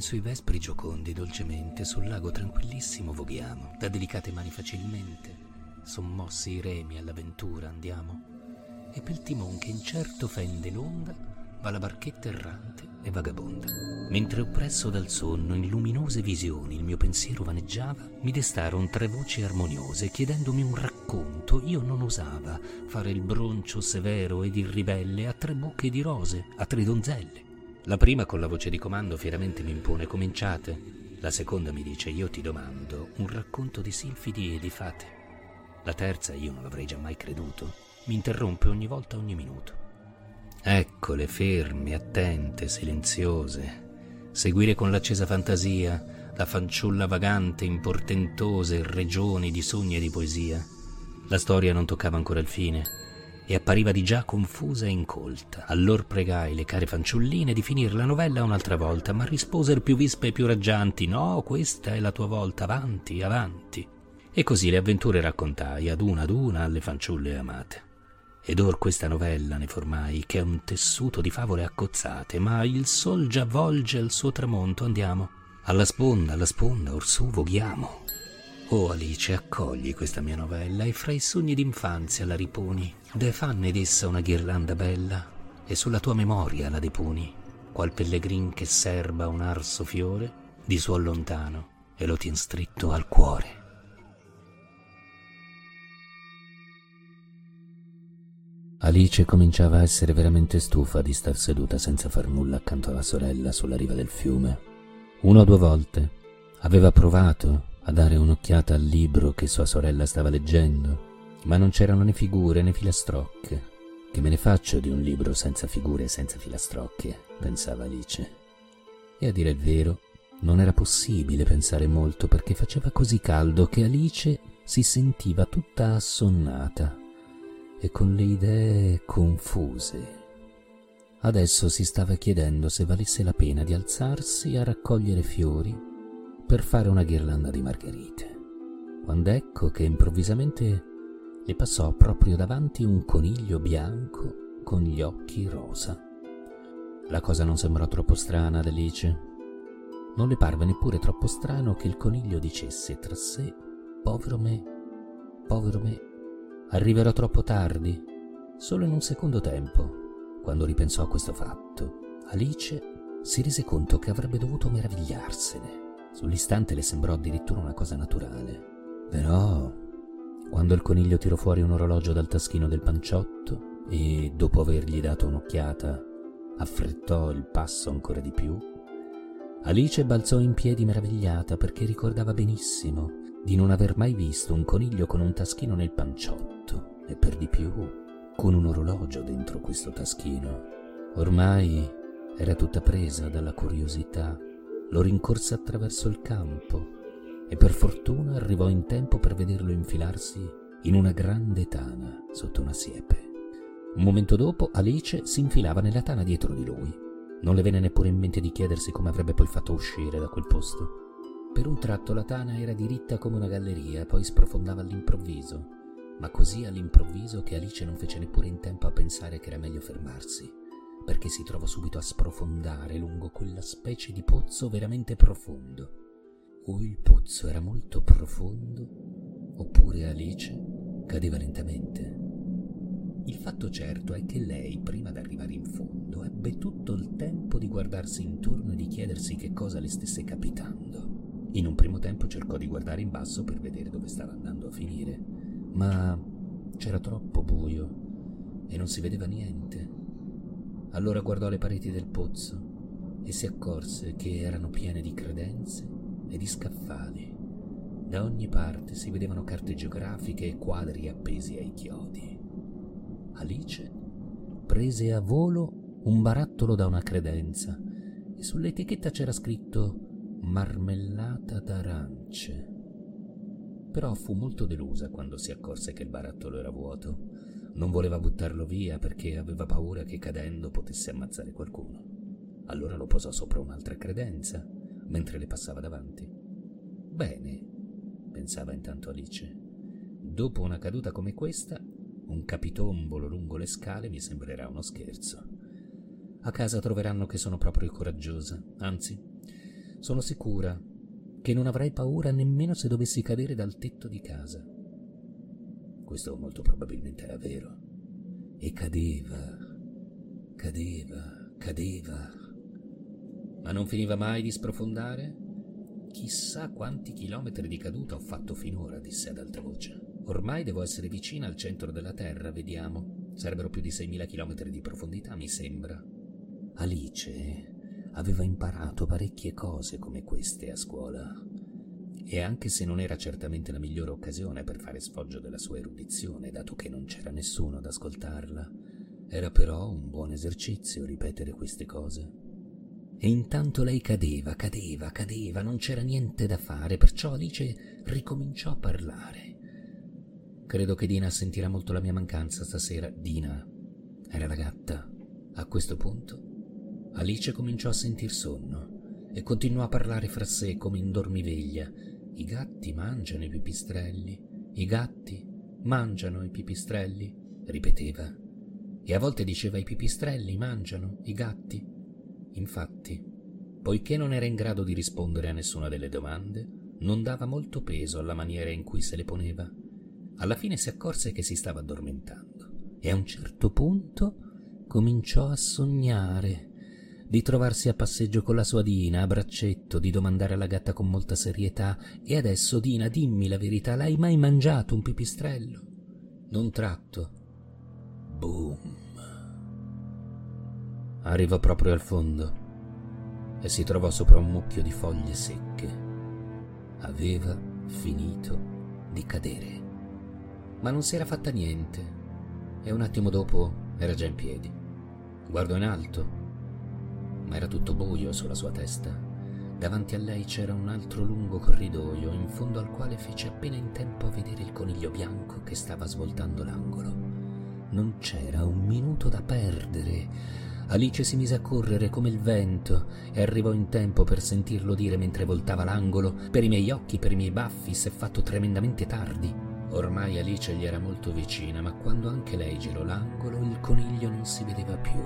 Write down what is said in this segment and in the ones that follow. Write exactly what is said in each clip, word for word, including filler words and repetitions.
sui vespri giocondi dolcemente, sul lago tranquillissimo voghiamo, da delicate mani facilmente, sommossi i remi all'avventura andiamo, e pel timon che incerto fende l'onda va la barchetta errante e vagabonda. Mentre oppresso dal sonno in luminose visioni il mio pensiero vaneggiava, mi destaron tre voci armoniose chiedendomi un racconto. Io non osava fare il broncio severo ed il ribelle a tre bocche di rose, a tre donzelle. La prima con la voce di comando fieramente mi impone: cominciate. La seconda mi dice: io ti domando un racconto di silfidi e di fate. La terza, io non l'avrei già mai creduto, mi interrompe ogni volta, ogni minuto. Eccole, ferme, attente, silenziose, seguire con l'accesa fantasia la fanciulla vagante in portentose regioni di sogni e di poesia. La storia non toccava ancora il fine e appariva di già confusa e incolta. Allor pregai le care fanciulline di finir la novella un'altra volta, ma risposer più vispe e più raggianti: no, questa è la tua volta, avanti, avanti. E così le avventure raccontai ad una ad una alle fanciulle amate. Ed or questa novella ne formai, che è un tessuto di favole accozzate, ma il sol già volge al suo tramonto. Andiamo alla sponda, alla sponda, orsù voghiamo. Oh Alice, accogli questa mia novella e fra i sogni d'infanzia la riponi. De fanne d'essa una ghirlanda bella e sulla tua memoria la deponi, qual pellegrin che serba un arso fiore di suol lontano e lo tien stritto al cuore. Alice cominciava a essere veramente stufa di star seduta senza far nulla accanto alla sorella sulla riva del fiume. Una o due volte aveva provato a dare un'occhiata al libro che sua sorella stava leggendo, ma non c'erano né figure né filastrocche. Che me ne faccio di un libro senza figure e senza filastrocche, pensava Alice. E a dire il vero, non era possibile pensare molto, perché faceva così caldo che Alice si sentiva tutta assonnata e con le idee confuse. Adesso si stava chiedendo se valesse la pena di alzarsi a raccogliere fiori per fare una ghirlanda di margherite, quando ecco che improvvisamente le passò proprio davanti un coniglio bianco con gli occhi rosa. La cosa non sembrò troppo strana ad Alice. Non le parve neppure troppo strano che il coniglio dicesse tra sé: povero me, povero me, arriverò troppo tardi. Solo in un secondo tempo, quando ripensò a questo fatto, Alice si rese conto che avrebbe dovuto meravigliarsene. Sull'istante le sembrò addirittura una cosa naturale. Però, quando il coniglio tirò fuori un orologio dal taschino del panciotto e, dopo avergli dato un'occhiata, affrettò il passo ancora di più, Alice balzò in piedi meravigliata, perché ricordava benissimo di non aver mai visto un coniglio con un taschino nel panciotto, e per di più con un orologio dentro questo taschino. Ormai era tutta presa dalla curiosità, lo rincorse attraverso il campo e per fortuna arrivò in tempo per vederlo infilarsi in una grande tana sotto una siepe. Un momento dopo Alice si infilava nella tana dietro di lui. Non le venne neppure in mente di chiedersi come avrebbe poi fatto uscire da quel posto. Per un tratto la tana era diritta come una galleria, poi sprofondava all'improvviso, ma così all'improvviso che Alice non fece neppure in tempo a pensare che era meglio fermarsi, perché si trovò subito a sprofondare lungo quella specie di pozzo veramente profondo. O il pozzo era molto profondo, oppure Alice cadeva lentamente. Il fatto certo è che lei, prima d'arrivare in fondo, ebbe tutto il tempo di guardarsi intorno e di chiedersi che cosa le stesse capitando. In un primo tempo cercò di guardare in basso per vedere dove stava andando a finire, ma c'era troppo buio e non si vedeva niente. Allora guardò le pareti del pozzo e si accorse che erano piene di credenze e di scaffali. Da ogni parte si vedevano carte geografiche e quadri appesi ai chiodi. Alice prese a volo un barattolo da una credenza e sull'etichetta c'era scritto marmellata d'arance. Però fu molto delusa quando si accorse che il barattolo era vuoto. Non voleva buttarlo via perché aveva paura che cadendo potesse ammazzare qualcuno. Allora lo posò sopra un'altra credenza mentre le passava davanti. Bene, pensava intanto Alice, dopo una caduta come questa, un capitombolo lungo le scale mi sembrerà uno scherzo. A casa troveranno che sono proprio coraggiosa, anzi, Sono sicura che non avrai paura nemmeno se dovessi cadere dal tetto di casa. Questo molto probabilmente era vero. E cadeva, cadeva, cadeva. Ma non finiva mai di sprofondare? Chissà quanti chilometri di caduta ho fatto finora, disse ad alta voce. Ormai devo essere vicina al centro della Terra, vediamo. Sarebbero più di seimila chilometri di profondità, mi sembra. Alice aveva imparato parecchie cose come queste a scuola, e anche se non era certamente la migliore occasione per fare sfoggio della sua erudizione, dato che non c'era nessuno ad ascoltarla, era però un buon esercizio ripetere queste cose. E intanto lei cadeva, cadeva, cadeva, non c'era niente da fare, perciò Alice ricominciò a parlare. Credo che Dina sentirà molto la mia mancanza stasera. Dina era la gatta. A questo punto Alice cominciò a sentir sonno e continuò a parlare fra sé come in dormiveglia. I gatti mangiano i pipistrelli, i gatti mangiano i pipistrelli, ripeteva. E a volte diceva i pipistrelli mangiano i gatti. Infatti, poiché non era in grado di rispondere a nessuna delle domande, non dava molto peso alla maniera in cui se le poneva. Alla fine si accorse che si stava addormentando e a un certo punto cominciò a sognare di trovarsi a passeggio con la sua Dina a braccetto, di domandare alla gatta con molta serietà: e adesso, Dina, dimmi la verità, l'hai mai mangiato un pipistrello? D'un tratto, boom, arrivò proprio al fondo e si trovò sopra un mucchio di foglie secche. Aveva finito di cadere, ma non si era fatta niente e un attimo dopo era già in piedi. Guardò in alto, ma era tutto buio sulla sua testa. Davanti a lei c'era un altro lungo corridoio, in fondo al quale fece appena in tempo a vedere il coniglio bianco che stava svoltando l'angolo. Non c'era un minuto da perdere. Alice si mise a correre come il vento e arrivò in tempo per sentirlo dire mentre voltava l'angolo: per i miei occhi, per i miei baffi, s'è fatto tremendamente tardi. Ormai Alice gli era molto vicina, ma quando anche lei girò l'angolo il coniglio non si vedeva più.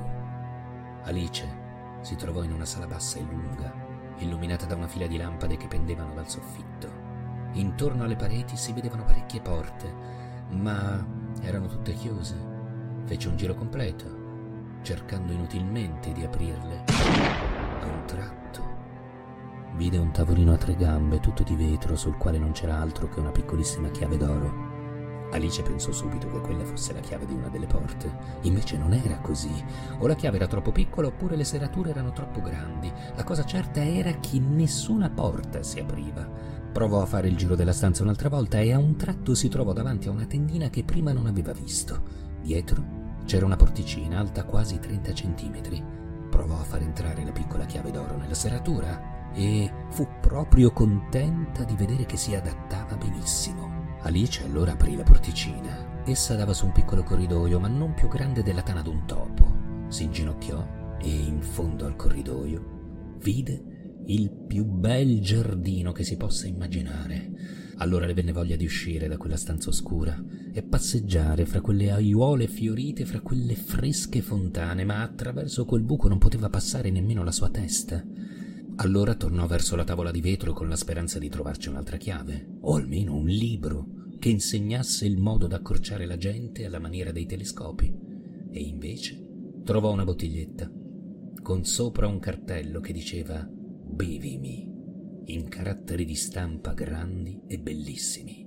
Alice si trovò in una sala bassa e lunga, illuminata da una fila di lampade che pendevano dal soffitto. Intorno alle pareti si vedevano parecchie porte, ma erano tutte chiuse. Fece un giro completo, cercando inutilmente di aprirle. A un tratto vide un tavolino a tre gambe, tutto di vetro, sul quale non c'era altro che una piccolissima chiave d'oro. Alice pensò subito che quella fosse la chiave di una delle porte. Invece non era così. O la chiave era troppo piccola oppure le serrature erano troppo grandi. La cosa certa era che nessuna porta si apriva. Provò a fare il giro della stanza un'altra volta e a un tratto si trovò davanti a una tendina che prima non aveva visto. Dietro c'era una porticina alta quasi trenta centimetri. Provò a far entrare la piccola chiave d'oro nella serratura e fu proprio contenta di vedere che si adattava benissimo. Alice allora aprì la porticina. Essa dava su un piccolo corridoio, ma non più grande della tana d'un topo. Si inginocchiò e in fondo al corridoio vide il più bel giardino che si possa immaginare. Allora le venne voglia di uscire da quella stanza oscura e passeggiare fra quelle aiuole fiorite, fra quelle fresche fontane, ma attraverso quel buco non poteva passare nemmeno la sua testa. Allora tornò verso la tavola di vetro con la speranza di trovarci un'altra chiave, o almeno un libro che insegnasse il modo d'accorciare la gente alla maniera dei telescopi. E invece trovò una bottiglietta con sopra un cartello che diceva «Bevimi», in caratteri di stampa grandi e bellissimi.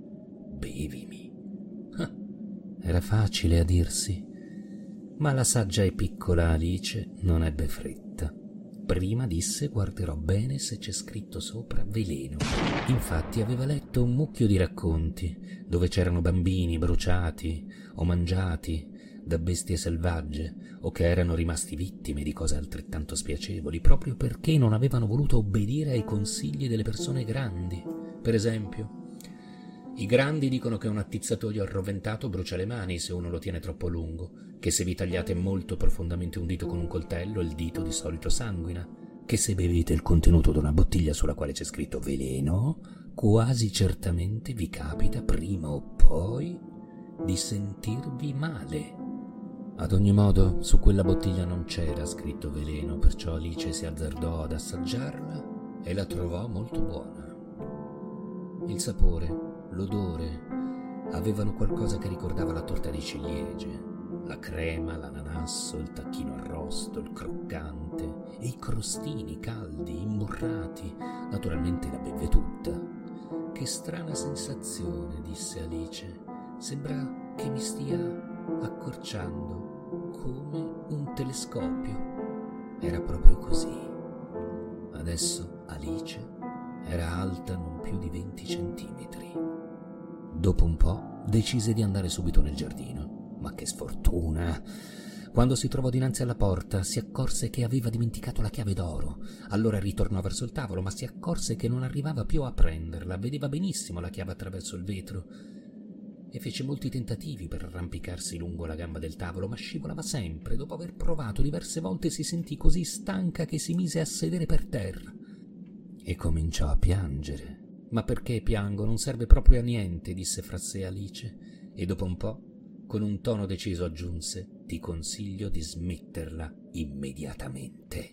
Bevimi. Ah, era facile a dirsi, ma la saggia e piccola Alice non ebbe fretta. Prima disse: guarderò bene se c'è scritto sopra veleno. Infatti aveva letto un mucchio di racconti dove c'erano bambini bruciati o mangiati da bestie selvagge o che erano rimasti vittime di cose altrettanto spiacevoli proprio perché non avevano voluto obbedire ai consigli delle persone grandi. Per esempio, i grandi dicono che un attizzatoio arroventato brucia le mani se uno lo tiene troppo lungo, che se vi tagliate molto profondamente un dito con un coltello il dito di solito sanguina, che se bevete il contenuto di una bottiglia sulla quale c'è scritto veleno, quasi certamente vi capita prima o poi di sentirvi male. Ad ogni modo, su quella bottiglia non c'era scritto veleno, perciò Alice si azzardò ad assaggiarla e la trovò molto buona. Il sapore, l'odore avevano qualcosa che ricordava la torta di ciliegie, la crema, l'ananasso, il tacchino arrosto, il croccante e i crostini caldi, imburrati, naturalmente la beve tutta. Che strana sensazione, disse Alice, sembra che mi stia accorciando come un telescopio. Era proprio così. Adesso Alice era alta non più di venti centimetri. Dopo un po' decise di andare subito nel giardino. Ma che sfortuna! Quando si trovò dinanzi alla porta si accorse che aveva dimenticato la chiave d'oro. Allora ritornò verso il tavolo, ma si accorse che non arrivava più a prenderla. Vedeva benissimo la chiave attraverso il vetro e fece molti tentativi per arrampicarsi lungo la gamba del tavolo, ma scivolava sempre. Dopo aver provato diverse volte si sentì così stanca che si mise a sedere per terra e cominciò a piangere. «Ma perché piango? Non serve proprio a niente», disse fra sé Alice, e dopo un po', con un tono deciso, aggiunse: «Ti consiglio di smetterla immediatamente».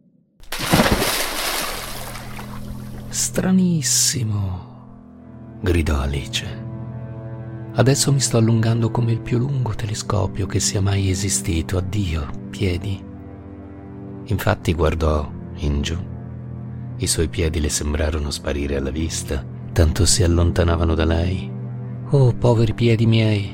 «Stranissimo», gridò Alice. «Adesso mi sto allungando come il più lungo telescopio che sia mai esistito. Addio, piedi». Infatti guardò in giù. I suoi piedi le sembrarono sparire alla vista, tanto si allontanavano da lei. «Oh, poveri piedi miei!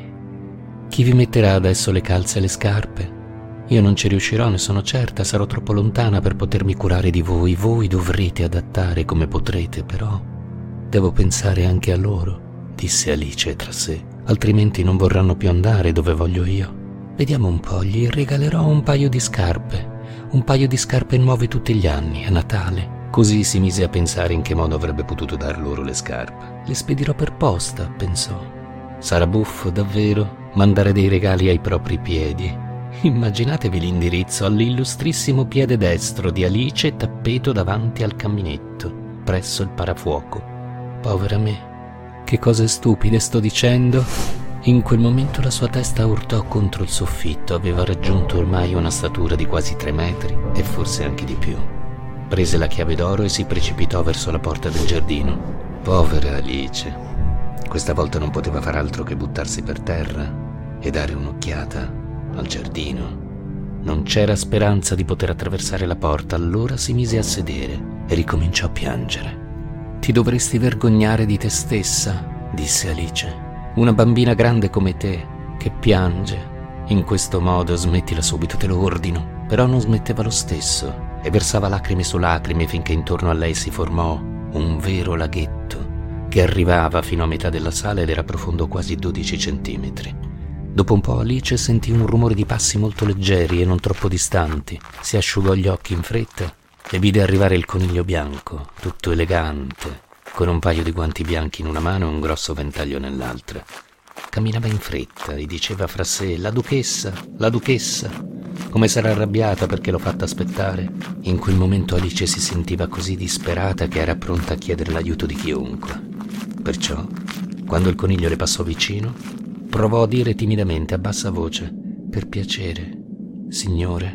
Chi vi metterà adesso le calze e le scarpe? Io non ci riuscirò, ne sono certa, sarò troppo lontana per potermi curare di voi. Voi dovrete adattare come potrete, però devo pensare anche a loro», disse Alice tra sé, «altrimenti non vorranno più andare dove voglio io. Vediamo un po', gli regalerò un paio di scarpe, un paio di scarpe nuove tutti gli anni, a Natale». Così si mise a pensare in che modo avrebbe potuto dar loro le scarpe. «Le spedirò per posta», pensò. «Sarà buffo, davvero, mandare dei regali ai propri piedi. Immaginatevi l'indirizzo: all'illustrissimo piede destro di Alice Tappeto davanti al caminetto, presso il parafuoco. Povera me, che cose stupide sto dicendo!» In quel momento la sua testa urtò contro il soffitto. Aveva raggiunto ormai una statura di quasi tre metri e forse anche di più. Prese la chiave d'oro e si precipitò verso la porta del giardino. Povera Alice. Questa volta non poteva far altro che buttarsi per terra e dare un'occhiata al giardino. Non c'era speranza di poter attraversare la porta, allora si mise a sedere e ricominciò a piangere. «Ti dovresti vergognare di te stessa», disse Alice. «Una bambina grande come te che piange. In questo modo smettila subito, te lo ordino». Però non smetteva lo stesso e versava lacrime su lacrime finché intorno a lei si formò un vero laghetto che arrivava fino a metà della sala ed era profondo quasi dodici centimetri. Dopo un po' Alice sentì un rumore di passi molto leggeri e non troppo distanti. Si asciugò gli occhi in fretta e vide arrivare il coniglio bianco, tutto elegante, con un paio di guanti bianchi in una mano e un grosso ventaglio nell'altra. Camminava in fretta e diceva fra sé: «La duchessa, la duchessa! Come sarà arrabbiata perché l'ho fatta aspettare». In quel momento Alice si sentiva così disperata che era pronta a chiedere l'aiuto di chiunque. Perciò, quando il coniglio le passò vicino, provò a dire timidamente a bassa voce: «Per piacere, signore».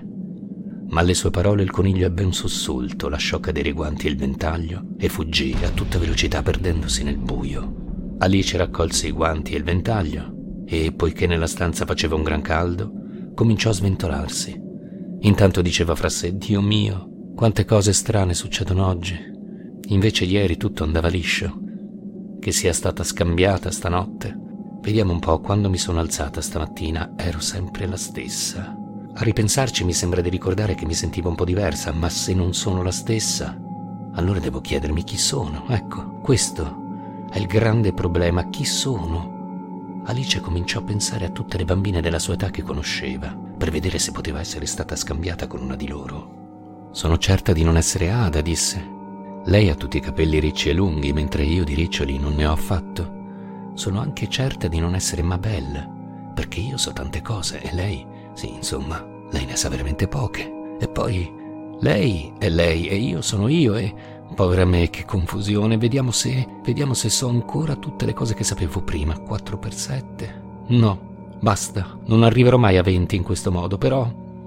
Ma alle sue parole il coniglio ebbe un sussulto, lasciò cadere i guanti e il ventaglio e fuggì a tutta velocità perdendosi nel buio. Alice raccolse i guanti e il ventaglio e, poiché nella stanza faceva un gran caldo, cominciò a sventolarsi. Intanto diceva fra sé: «Dio mio, quante cose strane succedono oggi. Invece ieri tutto andava liscio. Che sia stata scambiata stanotte. Vediamo un po', quando mi sono alzata stamattina ero sempre la stessa. A ripensarci mi sembra di ricordare che mi sentivo un po' diversa, ma se non sono la stessa, allora devo chiedermi chi sono. Ecco, questo è il grande problema: chi sono?» Alice cominciò a pensare a tutte le bambine della sua età che conosceva, per vedere se poteva essere stata scambiata con una di loro. «Sono certa di non essere Ada», disse. «Lei ha tutti i capelli ricci e lunghi, mentre io di riccioli non ne ho affatto. Sono anche certa di non essere Mabel, perché io so tante cose e lei, sì, insomma, lei ne sa veramente poche. E poi, lei è lei e io sono io e... povera me, che confusione. Vediamo se... vediamo se so ancora tutte le cose che sapevo prima. quattro per sette? No, basta. Non arriverò mai a venti in questo modo, però...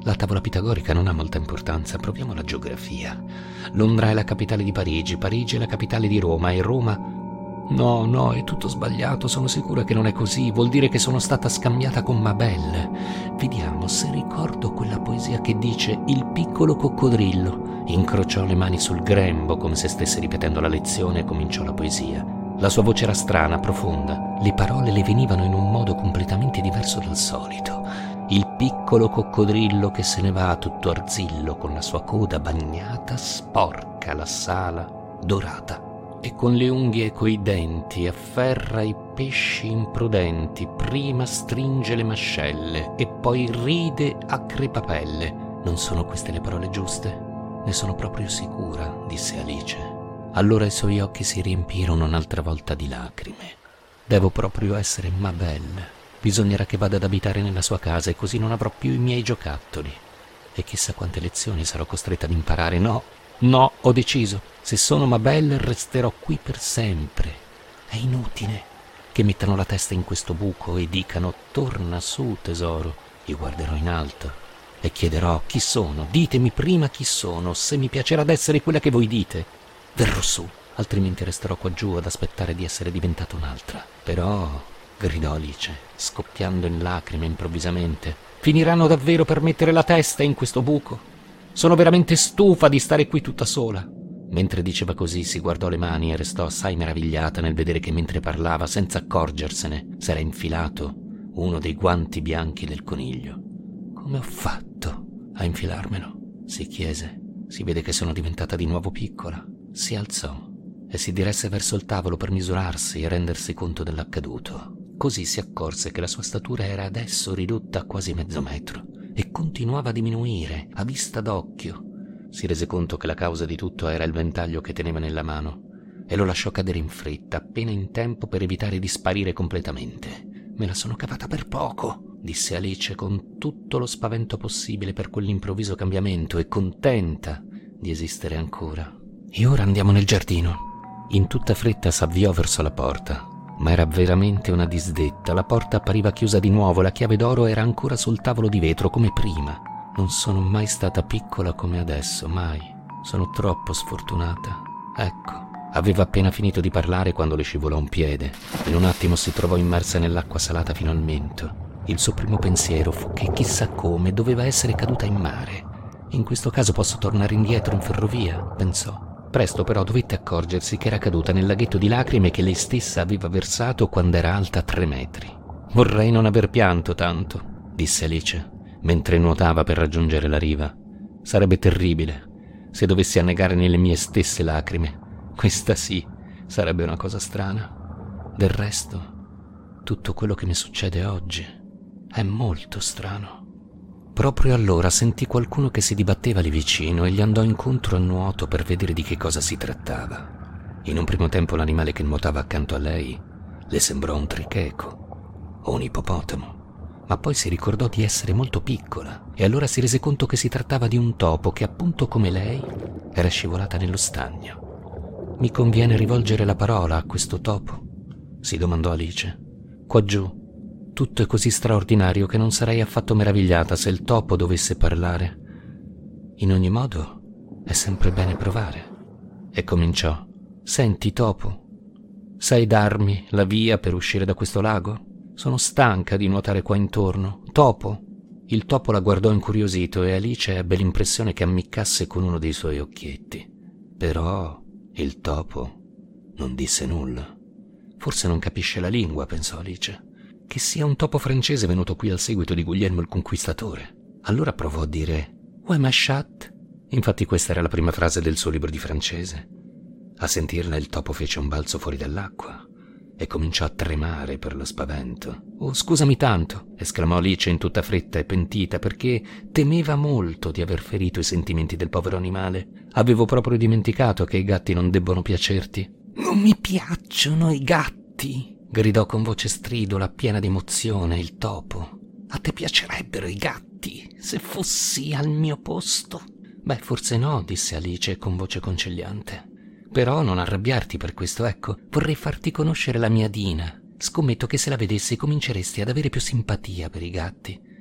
La tavola pitagorica non ha molta importanza, proviamo la geografia. Londra è la capitale di Parigi, Parigi è la capitale di Roma e Roma... No, no, è tutto sbagliato, sono sicura che non è così, vuol dire che sono stata scambiata con Mabel. Vediamo se ricordo quella poesia che dice «Il piccolo coccodrillo». Incrociò le mani sul grembo come se stesse ripetendo la lezione e cominciò la poesia. La sua voce era strana, profonda, le parole le venivano in un modo completamente diverso dal solito. Il piccolo coccodrillo che se ne va tutto arzillo con la sua coda bagnata sporca la sala dorata. E con le unghie e coi denti afferra i pesci imprudenti, prima stringe le mascelle e poi ride a crepapelle. Non sono queste le parole giuste? Ne sono proprio sicura, disse Alice. Allora i suoi occhi si riempirono un'altra volta di lacrime. Devo proprio essere Mabel. Bisognerà che vada ad abitare nella sua casa e così non avrò più i miei giocattoli. E chissà quante lezioni sarò costretta ad imparare. No, no, ho deciso. Se sono Mabel resterò qui per sempre. È inutile che mettano la testa in questo buco e dicano «Torna su, tesoro». Io guarderò in alto e chiederò «Chi sono? Ditemi prima chi sono, se mi piacerà d'essere quella che voi dite. Verrò su, altrimenti resterò qua giù ad aspettare di essere diventata un'altra». Però, gridò Alice, scoppiando in lacrime improvvisamente, «finiranno davvero per mettere la testa in questo buco? Sono veramente stufa di stare qui tutta sola». Mentre diceva così si guardò le mani e restò assai meravigliata nel vedere che mentre parlava, senza accorgersene, s'era infilato uno dei guanti bianchi del coniglio. «Come ho fatto a infilarmelo?» si chiese. «Si vede che sono diventata di nuovo piccola». Si alzò e si diresse verso il tavolo per misurarsi e rendersi conto dell'accaduto. Così si accorse che la sua statura era adesso ridotta a quasi mezzo metro e continuava a diminuire a vista d'occhio. Si rese conto che la causa di tutto era il ventaglio che teneva nella mano e lo lasciò cadere in fretta, appena in tempo per evitare di sparire completamente. «Me la sono cavata per poco», disse Alice con tutto lo spavento possibile per quell'improvviso cambiamento e contenta di esistere ancora. «E ora andiamo nel giardino». In tutta fretta s'avviò verso la porta, ma era veramente una disdetta. La porta appariva chiusa di nuovo, la chiave d'oro era ancora sul tavolo di vetro come prima. Non sono mai stata piccola come adesso, mai. Sono troppo sfortunata. Ecco, aveva appena finito di parlare quando le scivolò un piede. In un attimo si trovò immersa nell'acqua salata fino al mento. Il suo primo pensiero fu che chissà come doveva essere caduta in mare. In questo caso posso tornare indietro in ferrovia, pensò. Presto però dovette accorgersi che era caduta nel laghetto di lacrime che lei stessa aveva versato quando era alta tre metri. «Vorrei non aver pianto tanto», disse Alice, mentre nuotava per raggiungere la riva. «Sarebbe terribile se dovessi annegare nelle mie stesse lacrime. Questa sì, sarebbe una cosa strana. Del resto, tutto quello che mi succede oggi è molto strano». Proprio allora sentì qualcuno che si dibatteva lì vicino e gli andò incontro a nuoto per vedere di che cosa si trattava. In un primo tempo l'animale che nuotava accanto a lei le sembrò un tricheco o un ippopotamo, ma poi si ricordò di essere molto piccola e allora si rese conto che si trattava di un topo che, appunto come lei, era scivolata nello stagno. «Mi conviene rivolgere la parola a questo topo?» si domandò Alice. «Qua giù tutto è così straordinario che non sarei affatto meravigliata se il topo dovesse parlare. In ogni modo, è sempre bene provare». E cominciò. «Senti, topo, sai darmi la via per uscire da questo lago? Sono stanca di nuotare qua intorno. Topo?» Il topo la guardò incuriosito e Alice ebbe l'impressione che ammiccasse con uno dei suoi occhietti. Però il topo non disse nulla. «Forse non capisce la lingua», pensò Alice. «Che sia un topo francese venuto qui al seguito di Guglielmo il Conquistatore». Allora provò a dire «Où est ma chatte?» Infatti questa era la prima frase del suo libro di francese. A sentirla il topo fece un balzo fuori dall'acqua e cominciò a tremare per lo spavento. «Oh, scusami tanto», esclamò Alice in tutta fretta e pentita, perché temeva molto di aver ferito i sentimenti del povero animale. «Avevo proprio dimenticato che i gatti non debbono piacerti». «Non mi piacciono i gatti», gridò con voce stridula, piena di emozione, il topo. «A te piacerebbero i gatti, se fossi al mio posto?» «Beh, forse no», disse Alice con voce conciliante. «Però non arrabbiarti per questo, ecco, vorrei farti conoscere la mia Dina. Scommetto che se la vedessi cominceresti ad avere più simpatia per i gatti.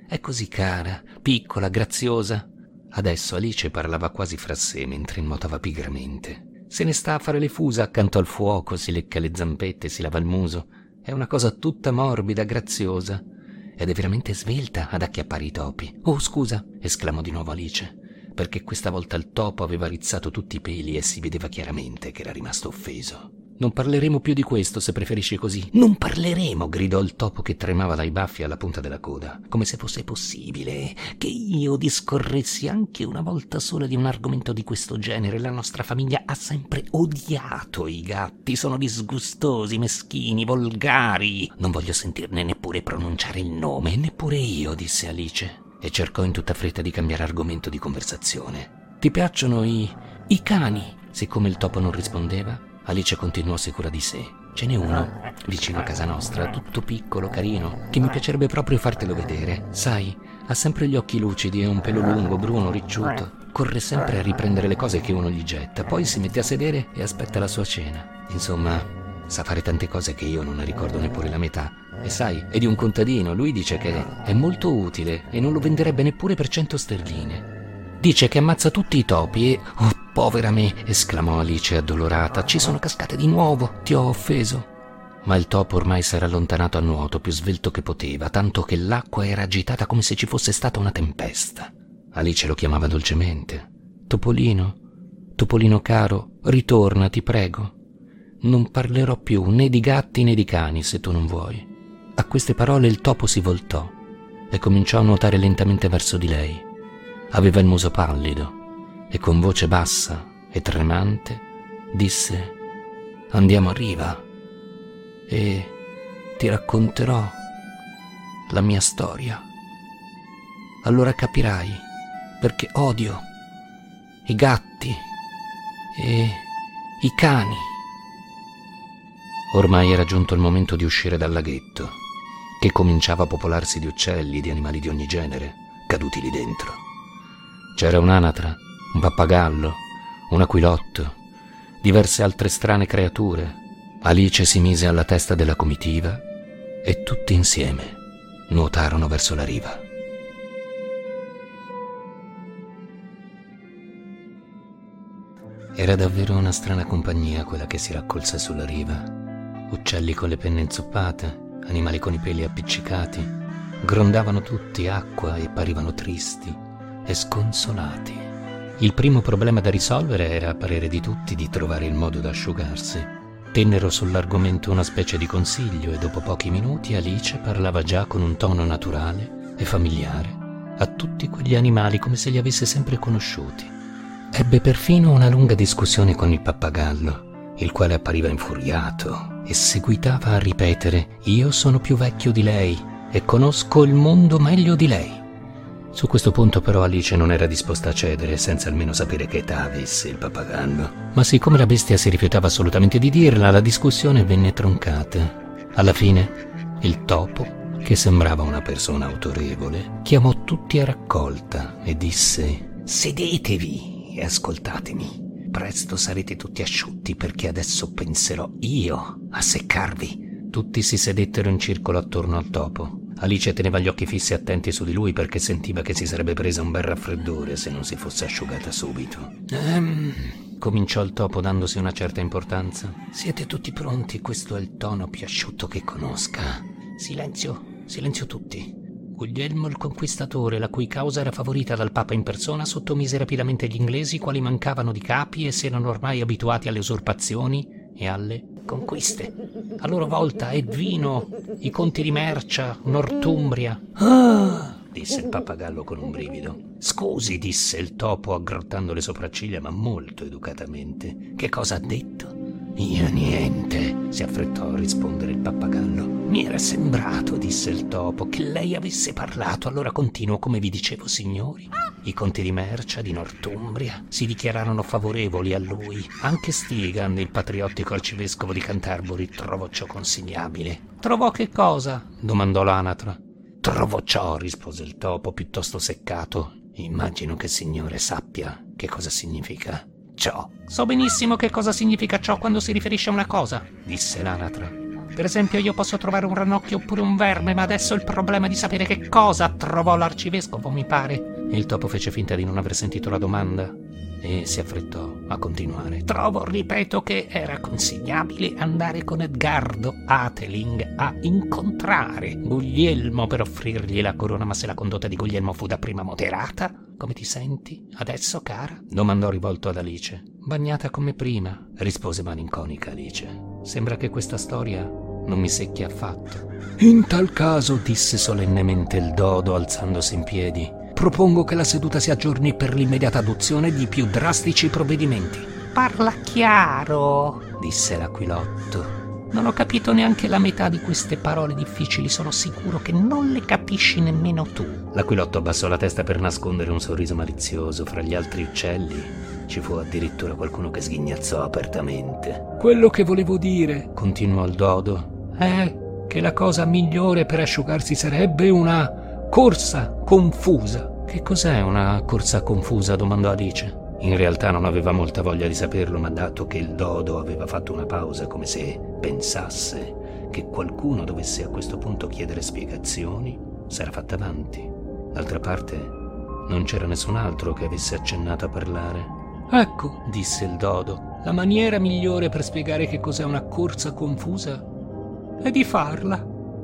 È così cara, piccola, graziosa. Adesso Alice parlava quasi fra sé mentre nuotava pigramente. Se ne sta a fare le fusa accanto al fuoco, si lecca le zampette, si lava il muso. È una cosa tutta morbida, graziosa. Ed è veramente svelta ad acchiappare i topi. «Oh, scusa!» esclamò di nuovo Alice, perché questa volta il topo aveva rizzato tutti i peli e si vedeva chiaramente che era rimasto offeso. «Non parleremo più di questo, se preferisci così». «Non parleremo!» gridò il topo che tremava dai baffi alla punta della coda. «Come se fosse possibile che io discorressi anche una volta sola di un argomento di questo genere. La nostra famiglia ha sempre odiato i gatti. Sono disgustosi, meschini, volgari. Non voglio sentirne neppure pronunciare il nome, neppure io», disse Alice, e cercò in tutta fretta di cambiare argomento di conversazione. «Ti piacciono i... i cani?» Siccome il topo non rispondeva, Alice continuò sicura di sé. «Ce n'è uno, vicino a casa nostra, tutto piccolo, carino, che mi piacerebbe proprio fartelo vedere. Sai, ha sempre gli occhi lucidi e un pelo lungo, bruno, ricciuto. Corre sempre a riprendere le cose che uno gli getta, poi si mette a sedere e aspetta la sua cena. Insomma, sa fare tante cose che io non ne ricordo neppure la metà. E sai, è di un contadino, lui dice che è molto utile e non lo venderebbe neppure per cento sterline. Dice che ammazza tutti i topi e... Oh, povera me!» esclamò Alice addolorata. «Ci sono cascate di nuovo, ti ho offeso». Ma il topo ormai s'era allontanato a nuoto, più svelto che poteva, tanto che l'acqua era agitata come se ci fosse stata una tempesta. Alice lo chiamava dolcemente. «Topolino, Topolino caro, ritorna, ti prego. Non parlerò più né di gatti né di cani, se tu non vuoi». A queste parole il topo si voltò e cominciò a nuotare lentamente verso di lei. Aveva il muso pallido e con voce bassa e tremante disse: «Andiamo a riva e ti racconterò la mia storia. Allora capirai perché odio i gatti e i cani». Ormai era giunto il momento di uscire dal laghetto, che cominciava a popolarsi di uccelli, di animali di ogni genere, caduti lì dentro. C'era un'anatra, un pappagallo, un aquilotto, diverse altre strane creature. Alice si mise alla testa della comitiva e tutti insieme nuotarono verso la riva. Era davvero una strana compagnia quella che si raccolse sulla riva. Uccelli con le penne inzuppate, animali con i peli appiccicati, grondavano tutti acqua e parivano tristi e sconsolati. Il primo problema da risolvere era, a parere di tutti, di trovare il modo d'asciugarsi. Tennero sull'argomento una specie di consiglio e dopo pochi minuti Alice parlava già con un tono naturale e familiare a tutti quegli animali come se li avesse sempre conosciuti. Ebbe perfino una lunga discussione con il pappagallo, il quale appariva infuriato e seguitava a ripetere: «Io sono più vecchio di lei e conosco il mondo meglio di lei». Su questo punto però Alice non era disposta a cedere senza almeno sapere che età avesse il pappagallo. Ma siccome la bestia si rifiutava assolutamente di dirla, la discussione venne troncata. Alla fine il topo, che sembrava una persona autorevole, chiamò tutti a raccolta e disse: «Sedetevi e ascoltatemi. Presto sarete tutti asciutti perché adesso penserò io a seccarvi». Tutti si sedettero in circolo attorno al topo. Alice teneva gli occhi fissi attenti su di lui perché sentiva che si sarebbe presa un bel raffreddore se non si fosse asciugata subito. Ehm, cominciò il topo dandosi una certa importanza. «Siete tutti pronti? Questo è il tono più asciutto che conosca. Silenzio, silenzio tutti». Guglielmo il Conquistatore, la cui causa era favorita dal Papa in persona, sottomise rapidamente gli inglesi, i quali mancavano di capi e si erano ormai abituati alle usurpazioni e alle conquiste. A loro volta Edvino, i conti di Mercia, Northumbria. «Ah!» disse il pappagallo con un brivido. «Scusi», disse il topo aggrottando le sopracciglia, ma molto educatamente. «Che cosa ha detto?» «Io niente», si affrettò a rispondere il pappagallo. «Mi era sembrato», disse il topo, «che lei avesse parlato. Allora continuo. Come vi dicevo, signori, i conti di Mercia, di Northumbria, si dichiararono favorevoli a lui. Anche Stigand, il patriottico arcivescovo di Canterbury, trovò ciò consigliabile». «Trovò che cosa?» domandò l'anatra. «Trovò ciò», rispose il topo, piuttosto seccato. «Immagino che il signore sappia che cosa significa ciò». «So benissimo che cosa significa ciò quando si riferisce a una cosa», disse l'anatra. Per esempio, io posso trovare un ranocchio oppure un verme, ma adesso il problema è di sapere che cosa trovò l'arcivescovo, mi pare. Il topo fece finta di non aver sentito la domanda e si affrettò a continuare. Trovo, ripeto, che era consigliabile andare con Edgardo Atheling a incontrare Guglielmo per offrirgli la corona, ma se la condotta di Guglielmo fu dapprima moderata, come ti senti adesso, cara? Domandò rivolto ad Alice. Bagnata come prima, rispose malinconica Alice. Sembra che questa storia non mi secchi affatto. In tal caso, disse solennemente il dodo alzandosi in piedi, propongo che la seduta si aggiorni per l'immediata adozione di più drastici provvedimenti. Parla chiaro, disse l'aquilotto. Non ho capito neanche la metà di queste parole difficili, sono sicuro che non le capisci nemmeno tu. L'aquilotto abbassò la testa per nascondere un sorriso malizioso. Fra gli altri uccelli ci fu addirittura qualcuno che sghignazzò apertamente. Quello che volevo dire, continuò il dodo, è che la cosa migliore per asciugarsi sarebbe una corsa confusa. Che cos'è una corsa confusa? Domandò Alice. In realtà non aveva molta voglia di saperlo, ma dato che il dodo aveva fatto una pausa come se pensasse che qualcuno dovesse a questo punto chiedere spiegazioni, s'era fatta avanti. D'altra parte non c'era nessun altro che avesse accennato a parlare. Ecco, disse il dodo, la maniera migliore per spiegare che cos'è una corsa confusa è di farla.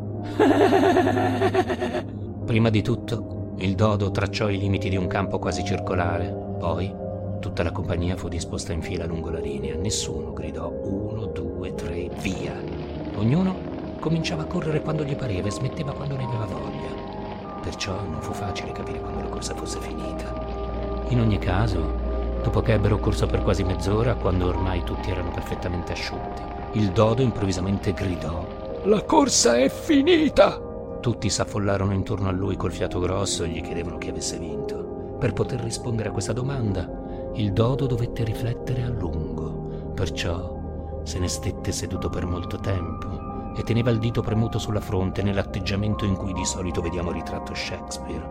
Prima di tutto, il dodo tracciò i limiti di un campo quasi circolare. Poi tutta la compagnia fu disposta in fila lungo la linea. Nessuno gridò uno, due, tre, via. Ognuno cominciava a correre quando gli pareva e smetteva quando ne aveva voglia. Perciò non fu facile capire quando la corsa fosse finita. In ogni caso, dopo che ebbero corso per quasi mezz'ora, quando ormai tutti erano perfettamente asciutti, il dodo improvvisamente gridò: «La corsa è finita!» Tutti s'affollarono intorno a lui col fiato grosso e gli chiedevano chi avesse vinto. Per poter rispondere a questa domanda, il dodo dovette riflettere a lungo, perciò se ne stette seduto per molto tempo e teneva il dito premuto sulla fronte nell'atteggiamento in cui di solito vediamo ritratto Shakespeare.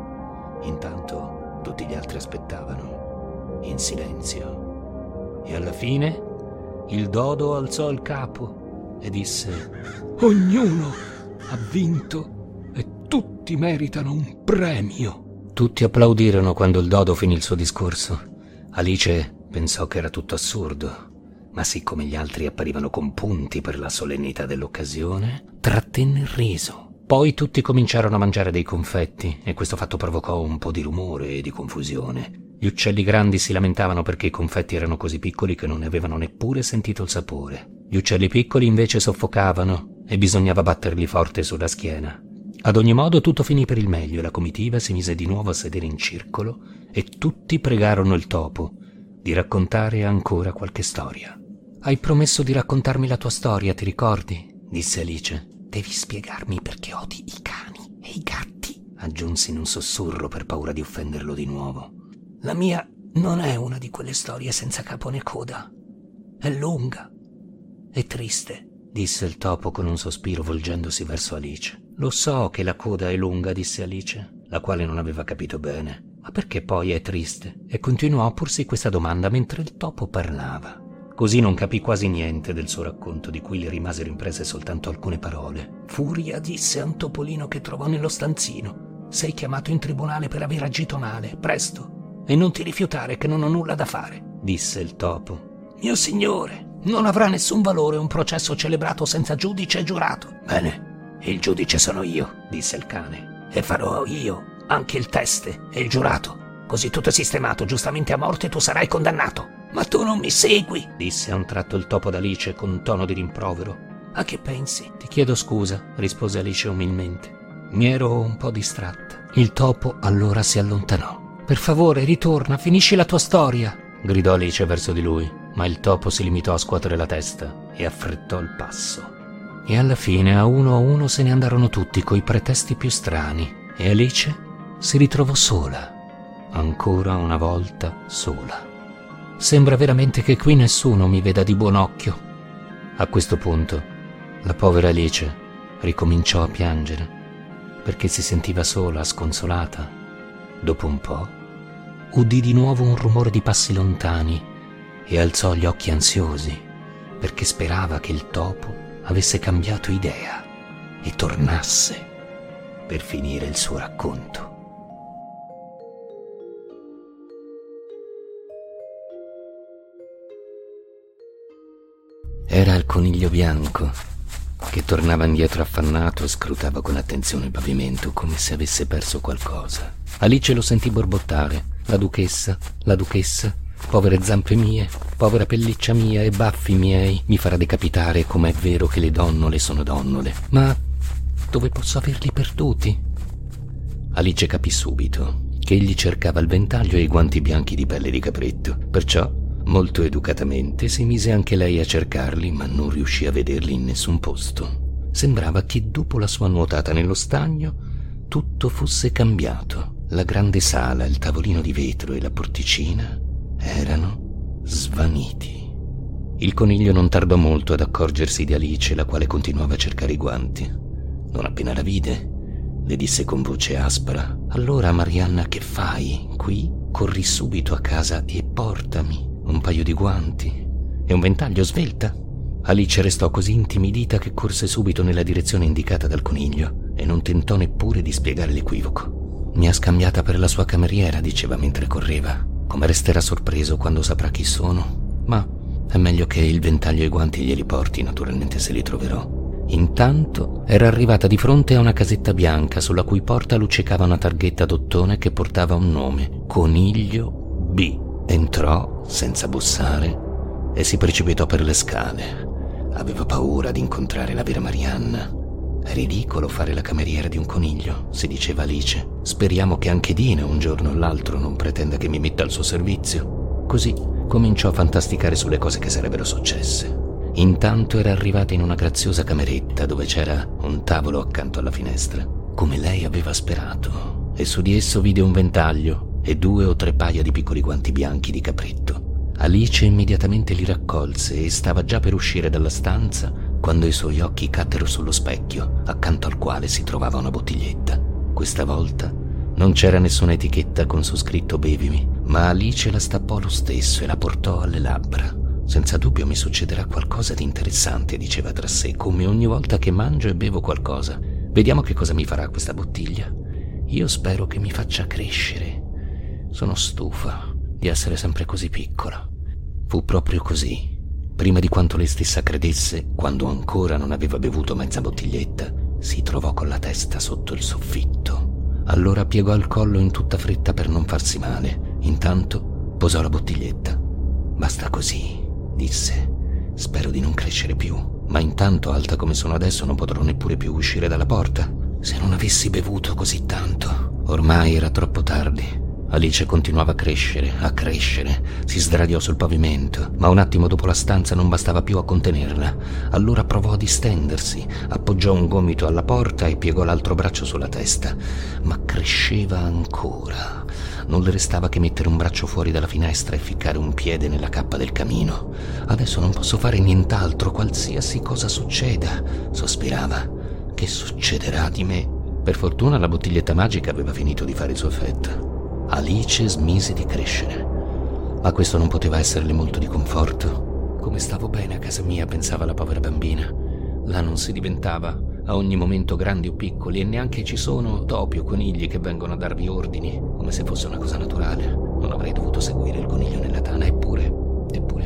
Intanto tutti gli altri aspettavano, in silenzio. E alla fine il dodo alzò il capo e disse: «Ognuno ha vinto e tutti meritano un premio». Tutti applaudirono quando il dodo finì il suo discorso. Alice pensò che era tutto assurdo, ma siccome gli altri apparivano compunti per la solennità dell'occasione, trattenne il riso. Poi tutti cominciarono a mangiare dei confetti e questo fatto provocò un po' di rumore e di confusione. Gli uccelli grandi si lamentavano perché i confetti erano così piccoli che non ne avevano neppure sentito il sapore. Gli uccelli piccoli invece soffocavano e bisognava batterli forte sulla schiena. Ad ogni modo tutto finì per il meglio e la comitiva si mise di nuovo a sedere in circolo e tutti pregarono il topo di raccontare ancora qualche storia. «Hai promesso di raccontarmi la tua storia, ti ricordi?» disse Alice. «Devi spiegarmi perché odi i cani e i gatti», aggiunse in un sussurro per paura di offenderlo di nuovo. «La mia non è una di quelle storie senza capo né coda. È lunga e triste», disse il topo con un sospiro volgendosi verso Alice. «Lo so che la coda è lunga», disse Alice, la quale non aveva capito bene. «Ma perché poi è triste?» E continuò a porsi questa domanda mentre il topo parlava. Così non capì quasi niente del suo racconto, di cui le rimasero imprese soltanto alcune parole. «Furia», disse a un topolino che trovò nello stanzino. «Sei chiamato in tribunale per aver agito male, presto, e non ti rifiutare che non ho nulla da fare», disse il topo. «Mio signore, non avrà nessun valore un processo celebrato senza giudice e giurato». «Bene, il giudice sono io», disse il cane, «e farò io anche il teste e il giurato. Così tutto è sistemato, giustamente a morte tu sarai condannato». «Ma tu non mi segui», disse a un tratto il topo ad Alice con tono di rimprovero. «A che pensi?» «Ti chiedo scusa», rispose Alice umilmente. «Mi ero un po' distratta». Il topo allora si allontanò. «Per favore, ritorna, finisci la tua storia», gridò Alice verso di lui, ma il topo si limitò a scuotere la testa e affrettò il passo. E alla fine a uno a uno se ne andarono tutti coi pretesti più strani e Alice si ritrovò sola, ancora una volta sola. «Sembra veramente che qui nessuno mi veda di buon occhio». A questo punto la povera Alice ricominciò a piangere perché si sentiva sola, sconsolata. Dopo un po' udì di nuovo un rumore di passi lontani e alzò gli occhi ansiosi perché sperava che il topo avesse cambiato idea e tornasse per finire il suo racconto. Era il coniglio bianco che tornava indietro affannato e scrutava con attenzione il pavimento come se avesse perso qualcosa. Alice lo sentì borbottare: la duchessa, la duchessa, povere zampe mie, povera pelliccia mia e baffi miei, mi farà decapitare, com'è vero che le donnole sono donnole. Ma dove posso averli perduti? Alice capì subito che egli cercava il ventaglio e i guanti bianchi di pelle di capretto, perciò molto educatamente si mise anche lei a cercarli, ma non riuscì a vederli in nessun posto. Sembrava che dopo la sua nuotata nello stagno tutto fosse cambiato. La grande sala, il tavolino di vetro e la porticina erano svaniti. Il coniglio non tardò molto ad accorgersi di Alice, la quale continuava a cercare i guanti. Non appena la vide, le disse con voce aspra: «Allora, Marianna, che fai qui? Corri subito a casa e portami un paio di guanti e un ventaglio, svelta!» Alice restò così intimidita che corse subito nella direzione indicata dal coniglio e non tentò neppure di spiegare l'equivoco. «Mi ha scambiata per la sua cameriera», diceva mentre correva. «Come resterà sorpreso quando saprà chi sono. Ma è meglio che il ventaglio e i guanti glieli porti, naturalmente se li troverò». Intanto era arrivata di fronte a una casetta bianca sulla cui porta luccicava una targhetta d'ottone che portava un nome: Coniglio B. Entrò senza bussare e si precipitò per le scale. Aveva paura di incontrare la vera Marianna. È ridicolo fare la cameriera di un coniglio, si diceva Alice. Speriamo che anche Dina un giorno o l'altro non pretenda che mi metta al suo servizio. Così cominciò a fantasticare sulle cose che sarebbero successe. Intanto era arrivata in una graziosa cameretta dove c'era un tavolo accanto alla finestra, come lei aveva sperato, e su di esso vide un ventaglio e due o tre paia di piccoli guanti bianchi di capretto. Alice immediatamente li raccolse e stava già per uscire dalla stanza quando i suoi occhi caddero sullo specchio, accanto al quale si trovava una bottiglietta. Questa volta non c'era nessuna etichetta con su scritto «Bevimi», ma Alice la stappò lo stesso e la portò alle labbra. «Senza dubbio mi succederà qualcosa di interessante», diceva tra sé, «come ogni volta che mangio e bevo qualcosa. Vediamo che cosa mi farà questa bottiglia. Io spero che mi faccia crescere. Sono stufa di essere sempre così piccola». Fu proprio così. Prima di quanto lei stessa credesse, quando ancora non aveva bevuto mezza bottiglietta, si trovò con la testa sotto il soffitto. Allora piegò il collo in tutta fretta per non farsi male. Intanto posò la bottiglietta. «Basta così», disse. «Spero di non crescere più, ma intanto, alta come sono adesso, non potrò neppure più uscire dalla porta. Se non avessi bevuto così tanto». Ormai era troppo tardi. Alice continuava a crescere, a crescere. Si sdraiò sul pavimento, ma un attimo dopo la stanza non bastava più a contenerla. Allora provò a distendersi, appoggiò un gomito alla porta e piegò l'altro braccio sulla testa. Ma cresceva ancora. Non le restava che mettere un braccio fuori dalla finestra e ficcare un piede nella cappa del camino. «Adesso non posso fare nient'altro, qualsiasi cosa succeda», sospirava. «Che succederà di me?» Per fortuna la bottiglietta magica aveva finito di fare il suo effetto. Alice smise di crescere, ma questo non poteva esserle molto di conforto. «Come stavo bene a casa mia», pensava la povera bambina. «Là non si diventava a ogni momento grandi o piccoli e neanche ci sono topi o conigli che vengono a darvi ordini, come se fosse una cosa naturale. Non avrei dovuto seguire il coniglio nella tana, eppure, eppure,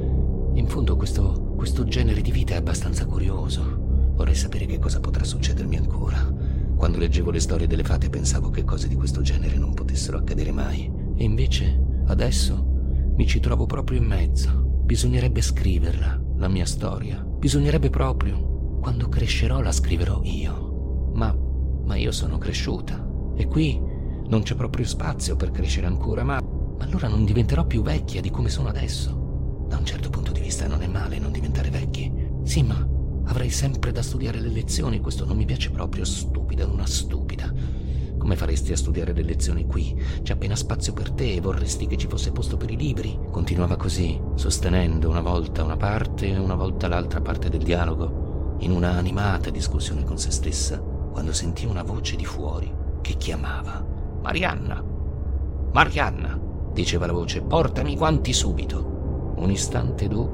in fondo questo, questo genere di vita è abbastanza curioso. Vorrei sapere che cosa potrà succedermi ancora. Quando leggevo le storie delle fate pensavo che cose di questo genere non potessero accadere mai. E invece, adesso, mi ci trovo proprio in mezzo. Bisognerebbe scriverla, la mia storia. Bisognerebbe proprio. Quando crescerò la scriverò io. Ma, ma io sono cresciuta. E qui non c'è proprio spazio per crescere ancora, ma, ma allora non diventerò più vecchia di come sono adesso. Da un certo punto di vista non è male non diventare vecchi. Sì, ma avrei sempre da studiare le lezioni, questo non mi piace proprio, stupida, una stupida. Come faresti a studiare le lezioni qui? C'è appena spazio per te e vorresti che ci fosse posto per i libri. Continuava così, sostenendo una volta una parte e una volta l'altra parte del dialogo, in una animata discussione con se stessa, quando sentì una voce di fuori che chiamava. «Marianna! Marianna!» diceva la voce, «portami i guanti subito!» Un istante dopo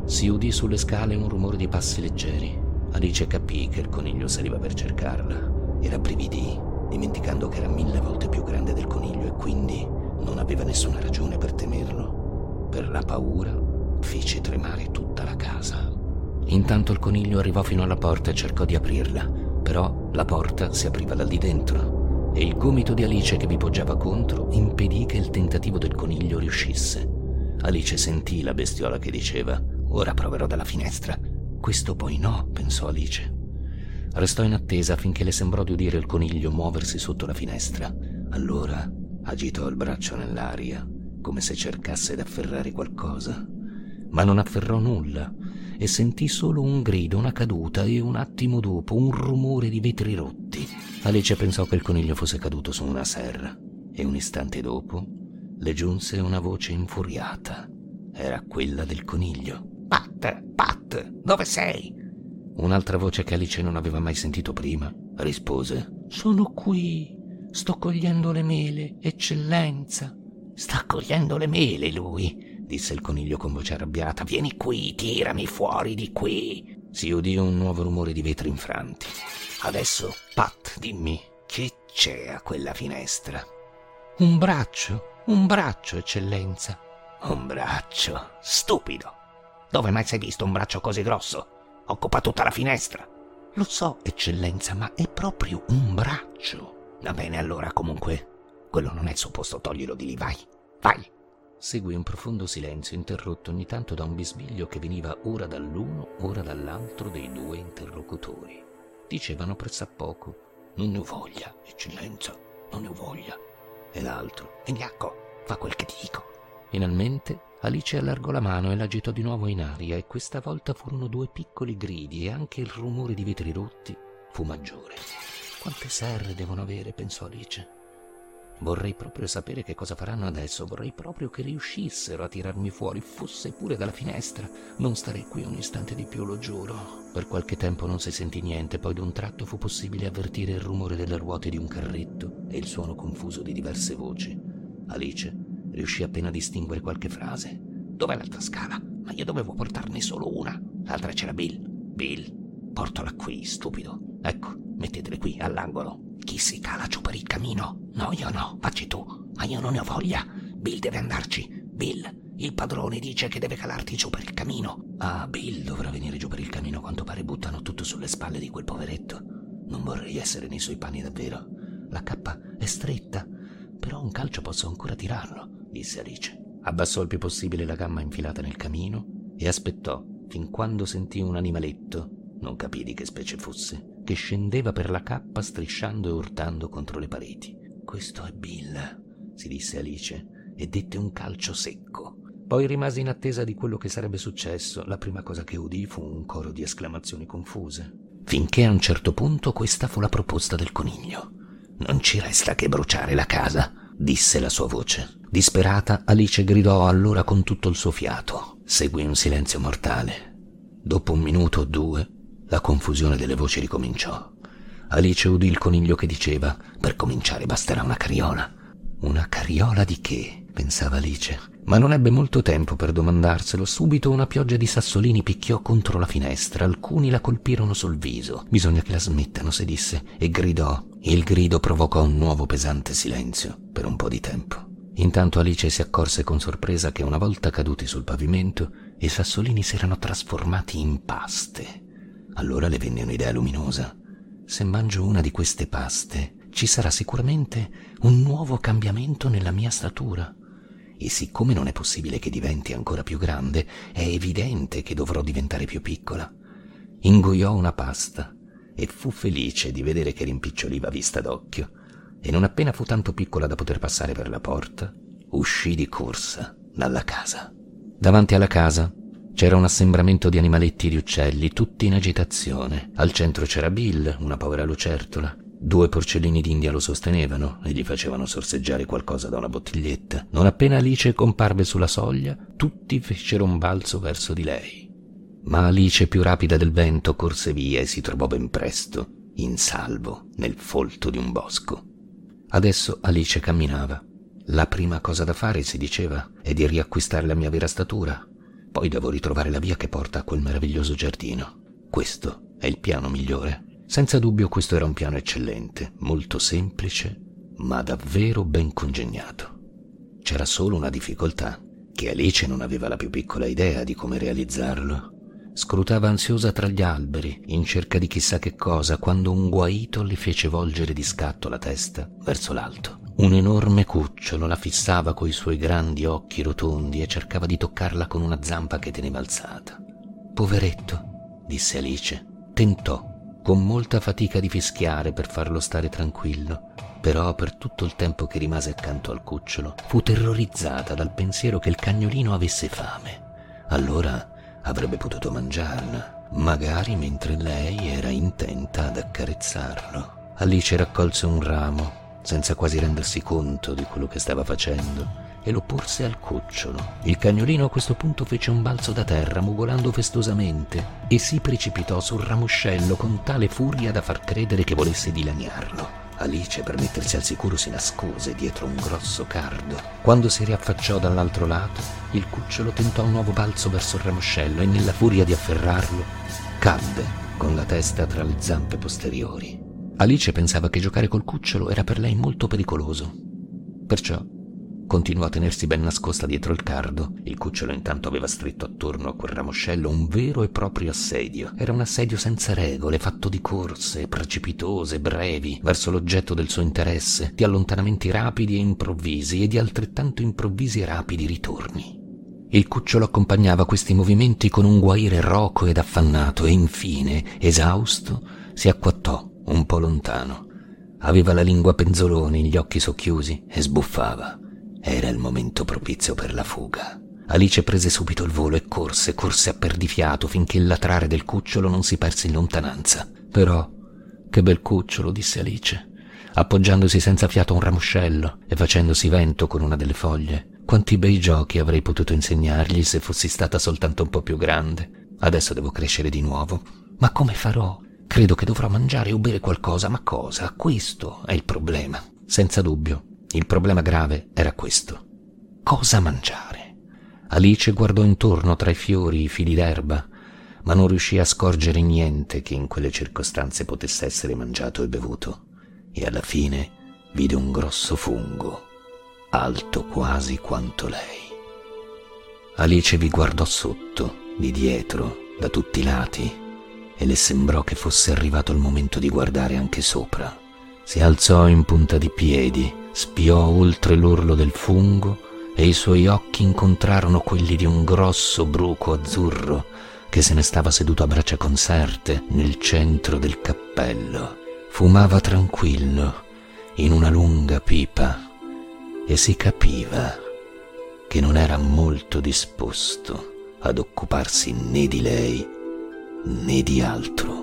Si udì sulle scale un rumore di passi leggeri. Alice capì che il coniglio saliva per cercarla e rabbrividì, dimenticando che era mille volte più grande del coniglio e quindi non aveva nessuna ragione per temerlo. Per la paura fece tremare tutta la casa. Intanto il coniglio arrivò fino alla porta e cercò di aprirla, però la porta si apriva da lì dentro e il gomito di Alice che vi poggiava contro impedì che il tentativo del coniglio riuscisse. Alice sentì la bestiola che diceva: «Ora proverò dalla finestra». «Questo poi no», pensò Alice. Restò in attesa finché le sembrò di udire il coniglio muoversi sotto la finestra. Allora agitò il braccio nell'aria, come se cercasse d'afferrare qualcosa, ma non afferrò nulla e sentì solo un grido, una caduta e un attimo dopo un rumore di vetri rotti. Alice pensò che il coniglio fosse caduto su una serra e un istante dopo le giunse una voce infuriata. Era quella del coniglio. «Pat, Pat, dove sei?» Un'altra voce che Alice non aveva mai sentito prima rispose: «Sono qui, sto cogliendo le mele, eccellenza». «Sta cogliendo le mele lui», disse il coniglio con voce arrabbiata. «Vieni qui, tirami fuori di qui». Si udì un nuovo rumore di vetri infranti. «Adesso, Pat, dimmi, che c'è a quella finestra?» «Un braccio, un braccio, eccellenza». «Un braccio? Stupido! Dove mai sei visto un braccio così grosso? Occupa tutta la finestra». «Lo so, eccellenza, ma è proprio un braccio». «Va bene, allora, comunque, quello non è il suo posto, toglilo di lì, vai, vai». Seguì un profondo silenzio, interrotto ogni tanto da un bisbiglio che veniva ora dall'uno, ora dall'altro dei due interlocutori. Dicevano pressappoco: «Non ne ho voglia, eccellenza, non ne ho voglia». E l'altro: «Vignacco, fa quel che ti dico». Finalmente Alice allargò la mano e l'agitò di nuovo in aria e questa volta furono due piccoli gridi e anche il rumore di vetri rotti fu maggiore. «Quante serre devono avere?» pensò Alice. «Vorrei proprio sapere che cosa faranno adesso, vorrei proprio che riuscissero a tirarmi fuori, fosse pure dalla finestra. Non starei qui un istante di più, lo giuro». Per qualche tempo non si sentì niente, poi d'un tratto fu possibile avvertire il rumore delle ruote di un carretto e il suono confuso di diverse voci. Alice riuscì appena a distinguere qualche frase. «Dov'è l'altra scala? Ma io dovevo portarne solo una. L'altra c'era Bill. Bill, portala qui, stupido. Ecco, mettetele qui, all'angolo. Chi si cala giù per il camino? No, io no, facci tu. Ma io non ne ho voglia. Bill deve andarci. Bill, il padrone dice che deve calarti giù per il camino». «Ah, Bill dovrà venire giù per il camino, a quanto pare buttano tutto sulle spalle di quel poveretto. Non vorrei essere nei suoi panni davvero. La cappa è stretta, però un calcio posso ancora tirarlo», disse Alice. Abbassò il più possibile la gamma infilata nel camino e aspettò fin quando sentì un animaletto, non capì di che specie fosse, che scendeva per la cappa strisciando e urtando contro le pareti. «Questo è Bill», si disse Alice, e dette un calcio secco. Poi rimase in attesa di quello che sarebbe successo. La prima cosa che udì fu un coro di esclamazioni confuse, finché a un certo punto questa fu la proposta del coniglio. «Non ci resta che bruciare la casa», disse la sua voce. Disperata, Alice gridò allora con tutto il suo fiato. Seguì un silenzio mortale. Dopo un minuto o due, la confusione delle voci ricominciò. Alice udì il coniglio che diceva: «Per cominciare basterà una carriola». «Una carriola di che?» pensava Alice. Ma non ebbe molto tempo per domandarselo. Subito una pioggia di sassolini picchiò contro la finestra. Alcuni la colpirono sul viso. «Bisogna che la smettano», si disse, e gridò. Il grido provocò un nuovo pesante silenzio per un po' di tempo. Intanto Alice si accorse con sorpresa che una volta caduti sul pavimento i sassolini si erano trasformati in paste. Allora le venne un'idea luminosa. «Se mangio una di queste paste ci sarà sicuramente un nuovo cambiamento nella mia statura. E siccome non è possibile che diventi ancora più grande, è evidente che dovrò diventare più piccola». Ingoiò una pasta e fu felice di vedere che rimpiccioliva a vista d'occhio, e non appena fu tanto piccola da poter passare per la porta, uscì di corsa dalla casa. Davanti alla casa c'era un assembramento di animaletti e di uccelli, tutti in agitazione. Al centro c'era Bill, una povera lucertola. Due porcellini d'India lo sostenevano e gli facevano sorseggiare qualcosa da una bottiglietta. Non appena Alice comparve sulla soglia, tutti fecero un balzo verso di lei. Ma Alice, più rapida del vento, corse via e si trovò ben presto, in salvo, nel folto di un bosco. Adesso Alice camminava. La prima cosa da fare, si diceva, è di riacquistare la mia vera statura. Poi devo ritrovare la via che porta a quel meraviglioso giardino. Questo è il piano migliore. Senza dubbio questo era un piano eccellente, molto semplice, ma davvero ben congegnato. C'era solo una difficoltà, che Alice non aveva la più piccola idea di come realizzarlo. Scrutava ansiosa tra gli alberi, in cerca di chissà che cosa, quando un guaito le fece volgere di scatto la testa verso l'alto. Un enorme cucciolo la fissava coi suoi grandi occhi rotondi e cercava di toccarla con una zampa che teneva alzata. «Poveretto», disse Alice. Tentò con molta fatica di fischiare per farlo stare tranquillo, però per tutto il tempo che rimase accanto al cucciolo fu terrorizzata dal pensiero che il cagnolino avesse fame. Allora avrebbe potuto mangiarla, magari mentre lei era intenta ad accarezzarlo. Alice raccolse un ramo, senza quasi rendersi conto di quello che stava facendo, e lo porse al cucciolo. Il cagnolino a questo punto fece un balzo da terra, mugolando festosamente, e si precipitò sul ramoscello con tale furia da far credere che volesse dilaniarlo. Alice, per mettersi al sicuro, si nascose dietro un grosso cardo. Quando si riaffacciò dall'altro lato, il cucciolo tentò un nuovo balzo verso il ramoscello e, nella furia di afferrarlo, cadde con la testa tra le zampe posteriori. Alice pensava che giocare col cucciolo era per lei molto pericoloso. Perciò continuò a tenersi ben nascosta dietro il cardo. Il cucciolo intanto aveva stretto attorno a quel ramoscello un vero e proprio assedio. Era un assedio senza regole, fatto di corse precipitose, brevi, verso l'oggetto del suo interesse, di allontanamenti rapidi e improvvisi e di altrettanto improvvisi e rapidi ritorni. Il cucciolo accompagnava questi movimenti con un guaire roco ed affannato e infine, esausto, si acquattò un po' lontano. Aveva la lingua penzoloni, gli occhi socchiusi e sbuffava. Era il momento propizio per la fuga. Alice prese subito il volo e corse, corse a perdifiato finché il latrare del cucciolo non si perse in lontananza. Però, che bel cucciolo, disse Alice, appoggiandosi senza fiato a un ramoscello e facendosi vento con una delle foglie. Quanti bei giochi avrei potuto insegnargli se fossi stata soltanto un po' più grande. Adesso devo crescere di nuovo. Ma come farò? Credo che dovrò mangiare o bere qualcosa, ma cosa? Questo è il problema. Senza dubbio. Il problema grave era questo. Cosa mangiare? Alice guardò intorno tra i fiori e i fili d'erba, ma non riuscì a scorgere niente che in quelle circostanze potesse essere mangiato e bevuto, e alla fine vide un grosso fungo, alto quasi quanto lei. Alice vi guardò sotto, di dietro, da tutti i lati, e le sembrò che fosse arrivato il momento di guardare anche sopra. Si alzò in punta di piedi, spiò oltre l'orlo del fungo e i suoi occhi incontrarono quelli di un grosso bruco azzurro che se ne stava seduto a braccia conserte nel centro del cappello. Fumava tranquillo in una lunga pipa e si capiva che non era molto disposto ad occuparsi né di lei né di altro.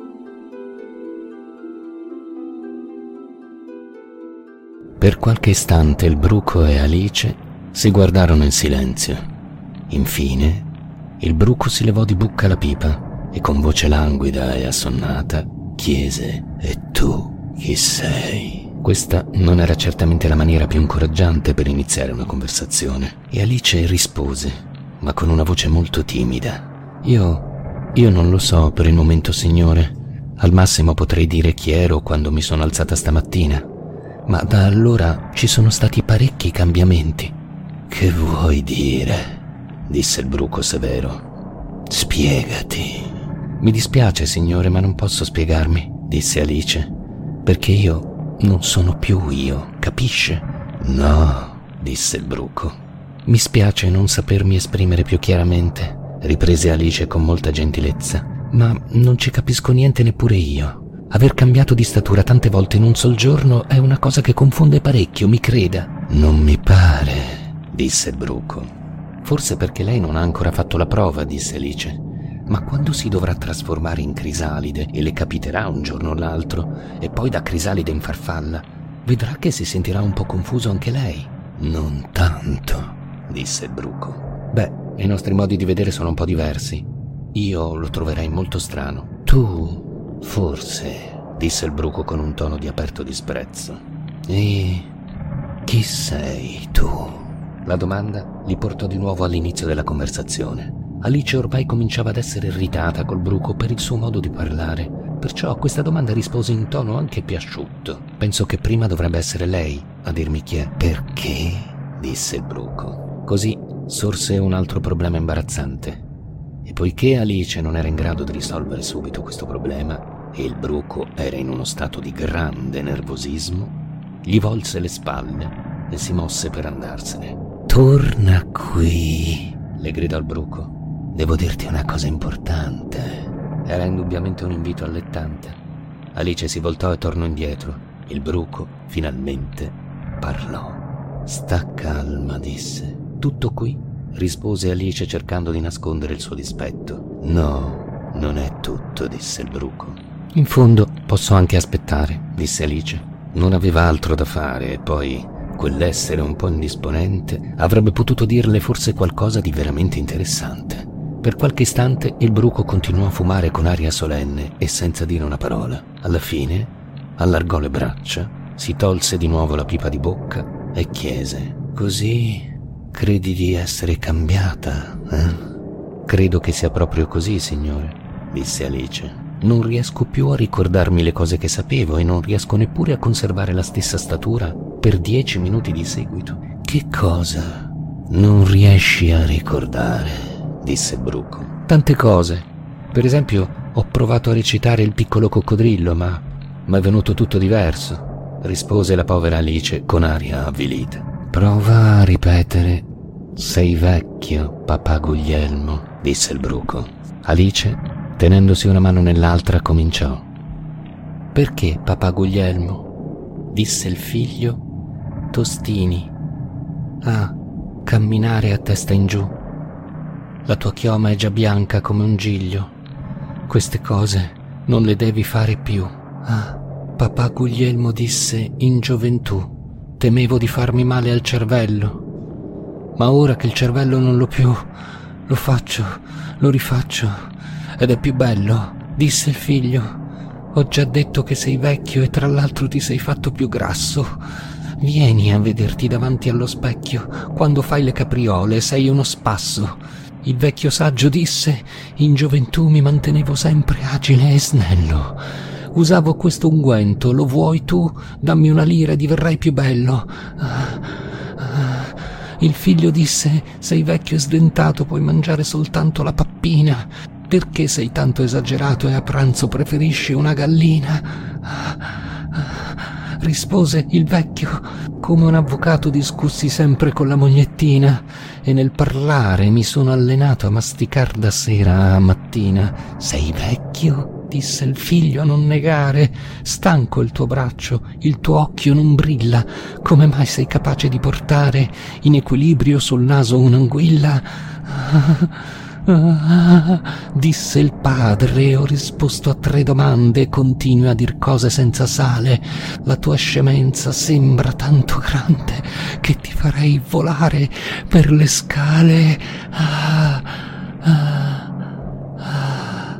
Per qualche istante il bruco e Alice si guardarono in silenzio. Infine, il bruco si levò di bucca la pipa e con voce languida e assonnata chiese: «E tu chi sei?» Questa non era certamente la maniera più incoraggiante per iniziare una conversazione, e Alice rispose, ma con una voce molto timida: «Io... io non lo so per il momento, signore. Al massimo potrei dire chi ero quando mi sono alzata stamattina. Ma da allora ci sono stati parecchi cambiamenti». «Che vuoi dire?» disse il bruco severo. «Spiegati». «Mi dispiace, signore, ma non posso spiegarmi», disse Alice, «perché io non sono più io, capisce?» «No», disse il bruco. «Mi spiace non sapermi esprimere più chiaramente», riprese Alice con molta gentilezza, «ma non ci capisco niente neppure io. Aver cambiato di statura tante volte in un sol giorno è una cosa che confonde parecchio, mi creda». «Non mi pare», disse il bruco. «Forse perché lei non ha ancora fatto la prova», disse Alice. «Ma quando si dovrà trasformare in crisalide, e le capiterà un giorno o l'altro, e poi da crisalide in farfalla, vedrà che si sentirà un po' confuso anche lei». «Non tanto», disse il bruco. «Beh, i nostri modi di vedere sono un po' diversi. Io lo troverei molto strano». «Tu... forse», disse il bruco con un tono di aperto disprezzo. «E chi sei tu?» La domanda li portò di nuovo all'inizio della conversazione. Alice ormai cominciava ad essere irritata col bruco per il suo modo di parlare, perciò a questa domanda rispose in tono anche più asciutto. Penso che prima dovrebbe essere lei a dirmi chi è. Perché? Disse il bruco. Così sorse un altro problema imbarazzante. E poiché Alice non era in grado di risolvere subito questo problema e il bruco era in uno stato di grande nervosismo, gli volse le spalle e si mosse per andarsene. «Torna qui», le gridò il bruco. «Devo dirti una cosa importante». Era indubbiamente un invito allettante. Alice si voltò e tornò indietro. Il bruco finalmente parlò. «Sta calma», disse. «Tutto qui?» rispose Alice cercando di nascondere il suo dispetto. «No, non è tutto», disse il bruco. «In fondo posso anche aspettare», disse Alice. Non aveva altro da fare e poi quell'essere un po' indisponente avrebbe potuto dirle forse qualcosa di veramente interessante. Per qualche istante il bruco continuò a fumare con aria solenne e senza dire una parola. Alla fine allargò le braccia, si tolse di nuovo la pipa di bocca e chiese: «Così credi di essere cambiata, eh?» «Credo che sia proprio così, signore», disse Alice. «Non riesco più a ricordarmi le cose che sapevo e non riesco neppure a conservare la stessa statura per dieci minuti di seguito». «Che cosa non riesci a ricordare?» disse il bruco. «Tante cose. Per esempio, ho provato a recitare Il piccolo coccodrillo, ma ma è venuto tutto diverso», rispose la povera Alice con aria avvilita. «Prova a ripetere: sei vecchio, papà Guglielmo», disse il bruco. Alice, tenendosi una mano nell'altra, cominciò: «Perché, papà Guglielmo?» disse il figlio. «Tostini. Ah, camminare a testa in giù. La tua chioma è già bianca come un giglio. Queste cose non le devi fare più. Ah, papà Guglielmo disse in gioventù: temevo di farmi male al cervello. Ma ora che il cervello non l'ho più, lo faccio, lo rifaccio, ed è più bello», disse il figlio. «Ho già detto che sei vecchio e tra l'altro ti sei fatto più grasso. Vieni a vederti davanti allo specchio. Quando fai le capriole sei uno spasso. Il vecchio saggio disse: in gioventù mi mantenevo sempre agile e snello. Usavo questo unguento, lo vuoi tu? Dammi una lira e diverrai più bello. Ah, ah. Il figlio disse: sei vecchio e sdentato, puoi mangiare soltanto la pappina. Perché sei tanto esagerato e a pranzo preferisci una gallina? Ah, ah. Rispose il vecchio: come un avvocato discussi sempre con la mogliettina e nel parlare mi sono allenato a masticar da sera a mattina. Sei vecchio? Disse il figlio a non negare. Stanco il tuo braccio, il tuo occhio non brilla. Come mai sei capace di portare in equilibrio sul naso un'anguilla? Ah, Ah, disse il padre, ho risposto a tre domande e continui a dir cose senza sale. La tua scemenza sembra tanto grande che ti farei volare per le scale. Ah, ah, ah,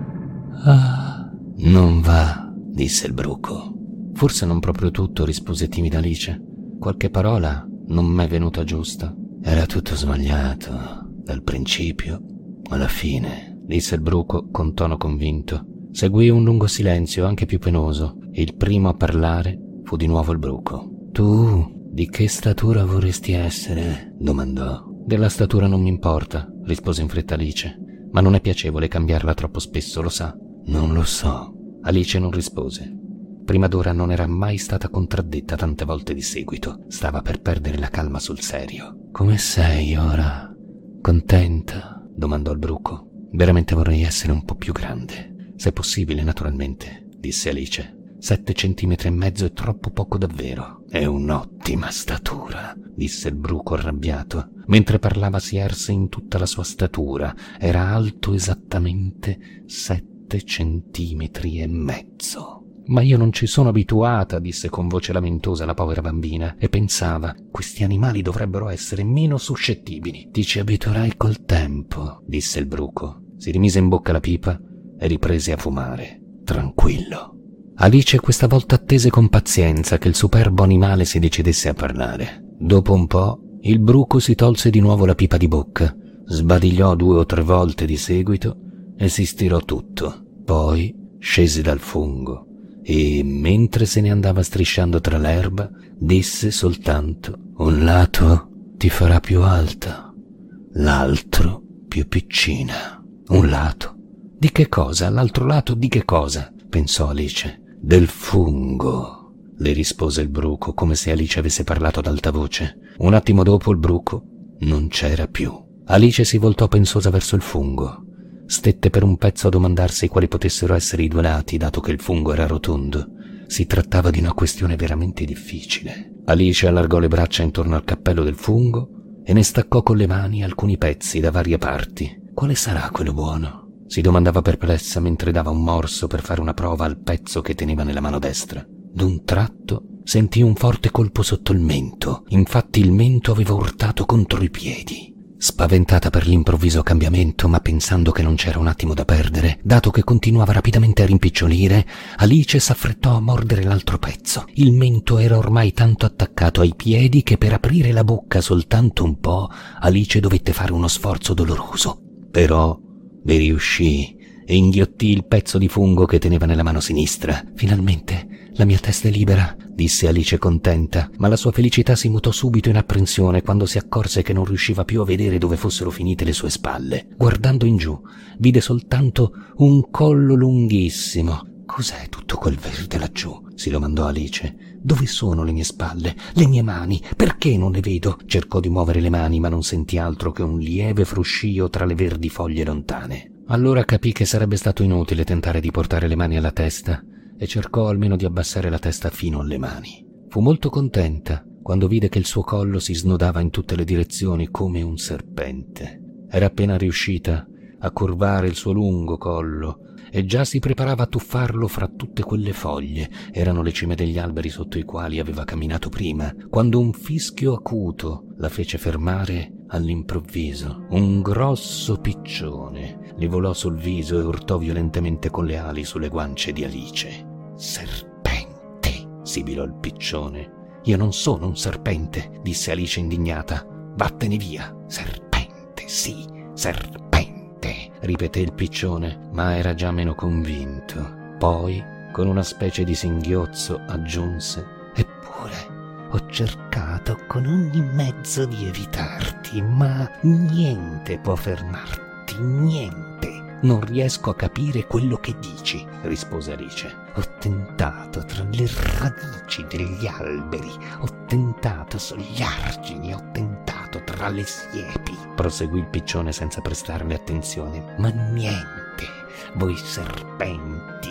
ah. Non va, disse il bruco. Forse non proprio tutto, rispose timida Alice. Qualche parola non m'è venuta giusta. Era tutto sbagliato, dal principio alla fine, disse il bruco con tono convinto. Seguì un lungo silenzio, anche più penoso, e il primo a parlare fu di nuovo il bruco. «Tu di che statura vorresti essere?» domandò. «Della statura non mi importa», rispose in fretta Alice, «ma non è piacevole cambiarla troppo spesso, lo sa». «Non lo so». Alice non rispose. Prima d'ora non era mai stata contraddetta tante volte di seguito. Stava per perdere la calma sul serio. «Come sei ora? Contenta?» domandò il bruco. «Veramente vorrei essere un po' più grande, se possibile, naturalmente», disse Alice. «Sette centimetri e mezzo è troppo poco davvero». «È un'ottima statura», disse il bruco arrabbiato. Mentre parlava si erse in tutta la sua statura. Era alto esattamente sette centimetri e mezzo. «Ma io non ci sono abituata», disse con voce lamentosa la povera bambina, e pensava: questi animali dovrebbero essere meno suscettibili. «Ti ci abituerai col tempo», disse il bruco. Si rimise in bocca la pipa e riprese a fumare, tranquillo. Alice questa volta attese con pazienza che il superbo animale si decidesse a parlare. Dopo un po' il bruco si tolse di nuovo la pipa di bocca, sbadigliò due o tre volte di seguito e si stirò tutto. Poi scese dal fungo e, mentre se ne andava strisciando tra l'erba, disse soltanto: un lato ti farà più alta, l'altro più piccina. Un lato? Di che cosa? L'altro lato di che cosa? Pensò Alice. Del fungo, le rispose il bruco, come se Alice avesse parlato ad alta voce. Un attimo dopo il bruco non c'era più. Alice si voltò pensosa verso il fungo. Stette per un pezzo a domandarsi quali potessero essere i due lati, dato che il fungo era rotondo. Si trattava di una questione veramente difficile. Alice allargò le braccia intorno al cappello del fungo e ne staccò con le mani alcuni pezzi da varie parti. Quale sarà quello buono? Si domandava perplessa mentre dava un morso per fare una prova al pezzo che teneva nella mano destra. D'un tratto sentì un forte colpo sotto il mento. Infatti il mento aveva urtato contro i piedi. Spaventata per l'improvviso cambiamento, ma pensando che non c'era un attimo da perdere, dato che continuava rapidamente a rimpicciolire, Alice s'affrettò a mordere l'altro pezzo. Il mento era ormai tanto attaccato ai piedi che per aprire la bocca soltanto un po', Alice dovette fare uno sforzo doloroso. Però vi riuscì e inghiottì il pezzo di fungo che teneva nella mano sinistra. Finalmente la mia testa è libera, disse Alice contenta, ma la sua felicità si mutò subito in apprensione quando si accorse che non riusciva più a vedere dove fossero finite le sue spalle. Guardando in giù, vide soltanto un collo lunghissimo. Cos'è tutto quel verde laggiù? Si domandò Alice. Dove sono le mie spalle? Le mie mani? Perché non le vedo? Cercò di muovere le mani, ma non sentì altro che un lieve fruscio tra le verdi foglie lontane. Allora capì che sarebbe stato inutile tentare di portare le mani alla testa e cercò almeno di abbassare la testa fino alle mani. Fu molto contenta quando vide che il suo collo si snodava in tutte le direzioni come un serpente. Era appena riuscita a curvare il suo lungo collo e già si preparava a tuffarlo fra tutte quelle foglie. Erano le cime degli alberi sotto i quali aveva camminato prima, quando un fischio acuto la fece fermare all'improvviso. Un grosso piccione le volò sul viso e urtò violentemente con le ali sulle guance di Alice. «Serpente!» sibilò il piccione. «Io non sono un serpente», disse Alice indignata. «Vattene via!» «Serpente, sì, serpente!» ripeté il piccione, ma era già meno convinto. Poi, con una specie di singhiozzo, aggiunse: «Eppure ho cercato con ogni mezzo di evitarti, ma niente può fermarti, niente. Non riesco a capire quello che dici», rispose Alice. «Ho tentato tra le radici degli alberi, ho tentato sugli argini, ho tentato tra le siepi», proseguì il piccione senza prestarle attenzione. «Ma niente, voi serpenti,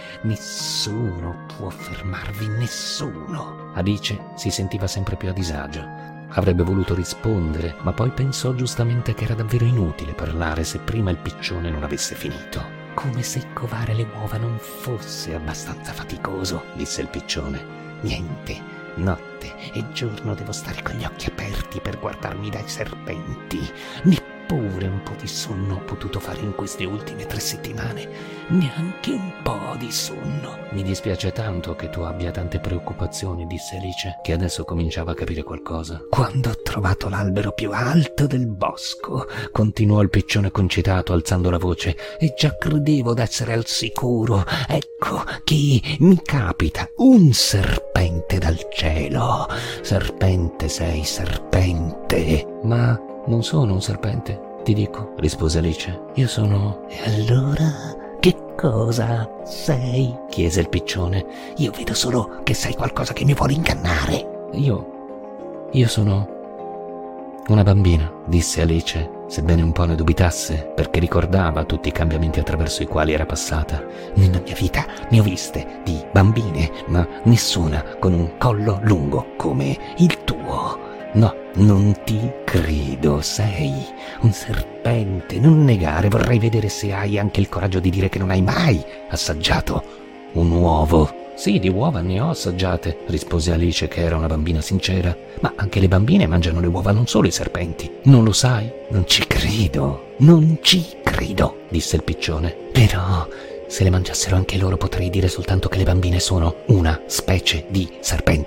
nessuno può fermarvi, nessuno». Alice si sentiva sempre più a disagio. Avrebbe voluto rispondere, ma poi pensò giustamente che era davvero inutile parlare se prima il piccione non avesse finito. «Come se covare le uova non fosse abbastanza faticoso», disse il piccione. «Niente, notte e giorno devo stare con gli occhi aperti per guardarmi dai serpenti. Neppure un po' di sonno ho potuto fare in queste ultime tre settimane, neanche un po' di sonno». «Mi dispiace tanto che tu abbia tante preoccupazioni», disse Alice, che adesso cominciava a capire qualcosa. «Quando ho trovato l'albero più alto del bosco», continuò il piccione concitato alzando la voce, «e già credevo d'essere al sicuro, ecco che mi capita un serpente dal cielo. Serpente sei, serpente». «Ma non sono un serpente, ti dico», rispose Alice. «Io sono...» «E allora che cosa sei?» chiese il piccione. «Io vedo solo che sei qualcosa che mi vuole ingannare». «Io... io sono una bambina», disse Alice, sebbene un po' ne dubitasse, perché ricordava tutti i cambiamenti attraverso i quali era passata. «Nella mia vita ne ho viste di bambine, ma nessuna con un collo lungo come il tuo. No, non ti credo, sei un serpente, non negare, vorrei vedere se hai anche il coraggio di dire che non hai mai assaggiato un uovo». «Sì, di uova ne ho assaggiate», rispose Alice, che era una bambina sincera. «Ma anche le bambine mangiano le uova, non solo i serpenti. Non lo sai?» «Non ci credo, non ci credo», disse il piccione. «Però se le mangiassero anche loro potrei dire soltanto che le bambine sono una specie di serpenti».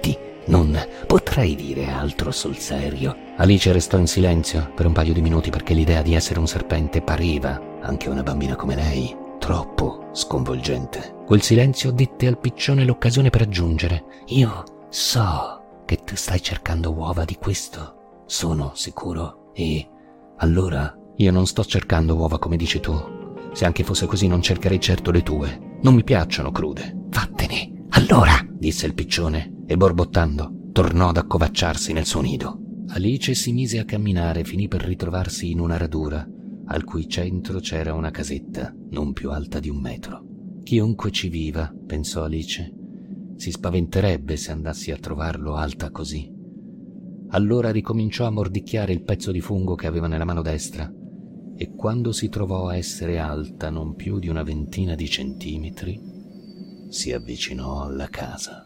Non potrei dire altro sul serio. Alice restò in silenzio per un paio di minuti perché l'idea di essere un serpente pareva, anche a una bambina come lei, troppo sconvolgente. Quel silenzio ditte al piccione l'occasione per aggiungere: io so che tu stai cercando uova di questo, sono sicuro. E allora io non sto cercando uova come dici tu. Se anche fosse così non cercherei certo le tue. Non mi piacciono crude. Vattene, allora, disse il piccione e borbottando tornò ad accovacciarsi nel suo nido. Alice si mise a camminare e finì per ritrovarsi in una radura, al cui centro c'era una casetta non più alta di un metro. Chiunque ci viva, pensò Alice, si spaventerebbe se andassi a trovarlo alta così. Allora ricominciò a mordicchiare il pezzo di fungo che aveva nella mano destra e quando si trovò a essere alta non più di una ventina di centimetri, si avvicinò alla casa.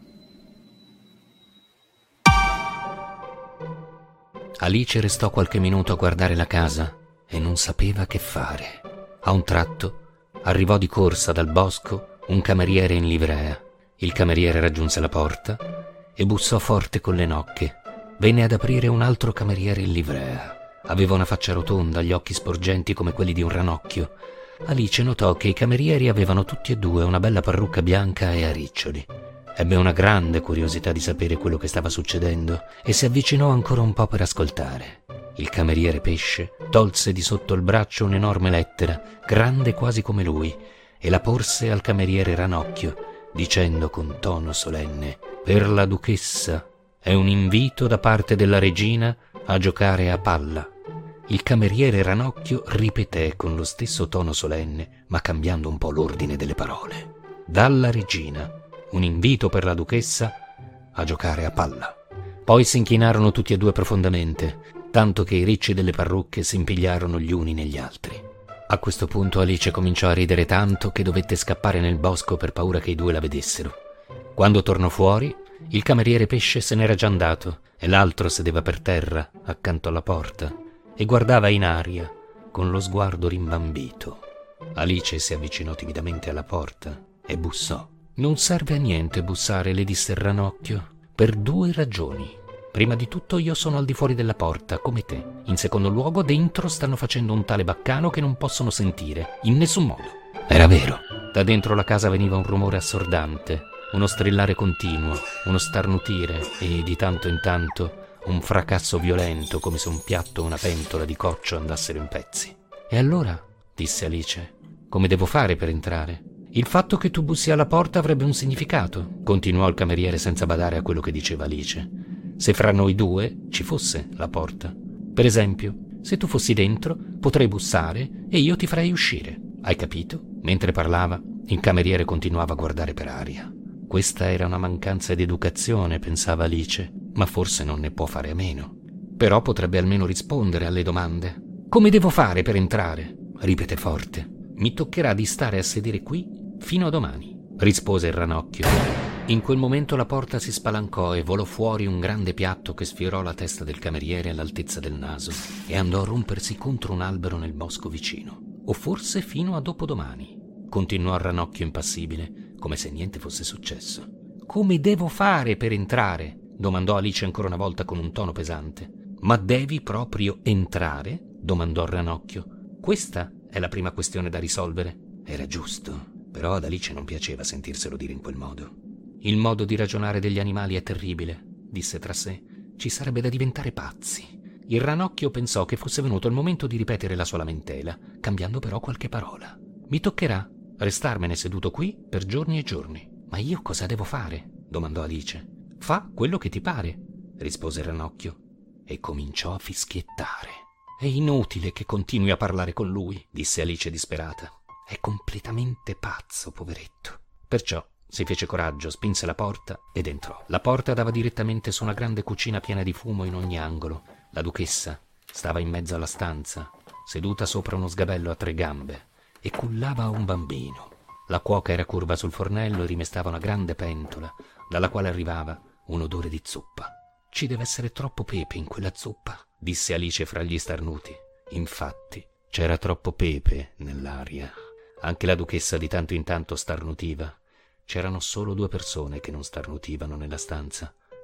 Alice restò qualche minuto a guardare la casa e non sapeva che fare. A un tratto arrivò di corsa dal bosco un cameriere in livrea. Il cameriere raggiunse la porta e bussò forte con le nocche. Venne ad aprire un altro cameriere in livrea. Aveva una faccia rotonda, gli occhi sporgenti come quelli di un ranocchio. Alice notò che i camerieri avevano tutti e due una bella parrucca bianca e a riccioli. Ebbe una grande curiosità di sapere quello che stava succedendo e si avvicinò ancora un po' per ascoltare. Il cameriere pesce tolse di sotto il braccio un'enorme lettera, grande quasi come lui, e la porse al cameriere ranocchio, dicendo con tono solenne: «Per la duchessa è un invito da parte della regina a giocare a palla». Il cameriere ranocchio ripeté con lo stesso tono solenne, ma cambiando un po' l'ordine delle parole: «Dalla regina, un invito per la duchessa a giocare a palla». Poi si inchinarono tutti e due profondamente, tanto che i ricci delle parrucche si impigliarono gli uni negli altri. A questo punto Alice cominciò a ridere tanto che dovette scappare nel bosco per paura che i due la vedessero. Quando tornò fuori, il cameriere pesce se n'era già andato e l'altro sedeva per terra accanto alla porta e guardava in aria con lo sguardo rimbambito. Alice si avvicinò timidamente alla porta e bussò. «Non serve a niente bussare», le disse il ranocchio, «per due ragioni. Prima di tutto io sono al di fuori della porta, come te. In secondo luogo, dentro stanno facendo un tale baccano che non possono sentire, in nessun modo». Era vero. Da dentro la casa veniva un rumore assordante, uno strillare continuo, uno starnutire e, di tanto in tanto, un fracasso violento come se un piatto o una pentola di coccio andassero in pezzi. «E allora?» disse Alice. «Come devo fare per entrare?» «Il fatto che tu bussi alla porta avrebbe un significato», continuò il cameriere senza badare a quello che diceva Alice. «Se fra noi due ci fosse la porta. Per esempio, se tu fossi dentro, potrei bussare e io ti farei uscire. Hai capito?» Mentre parlava, il cameriere continuava a guardare per aria. Questa era una mancanza di educazione, pensava Alice, ma forse non ne può fare a meno. Però potrebbe almeno rispondere alle domande. «Come devo fare per entrare?» ripeté forte. «Mi toccherà di stare a sedere qui fino a domani», rispose il ranocchio. In quel momento la porta si spalancò e volò fuori un grande piatto che sfiorò la testa del cameriere all'altezza del naso e andò a rompersi contro un albero nel bosco vicino. «O forse fino a dopodomani», continuò il ranocchio impassibile, come se niente fosse successo. «Come devo fare per entrare?» domandò Alice ancora una volta con un tono pesante. «Ma devi proprio entrare?» domandò il ranocchio. «Questa è la prima questione da risolvere». Era giusto, però ad Alice non piaceva sentirselo dire in quel modo. «Il modo di ragionare degli animali è terribile», disse tra sé. «Ci sarebbe da diventare pazzi». Il ranocchio pensò che fosse venuto il momento di ripetere la sua lamentela, cambiando però qualche parola. «Mi toccherà restarmene seduto qui per giorni e giorni». «Ma io cosa devo fare?» domandò Alice. «Fa quello che ti pare», rispose il ranocchio e cominciò a fischiettare. «È inutile che continui a parlare con lui», disse Alice disperata. «È completamente pazzo, poveretto». Perciò si fece coraggio, spinse la porta ed entrò. La porta dava direttamente su una grande cucina piena di fumo in ogni angolo. La duchessa stava in mezzo alla stanza, seduta sopra uno sgabello a tre gambe, e cullava un bambino. La cuoca era curva sul fornello e rimestava una grande pentola, dalla quale arrivava un odore di zuppa. «Ci deve essere troppo pepe in quella zuppa», disse Alice fra gli starnuti. Infatti, c'era troppo pepe nell'aria. Anche la duchessa di tanto in tanto starnutiva. C'erano solo due persone che non starnutivano nella stanza: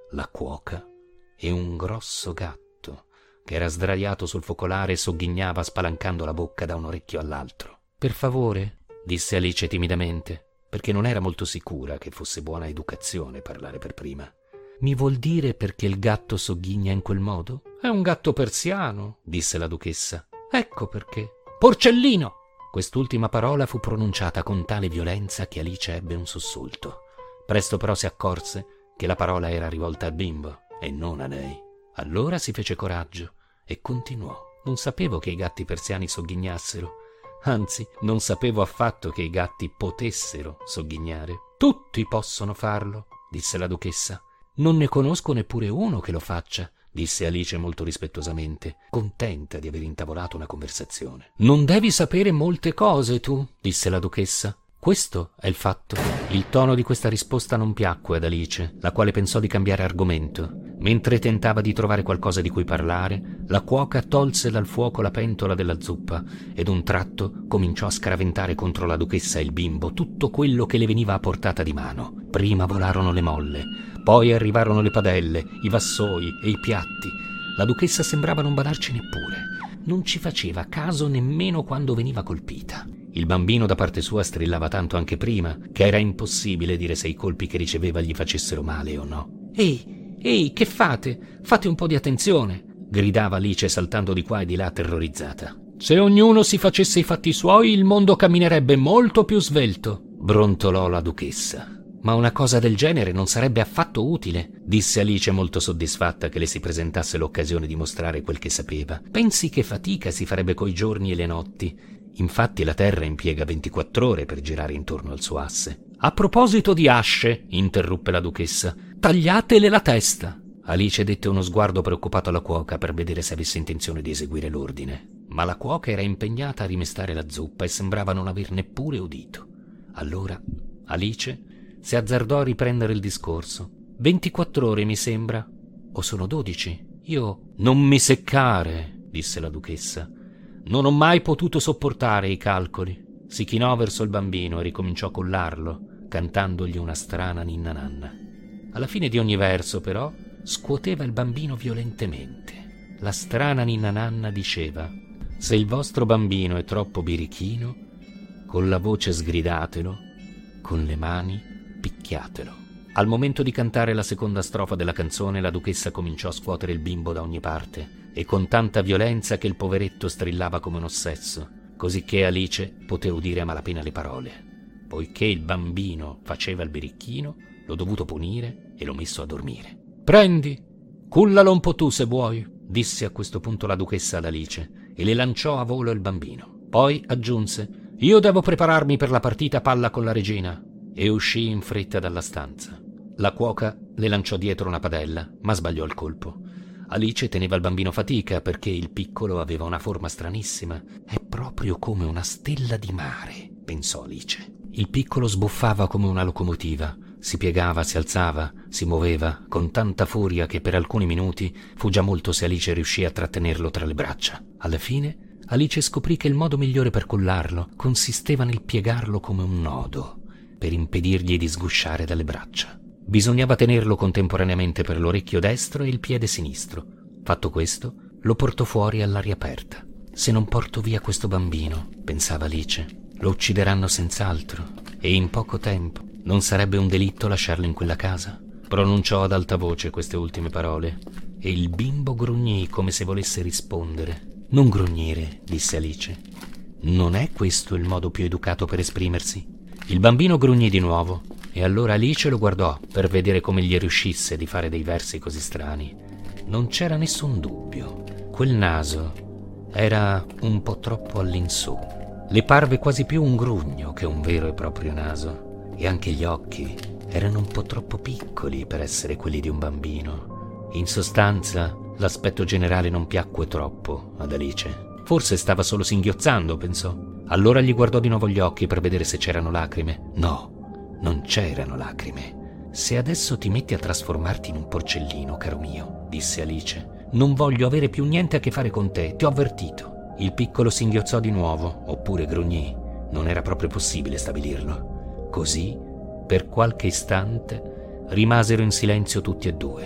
la cuoca e un grosso gatto che era sdraiato sul focolare e sogghignava spalancando la bocca da un orecchio all'altro. «Per favore», disse Alice timidamente, perché non era molto sicura che fosse buona educazione parlare per prima. «Mi vuol dire perché il gatto sogghigna in quel modo?» «È un gatto persiano», disse la duchessa. «Ecco perché». «Porcellino!» Quest'ultima parola fu pronunciata con tale violenza che Alice ebbe un sussulto. Presto però si accorse che la parola era rivolta al bimbo e non a lei. Allora si fece coraggio e continuò. «Non sapevo che i gatti persiani sogghignassero. Anzi, non sapevo affatto che i gatti potessero sogghignare». «Tutti possono farlo», disse la duchessa. «Non ne conosco neppure uno che lo faccia», disse Alice molto rispettosamente, contenta di aver intavolato una conversazione. «Non devi sapere molte cose tu», disse la duchessa. «Questo è il fatto». Il tono di questa risposta non piacque ad Alice, la quale pensò di cambiare argomento. Mentre tentava di trovare qualcosa di cui parlare, la cuoca tolse dal fuoco la pentola della zuppa e d'un tratto cominciò a scaraventare contro la duchessa e il bimbo tutto quello che le veniva a portata di mano. Prima volarono le molle, poi arrivarono le padelle, i vassoi e i piatti. La duchessa sembrava non badarci neppure. Non ci faceva caso nemmeno quando veniva colpita. Il bambino da parte sua strillava tanto anche prima che era impossibile dire se i colpi che riceveva gli facessero male o no. «Ehi, ehi, che fate? Fate un po' di attenzione!» gridava Alice saltando di qua e di là terrorizzata. «Se ognuno si facesse i fatti suoi, il mondo camminerebbe molto più svelto», brontolò la duchessa. «Ma una cosa del genere non sarebbe affatto utile», disse Alice molto soddisfatta che le si presentasse l'occasione di mostrare quel che sapeva. «Pensi che fatica si farebbe coi giorni e le notti? Infatti la Terra impiega ventiquattro ore per girare intorno al suo asse». «A proposito di asce», interruppe la duchessa, «tagliatele la testa». Alice dette uno sguardo preoccupato alla cuoca per vedere se avesse intenzione di eseguire l'ordine, ma la cuoca era impegnata a rimestare la zuppa e sembrava non aver neppure udito. Allora Alice si azzardò a riprendere il discorso. «Ventiquattro ore, mi sembra. O sono dodici? Io...» «Non mi seccare», disse la duchessa. «Non ho mai potuto sopportare i calcoli». Si chinò verso il bambino e ricominciò a collarlo, cantandogli una strana ninna nanna. Alla fine di ogni verso, però, scuoteva il bambino violentemente. La strana ninna nanna diceva: «Se il vostro bambino è troppo birichino, con la voce sgridatelo, con le mani picchiatelo». Al momento di cantare la seconda strofa della canzone, la duchessa cominciò a scuotere il bimbo da ogni parte e con tanta violenza che il poveretto strillava come un ossesso, cosicché Alice poté udire a malapena le parole. Poiché il bambino faceva il birichino, l'ho dovuto punire e l'ho messo a dormire. «Prendi, cullalo un po' tu se vuoi», disse a questo punto la duchessa ad Alice e le lanciò a volo il bambino. Poi aggiunse: «Io devo prepararmi per la partita palla con la regina», e uscì in fretta dalla stanza. La cuoca le lanciò dietro una padella, ma sbagliò il colpo. Alice teneva il bambino a fatica perché il piccolo aveva una forma stranissima. «È proprio come una stella di mare», pensò Alice. Il piccolo sbuffava come una locomotiva, si piegava, si alzava, si muoveva con tanta furia che per alcuni minuti fu già molto se Alice riuscì a trattenerlo tra le braccia. Alla fine Alice scoprì che il modo migliore per collarlo consisteva nel piegarlo come un nodo, per impedirgli di sgusciare dalle braccia. Bisognava tenerlo contemporaneamente per l'orecchio destro e il piede sinistro. Fatto questo, lo portò fuori all'aria aperta. «Se non porto via questo bambino», pensava Alice, «lo uccideranno senz'altro, e in poco tempo. Non sarebbe un delitto lasciarlo in quella casa?» Pronunciò ad alta voce queste ultime parole, e il bimbo grugnì come se volesse rispondere. «Non grugnire», disse Alice. «Non è questo il modo più educato per esprimersi?» Il bambino grugnì di nuovo, e allora Alice lo guardò per vedere come gli riuscisse di fare dei versi così strani. Non c'era nessun dubbio. Quel naso era un po' troppo all'insù. Le parve quasi più un grugno che un vero e proprio naso, e anche gli occhi erano un po' troppo piccoli per essere quelli di un bambino. In sostanza, l'aspetto generale non piacque troppo ad Alice. Forse stava solo singhiozzando, pensò. Allora gli guardò di nuovo gli occhi per vedere se c'erano lacrime. No, non c'erano lacrime. «Se adesso ti metti a trasformarti in un porcellino, caro mio», disse Alice, «non voglio avere più niente a che fare con te, ti ho avvertito». Il piccolo singhiozzò di nuovo, oppure grugnì. Non era proprio possibile stabilirlo. Così, per qualche istante, rimasero in silenzio tutti e due.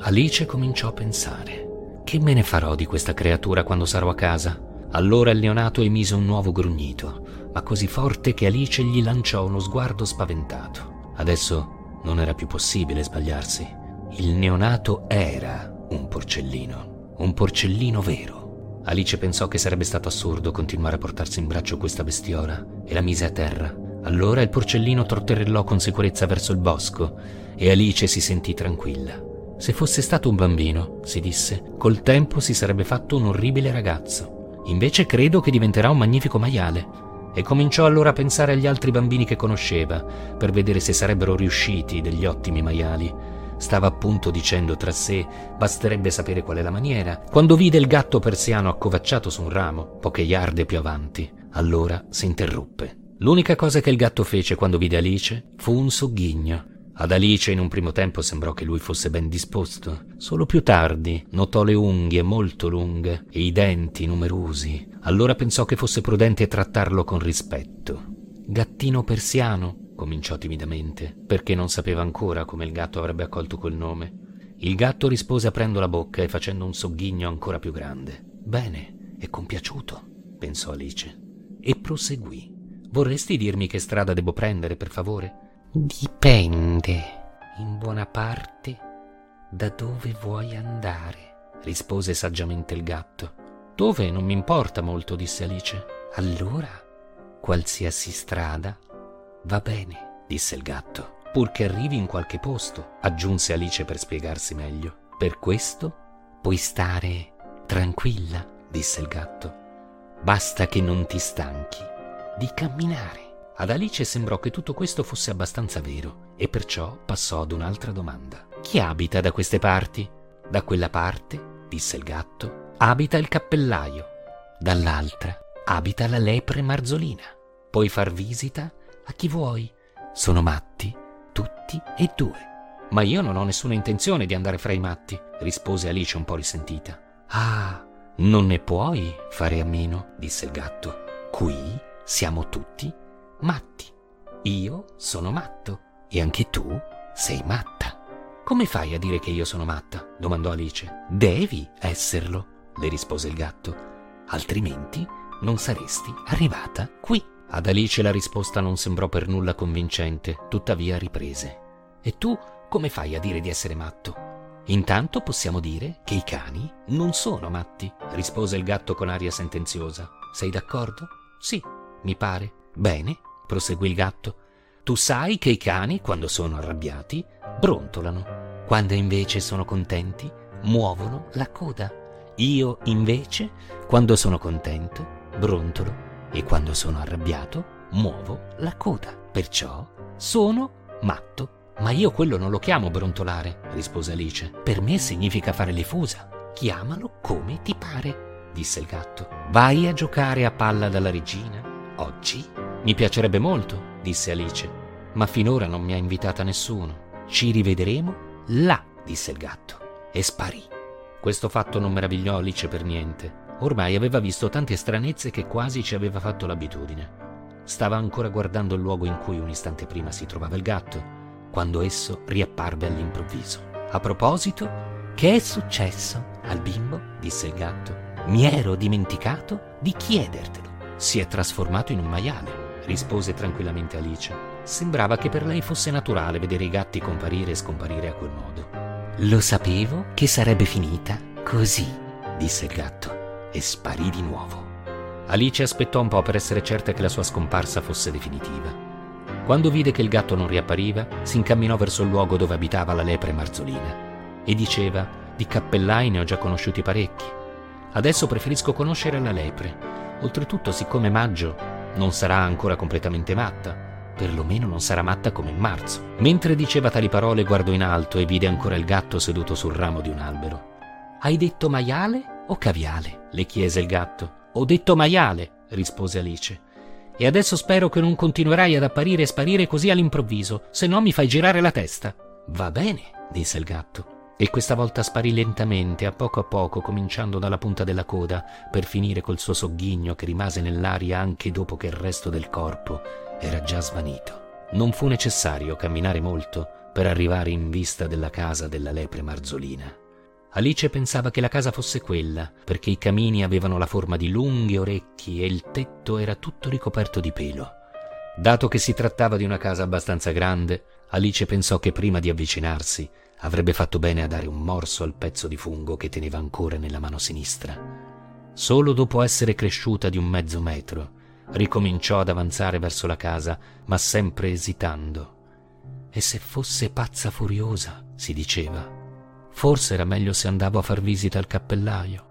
Alice cominciò a pensare: che me ne farò di questa creatura quando sarò a casa? Allora il neonato emise un nuovo grugnito, ma così forte che Alice gli lanciò uno sguardo spaventato. Adesso non era più possibile sbagliarsi. Il neonato era un porcellino, un porcellino vero. Alice pensò che sarebbe stato assurdo continuare a portarsi in braccio questa bestiola e la mise a terra. Allora il porcellino trotterellò con sicurezza verso il bosco e Alice si sentì tranquilla. Se fosse stato un bambino, si disse, col tempo si sarebbe fatto un orribile ragazzo. Invece credo che diventerà un magnifico maiale. E cominciò allora a pensare agli altri bambini che conosceva, per vedere se sarebbero riusciti degli ottimi maiali. Stava appunto dicendo tra sé: basterebbe sapere qual è la maniera, quando vide il gatto persiano accovacciato su un ramo, poche yarde più avanti. Allora si interruppe. L'unica cosa che il gatto fece quando vide Alice fu un sogghigno. Ad Alice in un primo tempo sembrò che lui fosse ben disposto. Solo più tardi notò le unghie molto lunghe e i denti numerosi. Allora pensò che fosse prudente trattarlo con rispetto. «Gattino persiano», cominciò timidamente, perché non sapeva ancora come il gatto avrebbe accolto quel nome. Il gatto rispose aprendo la bocca e facendo un sogghigno ancora più grande. «Bene, è compiaciuto», pensò Alice, e proseguì. «Vorresti dirmi che strada devo prendere, per favore?» «Dipende, in buona parte, da dove vuoi andare», rispose saggiamente il gatto. «Dove? Non mi importa molto», disse Alice. «Allora, qualsiasi strada va bene», disse il gatto. «Purché arrivi in qualche posto», aggiunse Alice per spiegarsi meglio. «Per questo puoi stare tranquilla», disse il gatto. «Basta che non ti stanchi di camminare». Ad Alice sembrò che tutto questo fosse abbastanza vero e perciò passò ad un'altra domanda. «Chi abita da queste parti?» «Da quella parte», disse il gatto, «abita il cappellaio. Dall'altra abita la lepre marzolina. Puoi far visita a chi vuoi. Sono matti tutti e due». «Ma io non ho nessuna intenzione di andare fra i matti», rispose Alice un po' risentita. «Ah, non ne puoi fare a meno», disse il gatto. «Qui siamo tutti matti. Io sono matto e anche tu sei matta». «Come fai a dire che io sono matta?» domandò Alice. «Devi esserlo», le rispose il gatto, «altrimenti non saresti arrivata qui». Ad Alice la risposta non sembrò per nulla convincente, tuttavia riprese. «E tu come fai a dire di essere matto?» «Intanto possiamo dire che i cani non sono matti», rispose il gatto con aria sentenziosa. «Sei d'accordo?» «Sì, mi pare». «Bene», proseguì il gatto, «tu sai che i cani, quando sono arrabbiati, brontolano. Quando invece sono contenti, muovono la coda. Io, invece, quando sono contento, brontolo e quando sono arrabbiato, muovo la coda. Perciò sono matto». «Ma io quello non lo chiamo brontolare», rispose Alice. «Per me significa fare le fusa». «Chiamalo come ti pare», disse il gatto. «Vai a giocare a palla dalla regina oggi?» «Mi piacerebbe molto», disse Alice, «ma finora non mi ha invitata nessuno». «Ci rivederemo là», disse il gatto, e sparì. Questo fatto non meravigliò Alice per niente. Ormai aveva visto tante stranezze che quasi ci aveva fatto l'abitudine. Stava ancora guardando il luogo in cui un istante prima si trovava il gatto, quando esso riapparve all'improvviso. «A proposito, che è successo al bimbo?» disse il gatto. «Mi ero dimenticato di chiedertelo». «Si è trasformato in un maiale», rispose tranquillamente Alice. Sembrava che per lei fosse naturale vedere i gatti comparire e scomparire a quel modo. «Lo sapevo che sarebbe finita così», disse il gatto, e sparì di nuovo. Alice aspettò un po' per essere certa che la sua scomparsa fosse definitiva. Quando vide che il gatto non riappariva, si incamminò verso il luogo dove abitava la lepre marzolina e diceva: «Di cappellai ne ho già conosciuti parecchi. Adesso preferisco conoscere la lepre. Oltretutto, siccome maggio non sarà ancora completamente matta, perlomeno non sarà matta come in marzo». Mentre diceva tali parole guardò in alto e vide ancora il gatto seduto sul ramo di un albero. «Hai detto maiale o caviale?» le chiese il gatto. «Ho detto maiale», rispose Alice. «E adesso spero che non continuerai ad apparire e sparire così all'improvviso, se no mi fai girare la testa». «Va bene», disse il gatto, e questa volta sparì lentamente, a poco a poco, cominciando dalla punta della coda, per finire col suo sogghigno che rimase nell'aria anche dopo che il resto del corpo era già svanito. Non fu necessario camminare molto per arrivare in vista della casa della lepre Marzolina. Alice pensava che la casa fosse quella, perché i camini avevano la forma di lunghi orecchi e il tetto era tutto ricoperto di pelo. Dato che si trattava di una casa abbastanza grande, Alice pensò che prima di avvicinarsi avrebbe fatto bene a dare un morso al pezzo di fungo che teneva ancora nella mano sinistra. Solo dopo essere cresciuta di un mezzo metro, ricominciò ad avanzare verso la casa, ma sempre esitando. E se fosse pazza furiosa, si diceva, forse era meglio se andavo a far visita al cappellaio.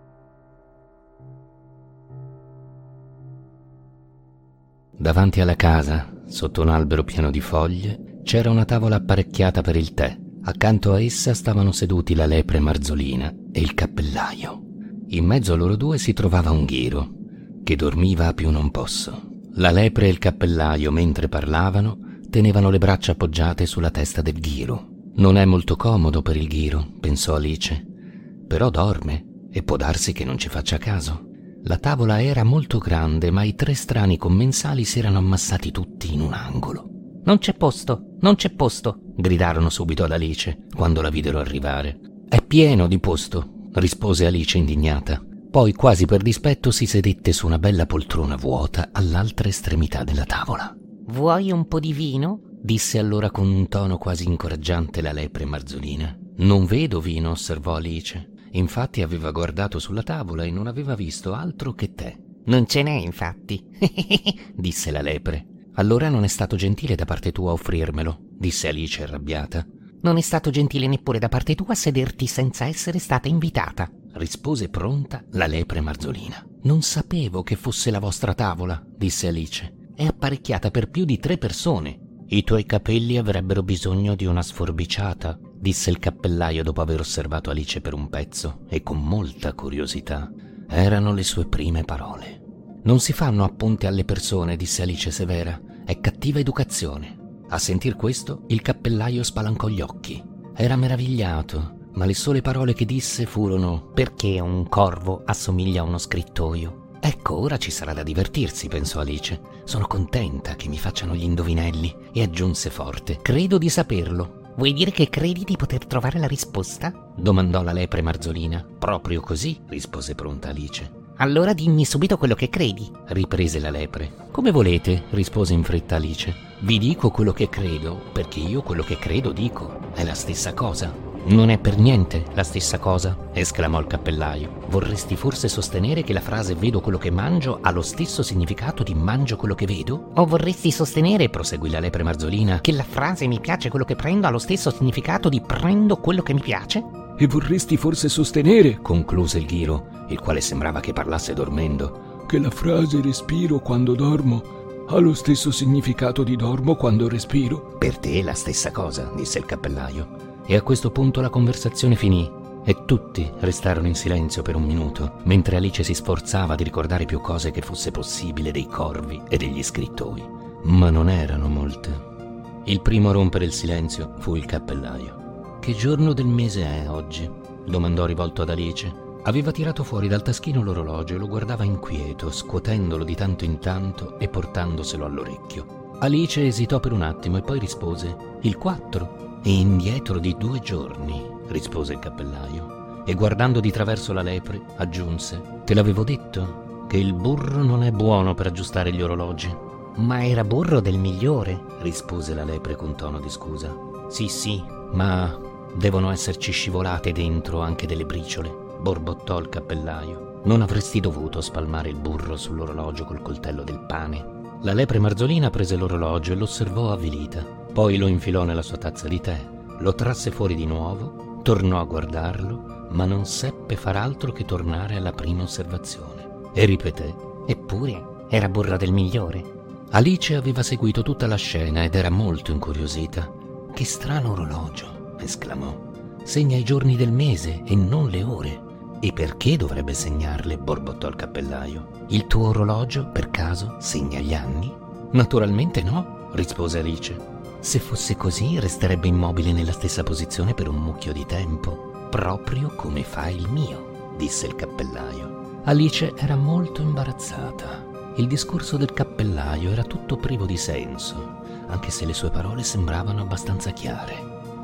Davanti alla casa, sotto un albero pieno di foglie, c'era una tavola apparecchiata per il tè. Accanto a essa stavano seduti la lepre Marzolina e il cappellaio. In mezzo a loro due si trovava un ghiro, che dormiva a più non posso. La lepre e il cappellaio, mentre parlavano, tenevano le braccia appoggiate sulla testa del ghiro. Non è molto comodo per il ghiro, pensò Alice, però dorme e può darsi che non ci faccia caso. La tavola era molto grande, ma i tre strani commensali si erano ammassati tutti in un angolo. «Non c'è posto, non c'è posto!» gridarono subito ad Alice quando la videro arrivare. «È pieno di posto!» rispose Alice indignata. Poi, quasi per dispetto, si sedette su una bella poltrona vuota all'altra estremità della tavola. «Vuoi un po' di vino?» disse allora con un tono quasi incoraggiante la lepre Marzolina. «Non vedo vino», osservò Alice. Infatti aveva guardato sulla tavola e non aveva visto altro che tè. «Non ce n'è, infatti», disse la lepre. «Allora non è stato gentile da parte tua offrirmelo», disse Alice arrabbiata. «Non è stato gentile neppure da parte tua sederti senza essere stata invitata», rispose pronta la lepre Marzolina. «Non sapevo che fosse la vostra tavola», disse Alice. «È apparecchiata per più di tre persone». «I tuoi capelli avrebbero bisogno di una sforbiciata», disse il cappellaio dopo aver osservato Alice per un pezzo e con molta curiosità. Erano le sue prime parole. «Non si fanno appunti alle persone», disse Alice severa. «È cattiva educazione». A sentir questo, il cappellaio spalancò gli occhi. Era meravigliato, ma le sole parole che disse furono: «Perché un corvo assomiglia a uno scrittoio?» «Ecco, ora ci sarà da divertirsi», pensò Alice. «Sono contenta che mi facciano gli indovinelli», e aggiunse forte: «Credo di saperlo». «Vuoi dire che credi di poter trovare la risposta?» domandò la lepre Marzolina. «Proprio così», rispose pronta Alice. «Allora dimmi subito quello che credi», riprese la lepre. «Come volete», rispose in fretta Alice. «Vi dico quello che credo, perché io quello che credo dico. È la stessa cosa». «Non è per niente la stessa cosa», esclamò il cappellaio. «Vorresti forse sostenere che la frase «vedo quello che mangio» ha lo stesso significato di «mangio quello che vedo»? O vorresti sostenere», proseguì la lepre Marzolina, «che la frase «mi piace quello che prendo» ha lo stesso significato di «prendo quello che mi piace»? E vorresti forse sostenere», concluse il ghiro, il quale sembrava che parlasse dormendo, «che la frase «respiro quando dormo» ha lo stesso significato di «dormo quando respiro»?» «Per te è la stessa cosa», disse il cappellaio. E a questo punto la conversazione finì e tutti restarono in silenzio per un minuto, mentre Alice si sforzava di ricordare più cose che fosse possibile dei corvi e degli scrittoi. Ma non erano molte. Il primo a rompere il silenzio fu il cappellaio. «Che giorno del mese è oggi?» domandò rivolto ad Alice. Aveva tirato fuori dal taschino l'orologio e lo guardava inquieto, scuotendolo di tanto in tanto e portandoselo all'orecchio. Alice esitò per un attimo e poi rispose: «Il quattro». «E indietro di due giorni», rispose il cappellaio, e guardando di traverso la lepre aggiunse: «Te l'avevo detto che il burro non è buono per aggiustare gli orologi». «Ma era burro del migliore», rispose la lepre con tono di scusa. «Sì, sì, ma devono esserci scivolate dentro anche delle briciole», borbottò il cappellaio. «Non avresti dovuto spalmare il burro sull'orologio col coltello del pane». La lepre Marzolina prese l'orologio e lo osservò avvilita. Poi lo infilò nella sua tazza di tè, lo trasse fuori di nuovo, tornò a guardarlo, ma non seppe far altro che tornare alla prima osservazione. E ripeté: «Eppure era burro del migliore». Alice aveva seguito tutta la scena ed era molto incuriosita. «Che strano orologio», esclamò. «Segna i giorni del mese e non le ore». «E perché dovrebbe segnarle?» borbottò il cappellaio. «Il tuo orologio, per caso, segna gli anni?» «Naturalmente no», rispose Alice. «Se fosse così, resterebbe immobile nella stessa posizione per un mucchio di tempo, proprio come fa il mio», disse il cappellaio. Alice era molto imbarazzata. Il discorso del cappellaio era tutto privo di senso, anche se le sue parole sembravano abbastanza chiare.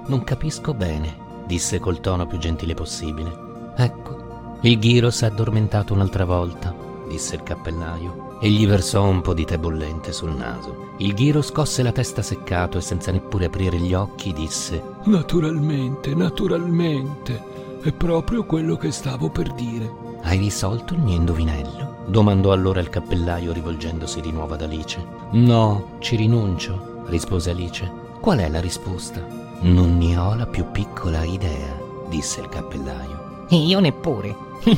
Non capisco bene, disse col tono più gentile possibile. Ecco, il ghiro s'è addormentato un'altra volta, disse il cappellaio, e gli versò un po' di tè bollente sul naso. Il ghiro scosse la testa seccato e senza neppure aprire gli occhi disse: Naturalmente, naturalmente, è proprio quello che stavo per dire. Hai risolto il mio indovinello? Domandò allora il cappellaio rivolgendosi di nuovo ad Alice. No, ci rinuncio, rispose Alice. Qual è la risposta? Non ne ho la più piccola idea, disse il cappellaio. Io neppure,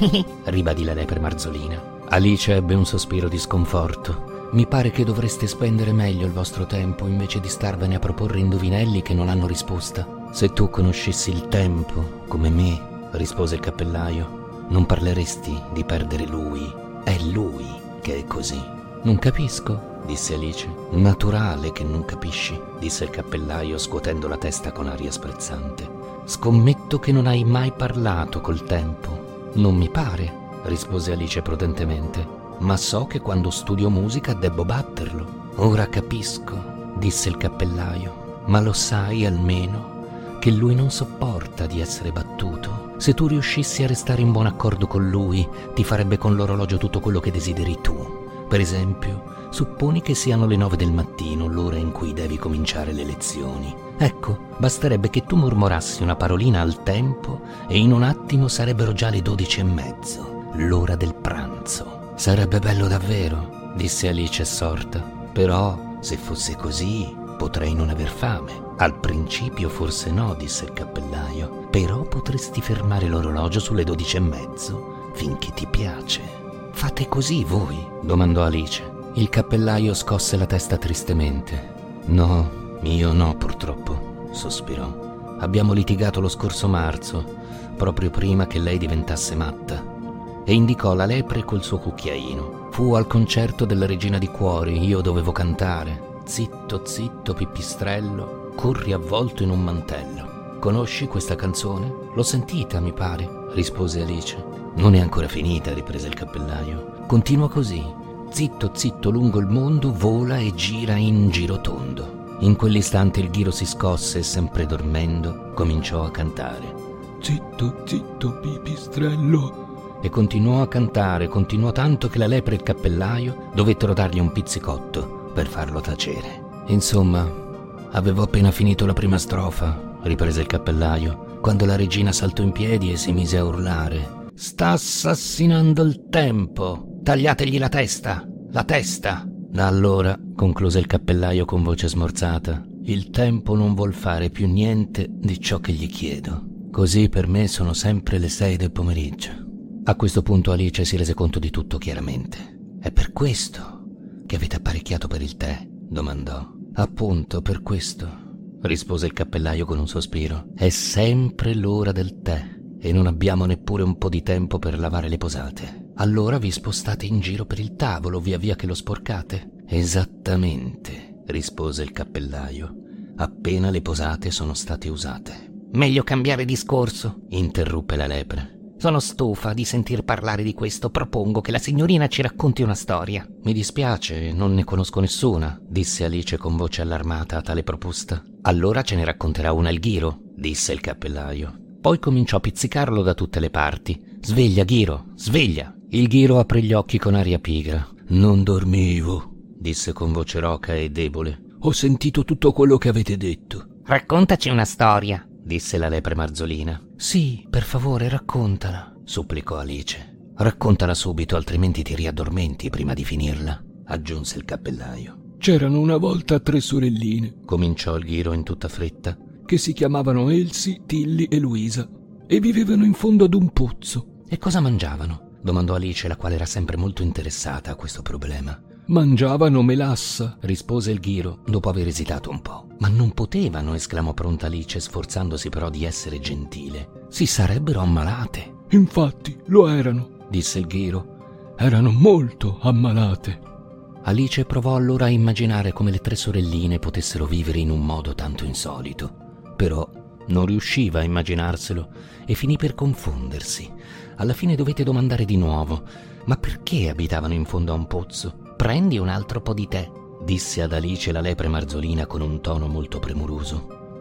ribadì la lepre marzolina. Alice ebbe un sospiro di sconforto. Mi pare che dovreste spendere meglio il vostro tempo invece di starvene a proporre indovinelli che non hanno risposta. Se tu conoscessi il tempo come me, rispose il cappellaio, non parleresti di perdere lui. È lui che è così. Non capisco, disse Alice. Naturale che non capisci, disse il cappellaio scuotendo la testa con aria sprezzante. Scommetto che non hai mai parlato col tempo. Non mi pare, rispose Alice prudentemente, ma so che quando studio musica debbo batterlo. Ora capisco, disse il cappellaio, ma lo sai almeno che lui non sopporta di essere battuto. Se tu riuscissi a restare in buon accordo con lui, ti farebbe con l'orologio tutto quello che desideri tu. Per esempio, supponi che siano le nove del mattino, l'ora in cui devi cominciare le lezioni. Ecco, basterebbe che tu mormorassi una parolina al tempo e in un attimo sarebbero già le dodici e mezzo, l'ora del pranzo. Sarebbe bello davvero, disse Alice assorta. Però, se fosse così, potrei non aver fame. Al principio forse no, disse il cappellaio, però potresti fermare l'orologio sulle dodici e mezzo, finché ti piace. Fate così voi? Domandò Alice. Il cappellaio scosse la testa tristemente. No, io no purtroppo, sospirò. Abbiamo litigato lo scorso marzo, proprio prima che lei diventasse matta. E indicò la lepre col suo cucchiaino. Fu al concerto della Regina di Cuori, io dovevo cantare. Zitto, zitto, pipistrello, corri avvolto in un mantello. Conosci questa canzone? L'ho sentita, mi pare, rispose Alice. Non è ancora finita, riprese il cappellaio. Continua così. Zitto, zitto, lungo il mondo, vola e gira in girotondo. In quell'istante il ghiro si scosse e, sempre dormendo, cominciò a cantare. Zitto, zitto, pipistrello. E continuò a cantare, continuò tanto che la lepre e il cappellaio dovettero dargli un pizzicotto per farlo tacere. Insomma, avevo appena finito la prima strofa, riprese il cappellaio, quando la regina saltò in piedi e si mise a urlare. Sta assassinando il tempo! Tagliategli la testa! La testa! Da allora, concluse il cappellaio con voce smorzata, il tempo non vuol fare più niente di ciò che gli chiedo. Così per me sono sempre le sei del pomeriggio. A questo punto Alice si rese conto di tutto chiaramente. È per questo che avete apparecchiato per il tè? Domandò. Appunto per questo, rispose il cappellaio con un sospiro. È sempre l'ora del tè e non abbiamo neppure un po' di tempo per lavare le posate. Allora vi spostate in giro per il tavolo via via che lo sporcate? Esattamente, rispose il cappellaio, appena le posate sono state usate. Meglio cambiare discorso, interruppe la lepre. Sono stufa di sentir parlare di questo. Propongo che la signorina ci racconti una storia. Mi dispiace, non ne conosco nessuna, disse Alice con voce allarmata a tale proposta. Allora ce ne racconterà una il ghiro, disse il cappellaio. Poi cominciò a pizzicarlo da tutte le parti. Sveglia, ghiro, sveglia! Il ghiro aprì gli occhi con aria pigra. Non dormivo, disse con voce roca e debole. Ho sentito tutto quello che avete detto. Raccontaci una storia, disse la lepre marzolina. Sì, per favore, raccontala, supplicò Alice. Raccontala subito, altrimenti ti riaddormenti prima di finirla, aggiunse il cappellaio. C'erano una volta tre sorelline, cominciò il ghiro in tutta fretta, che si chiamavano Elsie, Tilly e Luisa, e vivevano in fondo ad un pozzo. E cosa mangiavano? Domandò Alice, la quale era sempre molto interessata a questo problema. Mangiavano melassa, rispose il ghiro, dopo aver esitato un po'. Ma non potevano, esclamò pronta Alice, sforzandosi però di essere gentile. Si sarebbero ammalate. Infatti, lo erano, disse il ghiro. Erano molto ammalate. Alice provò allora a immaginare come le tre sorelline potessero vivere in un modo tanto insolito. Però non riusciva a immaginarselo e finì per confondersi. Alla fine dovette domandare di nuovo: ma perché abitavano in fondo a un pozzo? Prendi un altro po' di tè, disse ad Alice la lepre marzolina con un tono molto premuroso.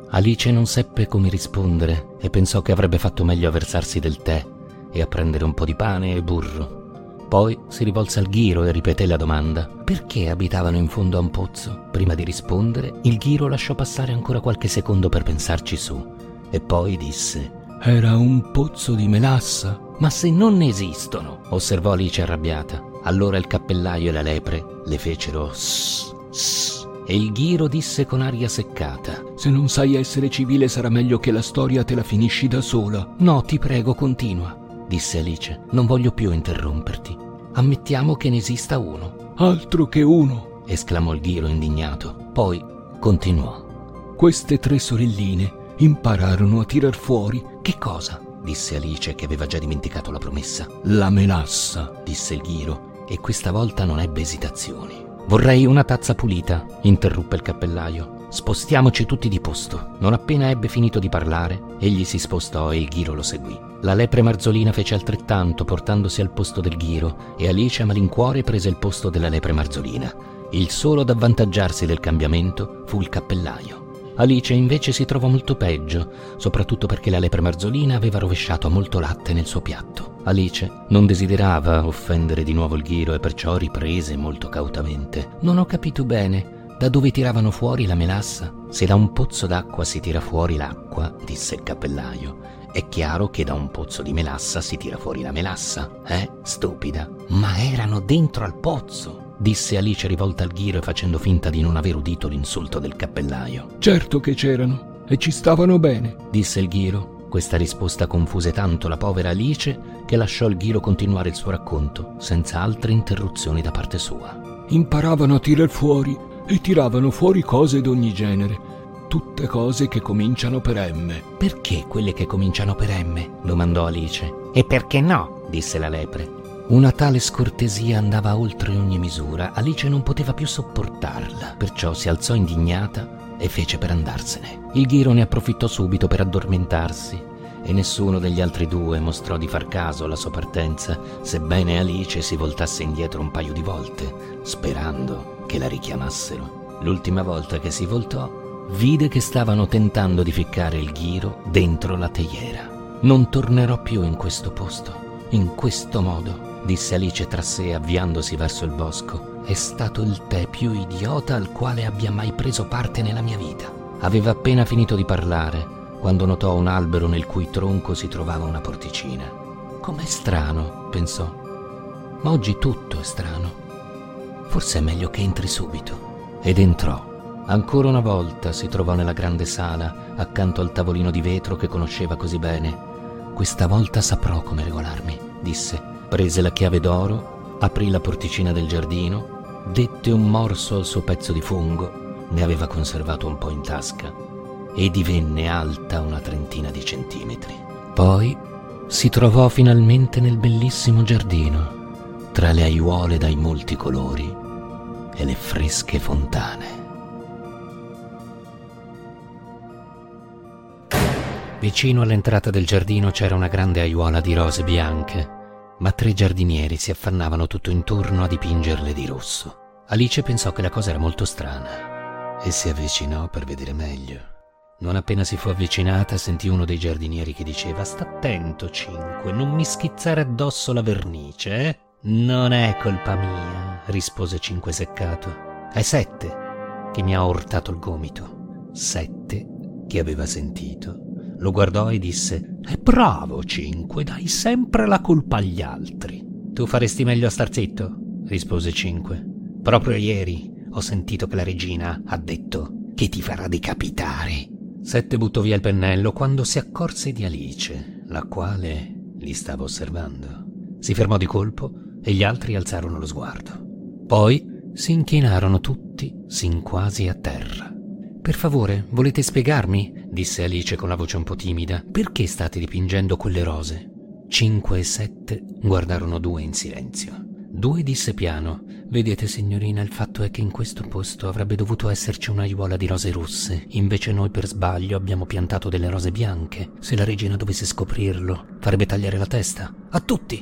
Alice non seppe come rispondere e pensò che avrebbe fatto meglio a versarsi del tè e a prendere un po' di pane e burro. Poi si rivolse al ghiro e ripeté la domanda: perché abitavano in fondo a un pozzo? Prima di rispondere, il ghiro lasciò passare ancora qualche secondo per pensarci su e poi disse: era un pozzo di melassa. Ma se non ne esistono, osservò Alice arrabbiata. Allora il cappellaio e la lepre le fecero sss, sss, e il ghiro disse con aria seccata: se non sai essere civile sarà meglio che la storia te la finisci da sola. No, ti prego, continua, disse Alice. Non voglio più interromperti. Ammettiamo che ne esista uno. Altro che uno, esclamò il ghiro indignato. Poi continuò: queste tre sorelline impararono a tirar fuori. Che cosa? Disse Alice, che aveva già dimenticato la promessa. La melassa, disse il ghiro, e questa volta non ebbe esitazioni. Vorrei una tazza pulita, interruppe il cappellaio. Spostiamoci tutti di posto. Non appena ebbe finito di parlare, egli si spostò e il ghiro lo seguì. La lepre marzolina fece altrettanto, portandosi al posto del ghiro, e Alice a malincuore prese il posto della lepre marzolina. Il solo ad avvantaggiarsi del cambiamento fu il cappellaio. Alice invece si trovò molto peggio, soprattutto perché la lepre marzolina aveva rovesciato molto latte nel suo piatto. Alice non desiderava offendere di nuovo il ghiro e perciò riprese molto cautamente: non ho capito bene, da dove tiravano fuori la melassa? Se da un pozzo d'acqua si tira fuori l'acqua, disse il cappellaio, è chiaro che da un pozzo di melassa si tira fuori la melassa, eh? Stupida. Ma erano dentro al pozzo, disse Alice rivolta al ghiro e facendo finta di non aver udito l'insulto del cappellaio. Certo che c'erano, e ci stavano bene, disse il ghiro. Questa risposta confuse tanto la povera Alice che lasciò il ghiro continuare il suo racconto, senza altre interruzioni da parte sua. Imparavano a tirar fuori e tiravano fuori cose d'ogni genere, tutte cose che cominciano per M. Perché quelle che cominciano per M? Domandò Alice. E perché no? Disse la lepre. Una tale scortesia andava oltre ogni misura. Alice non poteva più sopportarla, perciò si alzò indignata e fece per andarsene. Il ghiro ne approfittò subito per addormentarsi e nessuno degli altri due mostrò di far caso alla sua partenza, sebbene Alice si voltasse indietro un paio di volte, sperando che la richiamassero. L'ultima volta che si voltò, vide che stavano tentando di ficcare il ghiro dentro la teiera. Non tornerò più in questo posto, in questo modo, disse Alice tra sé avviandosi verso il bosco. È stato il tè più idiota al quale abbia mai preso parte nella mia vita. Aveva appena finito di parlare quando notò un albero nel cui tronco si trovava una porticina. Com'è strano, pensò. Ma oggi tutto è strano. Forse è meglio che entri subito. Ed entrò. Ancora una volta si trovò nella grande sala, accanto al tavolino di vetro che conosceva così bene. Questa volta saprò come regolarmi, disse. Prese la chiave d'oro, aprì la porticina del giardino, dette un morso al suo pezzo di fungo, ne aveva conservato un po' in tasca, e divenne alta una trentina di centimetri. Poi si trovò finalmente nel bellissimo giardino, tra le aiuole dai molti colori e le fresche fontane. Vicino all'entrata del giardino c'era una grande aiuola di rose bianche, ma tre giardinieri si affannavano tutto intorno a dipingerle di rosso. Alice pensò che la cosa era molto strana e si avvicinò per vedere meglio. Non appena si fu avvicinata sentì uno dei giardinieri che diceva: «Sta attento, Cinque, non mi schizzare addosso la vernice, eh?» «Non è colpa mia», rispose Cinque seccato. «È Sette che mi ha urtato il gomito». Sette, che aveva sentito, lo guardò e disse: «È bravo, Cinque, dai sempre la colpa agli altri». «Tu faresti meglio a star zitto», rispose Cinque. «Proprio ieri ho sentito che la regina ha detto che ti farà decapitare». Sette buttò via il pennello quando si accorse di Alice, la quale li stava osservando. Si fermò di colpo e gli altri alzarono lo sguardo. Poi si inchinarono tutti sin quasi a terra. «Per favore, volete spiegarmi?» disse Alice con la voce un po' timida. «Perché state dipingendo quelle rose?» Cinque e Sette guardarono Due in silenzio. Due disse piano: «Vedete, signorina, il fatto è che in questo posto avrebbe dovuto esserci un'aiuola di rose rosse. Invece noi per sbaglio abbiamo piantato delle rose bianche. Se la regina dovesse scoprirlo, farebbe tagliare la testa a tutti».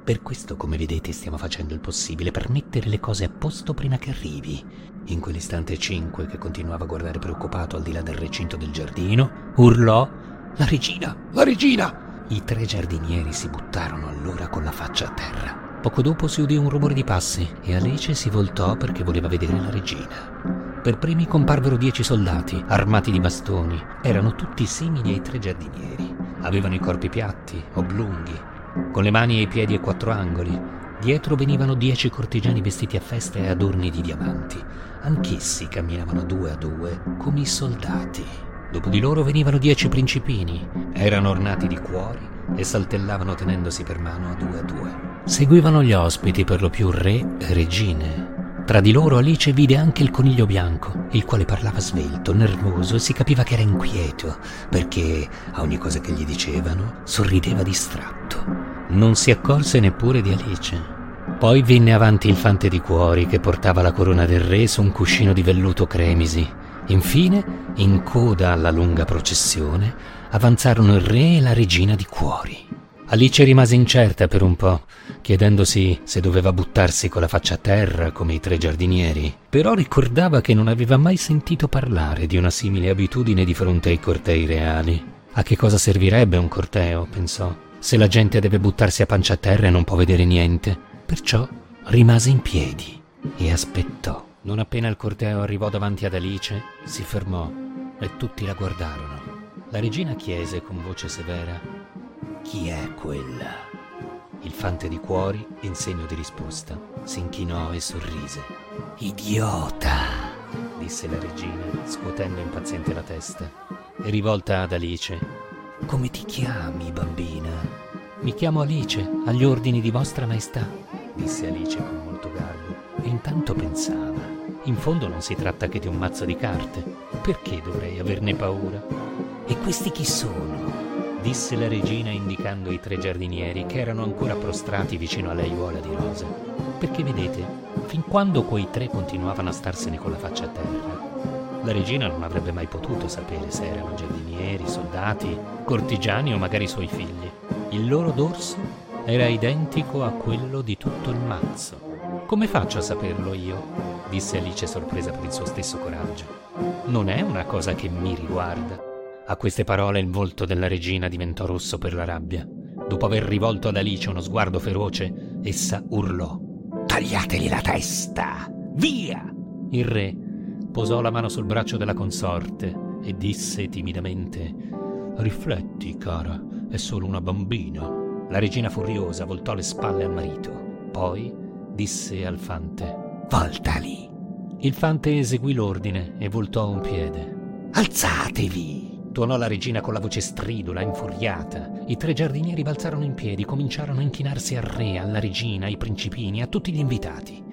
Per questo, come vedete, stiamo facendo il possibile per mettere le cose a posto prima che arrivi. In quell'istante Cinque, che continuava a guardare preoccupato al di là del recinto del giardino, urlò: «La regina! La regina!» I tre giardinieri si buttarono allora con la faccia a terra. Poco dopo si udì un rumore di passi e Alice si voltò perché voleva vedere la regina. Per primi comparvero dieci soldati, armati di bastoni. Erano tutti simili ai tre giardinieri. Avevano i corpi piatti, oblunghi, con le mani e i piedi a quattro angoli. Dietro venivano dieci cortigiani vestiti a festa e adorni di diamanti. Anch'essi camminavano due a due, come i soldati. Dopo di loro venivano dieci principini. Erano ornati di cuori e saltellavano tenendosi per mano a due a due. Seguivano gli ospiti, per lo più re e regine. Tra di loro Alice vide anche il coniglio bianco, il quale parlava svelto, nervoso, e si capiva che era inquieto, perché a ogni cosa che gli dicevano sorrideva distratto. Non si accorse neppure di Alice. Poi venne avanti il fante di cuori, che portava la corona del re su un cuscino di velluto cremisi. Infine, in coda alla lunga processione, avanzarono il re e la regina di cuori. Alice rimase incerta per un po', chiedendosi se doveva buttarsi con la faccia a terra come i tre giardinieri, però ricordava che non aveva mai sentito parlare di una simile abitudine di fronte ai cortei reali. A che cosa servirebbe un corteo, pensò, se la gente deve buttarsi a pancia a terra e non può vedere niente? Perciò rimase in piedi e aspettò. Non appena il corteo arrivò davanti ad Alice, si fermò e tutti la guardarono. La regina chiese con voce severa: «Chi è quella?» Il fante di cuori, in segno di risposta, si inchinò e sorrise. «Idiota!» disse la regina, scuotendo impaziente la testa. E rivolta ad Alice: «Come ti chiami, bambina?» «Mi chiamo Alice, agli ordini di vostra maestà», disse Alice con molto garbo. E intanto pensava: in fondo non si tratta che di un mazzo di carte. Perché dovrei averne paura? «E questi chi sono?» disse la regina indicando i tre giardinieri che erano ancora prostrati vicino all'aiuola di rosa. Perché vedete, fin quando quei tre continuavano a starsene con la faccia a terra, la regina non avrebbe mai potuto sapere se erano giardinieri, soldati, cortigiani o magari suoi figli. Il loro dorso era identico a quello di tutto il mazzo. «Come faccio a saperlo io?» disse Alice, sorpresa per il suo stesso coraggio. «Non è una cosa che mi riguarda». A queste parole il volto della regina diventò rosso per la rabbia. Dopo aver rivolto ad Alice uno sguardo feroce, essa urlò: «Tagliategli la testa! Via!» Il re posò la mano sul braccio della consorte e disse timidamente: «Rifletti, cara, è solo una bambina». La regina furiosa voltò le spalle al marito. Poi disse al fante: «Voltali!» Il fante eseguì l'ordine e voltò un piede. «Alzatevi!» tuonò la regina con la voce stridula, infuriata. I tre giardinieri balzarono in piedi, cominciarono a inchinarsi al re, alla regina, ai principini, a tutti gli invitati.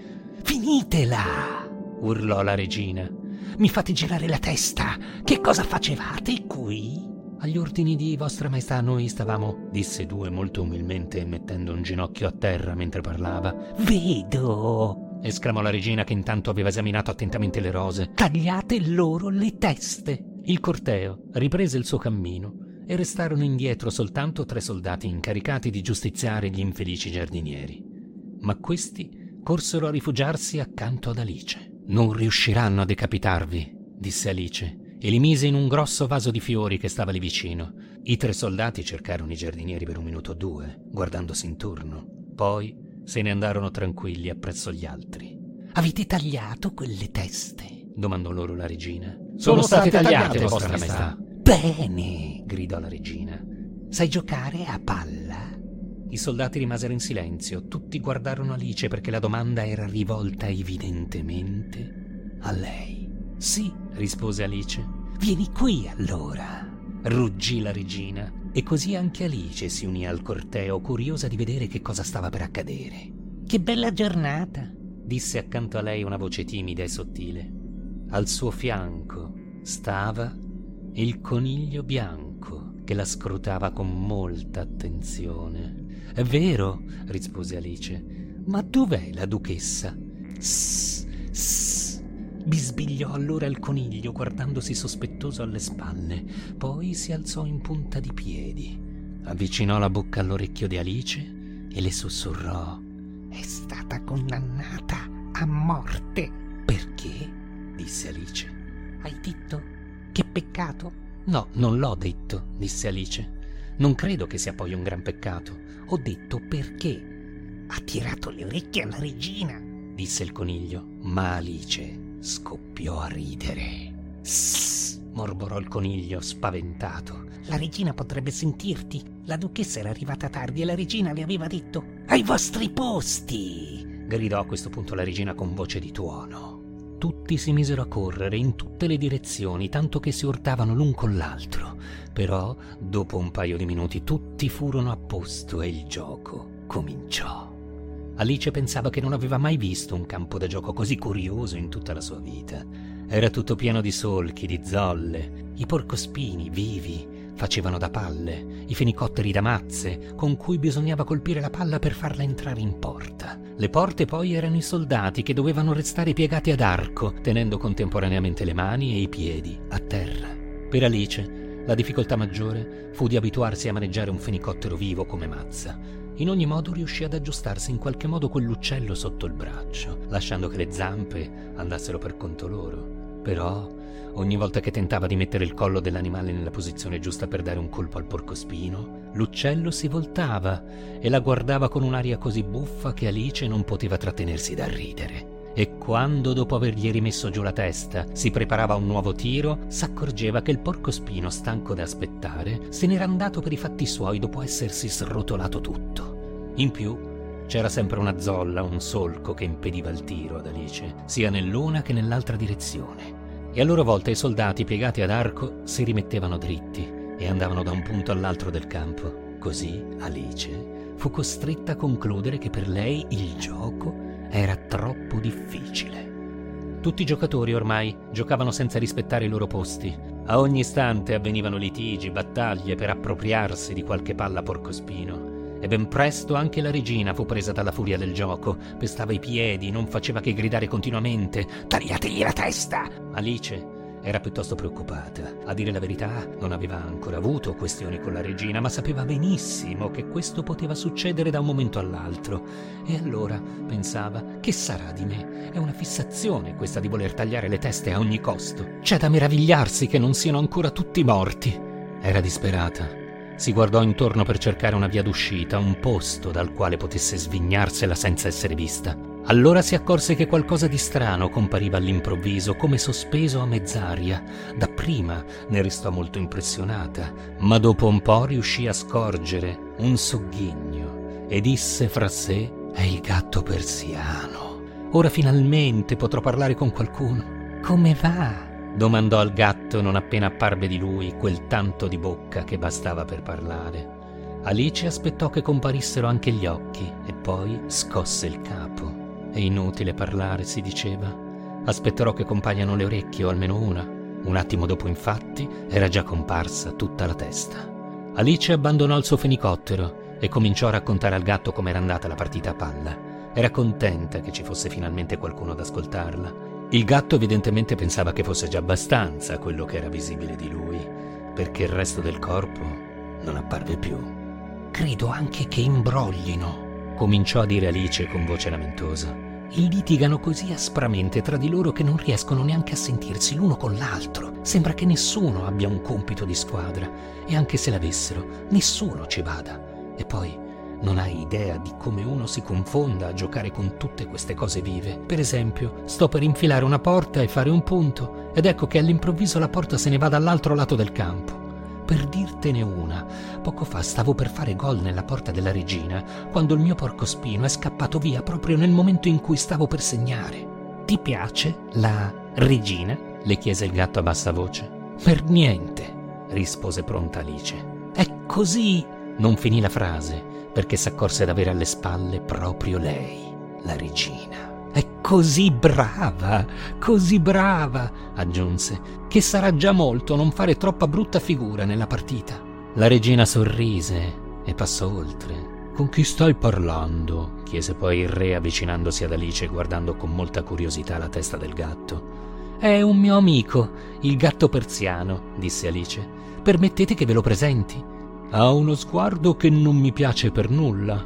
«Finitela!» urlò la regina. «Mi fate girare la testa! Che cosa facevate qui?» «Agli ordini di vostra maestà noi stavamo», disse Due molto umilmente, mettendo un ginocchio a terra mentre parlava. «Vedo!» esclamò la regina, che intanto aveva esaminato attentamente le rose. «Tagliate loro le teste!» Il corteo riprese il suo cammino e restarono indietro soltanto tre soldati incaricati di giustiziare gli infelici giardinieri. Ma questi corsero a rifugiarsi accanto ad Alice. «Non riusciranno a decapitarvi», disse Alice, e li mise in un grosso vaso di fiori che stava lì vicino. I tre soldati cercarono i giardinieri per un minuto o due, guardandosi intorno. Poi se ne andarono tranquilli appresso gli altri. «Avete tagliato quelle teste?» domandò loro la regina. «Sono, Sono state, state tagliate, tagliate vostra maestà». «Bene!» gridò la regina. «Sai giocare a palla?» I soldati rimasero in silenzio. Tutti guardarono Alice perché la domanda era rivolta evidentemente a lei. «Sì», rispose Alice. «Vieni qui allora», ruggì la regina. E così anche Alice si unì al corteo, curiosa di vedere che cosa stava per accadere. «Che bella giornata», disse accanto a lei una voce timida e sottile. Al suo fianco stava il coniglio bianco che la scrutava con molta attenzione. «È vero», rispose Alice, «ma dov'è la duchessa?» «Sss, sss», bisbigliò allora il coniglio guardandosi sospettoso alle spalle. Poi si alzò in punta di piedi, avvicinò la bocca all'orecchio di Alice e le sussurrò: «È stata condannata a morte». «Perché?» disse Alice. «Hai detto che peccato?» «No, non l'ho detto», disse Alice. «Non credo che sia poi un gran peccato. Ho detto perché». «Ha tirato le orecchie alla regina», disse il coniglio, ma Alice scoppiò a ridere. «Sss», mormorò il coniglio, spaventato. «La regina potrebbe sentirti. La duchessa era arrivata tardi e la regina le aveva detto: ai vostri posti!» gridò a questo punto la regina con voce di tuono. Tutti si misero a correre in tutte le direzioni, tanto che si urtavano l'un con l'altro. Però, dopo un paio di minuti, tutti furono a posto e il gioco cominciò. Alice pensava che non aveva mai visto un campo da gioco così curioso in tutta la sua vita. Era tutto pieno di solchi, di zolle, i porcospini vivi facevano da palle, i fenicotteri da mazze, con cui bisognava colpire la palla per farla entrare in porta. Le porte poi erano i soldati che dovevano restare piegati ad arco, tenendo contemporaneamente le mani e i piedi a terra. Per Alice, la difficoltà maggiore fu di abituarsi a maneggiare un fenicottero vivo come mazza. In ogni modo riuscì ad aggiustarsi in qualche modo quell'uccello sotto il braccio, lasciando che le zampe andassero per conto loro. Però, ogni volta che tentava di mettere il collo dell'animale nella posizione giusta per dare un colpo al porcospino, l'uccello si voltava e la guardava con un'aria così buffa che Alice non poteva trattenersi dal ridere. E quando, dopo avergli rimesso giù la testa, si preparava a un nuovo tiro, s'accorgeva che il porcospino, stanco da aspettare, se n'era andato per i fatti suoi dopo essersi srotolato tutto. In più, c'era sempre una zolla, un solco che impediva il tiro ad Alice, sia nell'una che nell'altra direzione. E a loro volta i soldati piegati ad arco si rimettevano dritti e andavano da un punto all'altro del campo. Così Alice fu costretta a concludere che per lei il gioco era troppo difficile. Tutti i giocatori ormai giocavano senza rispettare i loro posti. A ogni istante avvenivano litigi, battaglie per appropriarsi di qualche palla porcospino. E ben presto anche la regina fu presa dalla furia del gioco. Pestava i piedi, non faceva che gridare continuamente: «Tagliategli la testa!» Alice era piuttosto preoccupata. A dire la verità, non aveva ancora avuto questioni con la regina, ma sapeva benissimo che questo poteva succedere da un momento all'altro. E allora pensava: «Che sarà di me? È una fissazione questa di voler tagliare le teste a ogni costo. C'è da meravigliarsi che non siano ancora tutti morti!» Era disperata. Si guardò intorno per cercare una via d'uscita, un posto dal quale potesse svignarsela senza essere vista. Allora si accorse che qualcosa di strano compariva all'improvviso, come sospeso a mezz'aria. Dapprima ne restò molto impressionata, ma dopo un po' riuscì a scorgere un sogghigno e disse fra sé: «È il gatto persiano. Ora finalmente potrò parlare con qualcuno». «Come va?» domandò al gatto non appena apparve di lui quel tanto di bocca che bastava per parlare. Alice aspettò che comparissero anche gli occhi e poi scosse il capo. «È inutile parlare», si diceva. «Aspetterò che compaiano le orecchie o almeno una». Un attimo dopo, infatti, era già comparsa tutta la testa. Alice abbandonò il suo fenicottero e cominciò a raccontare al gatto com'era andata la partita a palla. Era contenta che ci fosse finalmente qualcuno ad ascoltarla. Il gatto evidentemente pensava che fosse già abbastanza quello che era visibile di lui, perché il resto del corpo non apparve più. «Credo anche che imbroglino», cominciò a dire Alice con voce lamentosa. «Litigano così aspramente tra di loro che non riescono neanche a sentirsi l'uno con l'altro. Sembra che nessuno abbia un compito di squadra, e anche se l'avessero, nessuno ci vada. E poi non hai idea di come uno si confonda a giocare con tutte queste cose vive. Per esempio, sto per infilare una porta e fare un punto, ed ecco che all'improvviso la porta se ne va dall'altro lato del campo. Per dirtene una, poco fa stavo per fare gol nella porta della regina, quando il mio porcospino è scappato via proprio nel momento in cui stavo per segnare». «Ti piace la regina?» le chiese il gatto a bassa voce. «Per niente», rispose pronta Alice. «È così...» Non finì la frase, perché s'accorse d'avere alle spalle proprio lei, la regina. «È così brava, così brava», aggiunse, «che sarà già molto non fare troppa brutta figura nella partita». La regina sorrise e passò oltre. «Con chi stai parlando?» chiese poi il re avvicinandosi ad Alice e guardando con molta curiosità la testa del gatto. «È un mio amico, il gatto persiano», disse Alice. «Permettete che ve lo presenti?» «Ha uno sguardo che non mi piace per nulla»,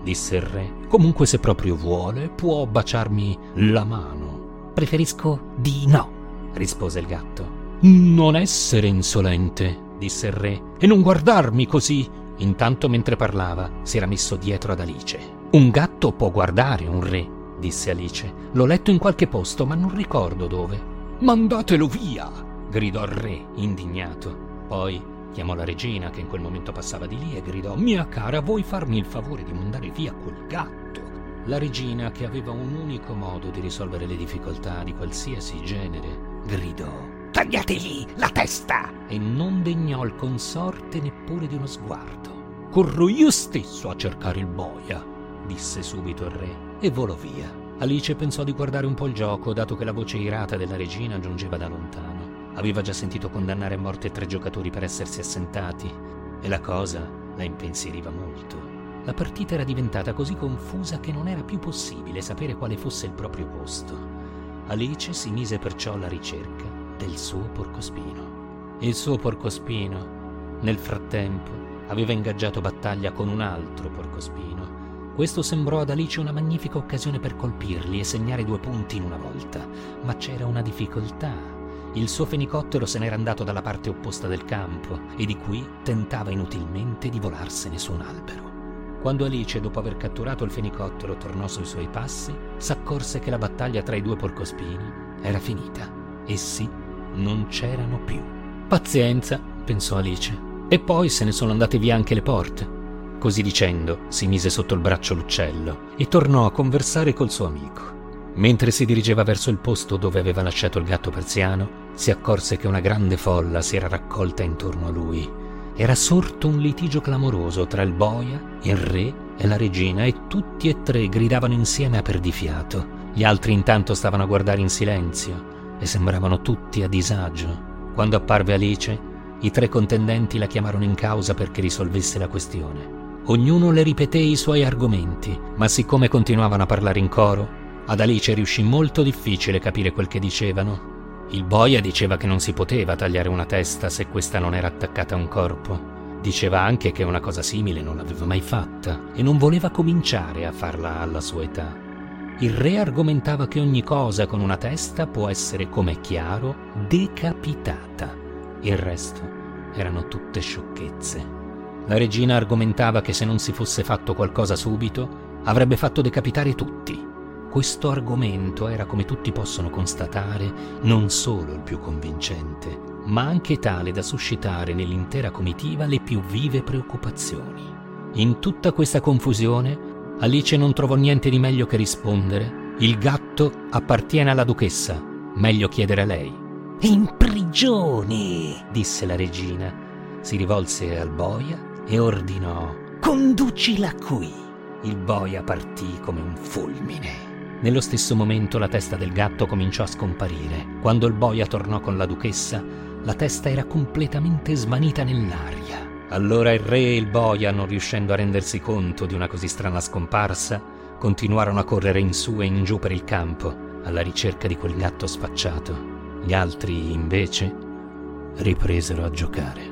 disse il re. Comunque, se proprio vuole, può baciarmi la mano. Preferisco di no, rispose il gatto. Non essere insolente, disse il re, e non guardarmi così. Intanto, mentre parlava, si era messo dietro ad Alice. Un gatto può guardare un re, disse Alice. L'ho letto in qualche posto, ma non ricordo dove. Mandatelo via, gridò il re, indignato. Poi chiamò la regina, che in quel momento passava di lì, e gridò: mia cara, vuoi farmi il favore di mandare via quel gatto? La regina, che aveva un unico modo di risolvere le difficoltà di qualsiasi genere, gridò: tagliategli la testa! E non degnò il consorte neppure di uno sguardo. Corro io stesso a cercare il boia, disse subito il re, e volò via. Alice pensò di guardare un po' il gioco, dato che la voce irata della regina giungeva da lontano. Aveva già sentito condannare a morte tre giocatori per essersi assentati, e la cosa la impensieriva molto. La partita era diventata così confusa che non era più possibile sapere quale fosse il proprio posto. Alice si mise perciò alla ricerca del suo porcospino. Il suo porcospino, nel frattempo, aveva ingaggiato battaglia con un altro porcospino. Questo sembrò ad Alice una magnifica occasione per colpirli e segnare due punti in una volta, ma c'era una difficoltà. Il suo fenicottero se n'era andato dalla parte opposta del campo e di qui tentava inutilmente di volarsene su un albero. Quando Alice, dopo aver catturato il fenicottero, tornò sui suoi passi, s'accorse che la battaglia tra i due porcospini era finita. Essi non c'erano più. Pazienza, pensò Alice, e poi se ne sono andate via anche le porte. Così dicendo, si mise sotto il braccio l'uccello e tornò a conversare col suo amico. Mentre si dirigeva verso il posto dove aveva lasciato il gatto persiano, si accorse che una grande folla si era raccolta intorno a lui. Era sorto un litigio clamoroso tra il boia, il re e la regina, e tutti e tre gridavano insieme a perdifiato. Gli altri intanto stavano a guardare in silenzio e sembravano tutti a disagio. Quando apparve Alice, i tre contendenti la chiamarono in causa perché risolvesse la questione. Ognuno le ripeté i suoi argomenti, ma siccome continuavano a parlare in coro, ad Alice riuscì molto difficile capire quel che dicevano. Il boia diceva che non si poteva tagliare una testa se questa non era attaccata a un corpo. Diceva anche che una cosa simile non l'aveva mai fatta e non voleva cominciare a farla alla sua età. Il re argomentava che ogni cosa con una testa può essere, come è chiaro, decapitata. Il resto erano tutte sciocchezze. La regina argomentava che se non si fosse fatto qualcosa subito, avrebbe fatto decapitare tutti. Questo argomento era, come tutti possono constatare, non solo il più convincente, ma anche tale da suscitare nell'intera comitiva le più vive preoccupazioni. In tutta questa confusione, Alice non trovò niente di meglio che rispondere: il gatto appartiene alla duchessa, meglio chiedere a lei. In prigione, disse la regina. Si rivolse al boia e ordinò: conducila qui. Il boia partì come un fulmine. Nello stesso momento la testa del gatto cominciò a scomparire. Quando il boia tornò con la duchessa, la testa era completamente svanita nell'aria. Allora il re e il boia, non riuscendo a rendersi conto di una così strana scomparsa, continuarono a correre in su e in giù per il campo, alla ricerca di quel gatto sfacciato. Gli altri, invece, ripresero a giocare.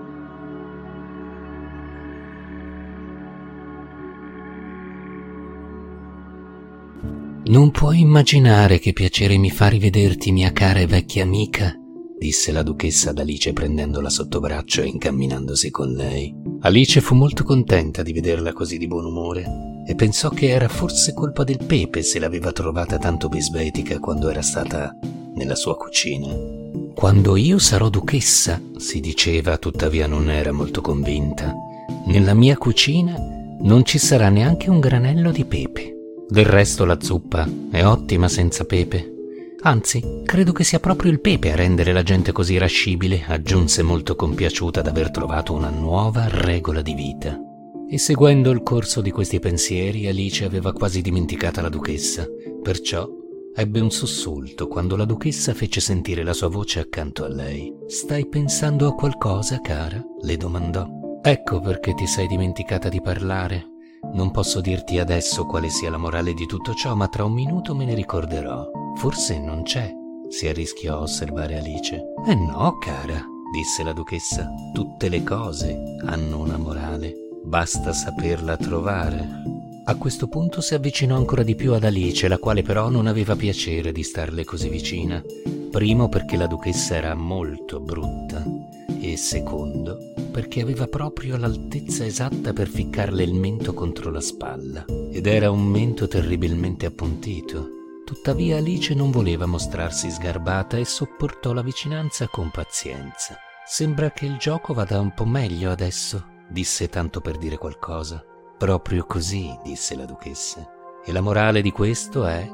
Non puoi immaginare che piacere mi fa rivederti, mia cara e vecchia amica, disse la duchessa ad Alice prendendola sotto braccio e incamminandosi con lei. Alice fu molto contenta di vederla così di buon umore e pensò che era forse colpa del pepe se l'aveva trovata tanto bisbetica quando era stata nella sua cucina. Quando io sarò duchessa, si diceva, tuttavia non era molto convinta, nella mia cucina non ci sarà neanche un granello di pepe. Del resto la zuppa è ottima senza pepe. Anzi, credo che sia proprio il pepe a rendere la gente così irascibile, aggiunse molto compiaciuta d'aver trovato una nuova regola di vita. E seguendo il corso di questi pensieri, Alice aveva quasi dimenticata la duchessa. Perciò ebbe un sussulto quando la duchessa fece sentire la sua voce accanto a lei. «Stai pensando a qualcosa, cara?» le domandò. «Ecco perché ti sei dimenticata di parlare. Non posso dirti adesso quale sia la morale di tutto ciò, ma tra un minuto me ne ricorderò. Forse non c'è», si arrischiò a osservare Alice. «Eh no, cara», disse la duchessa, «tutte le cose hanno una morale, basta saperla trovare». A questo punto si avvicinò ancora di più ad Alice, la quale però non aveva piacere di starle così vicina. Primo perché la duchessa era molto brutta e secondo perché aveva proprio l'altezza esatta per ficcarle il mento contro la spalla, ed era un mento terribilmente appuntito. Tuttavia Alice non voleva mostrarsi sgarbata e sopportò la vicinanza con pazienza. «Sembra che il gioco vada un po' meglio adesso», disse tanto per dire qualcosa. «Proprio così», disse la duchessa. «E la morale di questo è...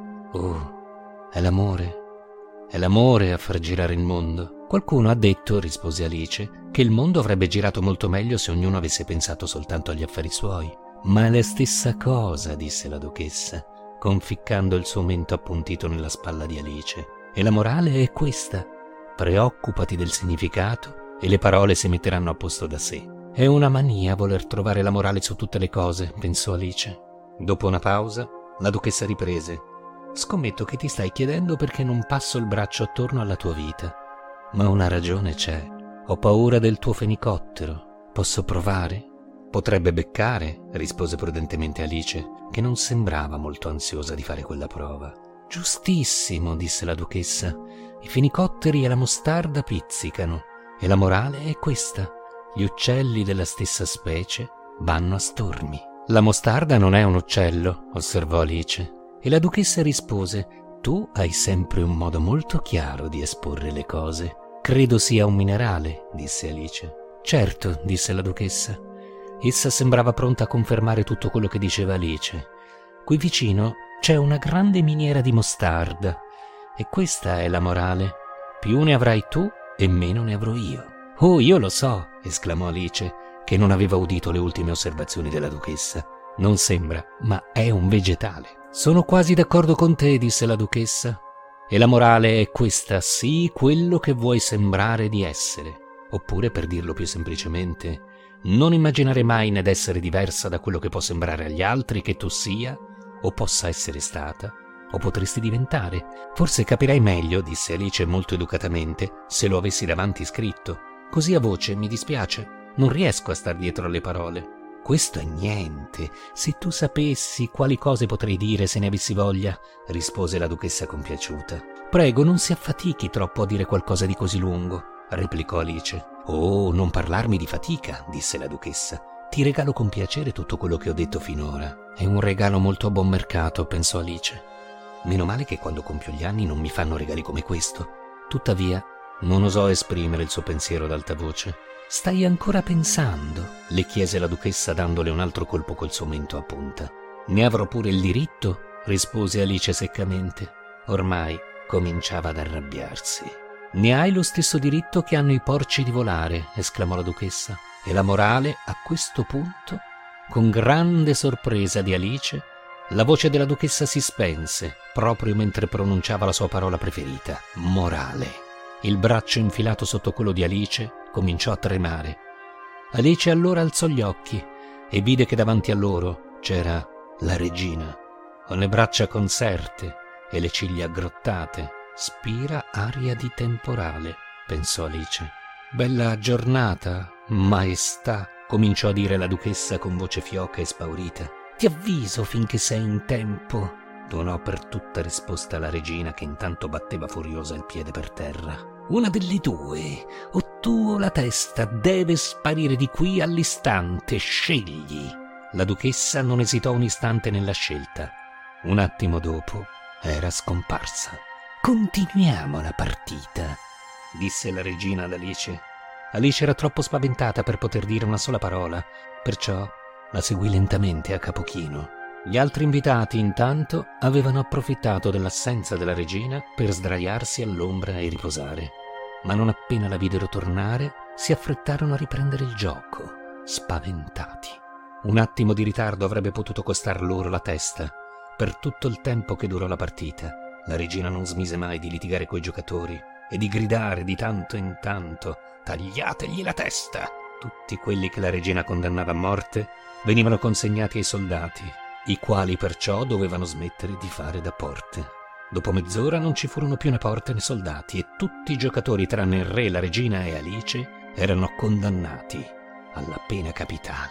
oh, è l'amore. È l'amore a far girare il mondo». «Qualcuno ha detto», rispose Alice, «che il mondo avrebbe girato molto meglio se ognuno avesse pensato soltanto agli affari suoi». «Ma è la stessa cosa», disse la duchessa, conficcando il suo mento appuntito nella spalla di Alice. «E la morale è questa. Preoccupati del significato e le parole si metteranno a posto da sé». «È una mania voler trovare la morale su tutte le cose», pensò Alice. Dopo una pausa, la duchessa riprese. «Scommetto che ti stai chiedendo perché non passo il braccio attorno alla tua vita. Ma una ragione c'è. Ho paura del tuo fenicottero. Posso provare?» «Potrebbe beccare», rispose prudentemente Alice, che non sembrava molto ansiosa di fare quella prova. «Giustissimo», disse la duchessa. «I fenicotteri e la mostarda pizzicano. E la morale è questa. Gli uccelli della stessa specie vanno a stormi». «La mostarda non è un uccello», osservò Alice. E la duchessa rispose: «Tu hai sempre un modo molto chiaro di esporre le cose». «Credo sia un minerale», disse Alice. «Certo», disse la duchessa. Essa sembrava pronta a confermare tutto quello che diceva Alice. «Qui vicino c'è una grande miniera di mostarda. E questa è la morale. Più ne avrai tu e meno ne avrò io». «Oh, io lo so», esclamò Alice, che non aveva udito le ultime osservazioni della duchessa. «Non sembra, ma è un vegetale». «Sono quasi d'accordo con te», disse la duchessa. «E la morale è questa: sii quello che vuoi sembrare di essere. Oppure, per dirlo più semplicemente, non immaginare mai ned essere diversa da quello che può sembrare agli altri che tu sia, o possa essere stata, o potresti diventare. Forse capirai meglio», disse Alice molto educatamente, «se lo avessi davanti scritto. Così a voce mi dispiace, non riesco a star dietro alle parole». «Questo è niente. Se tu sapessi quali cose potrei dire se ne avessi voglia», rispose la duchessa compiaciuta. «Prego, non si affatichi troppo a dire qualcosa di così lungo», replicò Alice. «Oh, non parlarmi di fatica», disse la duchessa. «Ti regalo con piacere tutto quello che ho detto finora». «È un regalo molto a buon mercato», pensò Alice. «Meno male che quando compio gli anni non mi fanno regali come questo». Tuttavia, non osò esprimere il suo pensiero ad alta voce. «Stai ancora pensando?» le chiese la duchessa dandole un altro colpo col suo mento a punta. «Ne avrò pure il diritto?» rispose Alice seccamente. Ormai cominciava ad arrabbiarsi. «Ne hai lo stesso diritto che hanno i porci di volare», esclamò la duchessa. E la morale, a questo punto, con grande sorpresa di Alice, la voce della duchessa si spense, proprio mentre pronunciava la sua parola preferita: morale. Il braccio infilato sotto quello di Alice cominciò a tremare. Alice allora alzò gli occhi e vide che davanti a loro c'era la regina, con le braccia conserte e le ciglia aggrottate. «Spira aria di temporale», pensò Alice. «Bella giornata, maestà», cominciò a dire la duchessa con voce fioca e spaurita. «Ti avviso finché sei in tempo», tuonò per tutta risposta la regina, che intanto batteva furiosa il piede per terra. «Una delle due, o tu o la testa, deve sparire di qui all'istante, scegli». La duchessa non esitò un istante nella scelta. Un attimo dopo era scomparsa. «Continuiamo la partita», disse la regina ad Alice. Alice era troppo spaventata per poter dire una sola parola, perciò la seguì lentamente a capo chino. Gli altri invitati, intanto, avevano approfittato dell'assenza della regina per sdraiarsi all'ombra e riposare. Ma non appena la videro tornare, si affrettarono a riprendere il gioco, spaventati. Un attimo di ritardo avrebbe potuto costar loro la testa. Per tutto il tempo che durò la partita, la regina non smise mai di litigare coi giocatori e di gridare di tanto in tanto: «Tagliategli la testa!». Tutti quelli che la regina condannava a morte venivano consegnati ai soldati, i quali perciò dovevano smettere di fare da porte. Dopo mezz'ora non ci furono più né porte né soldati e tutti i giocatori, tranne il re, la regina e Alice, erano condannati alla pena capitale.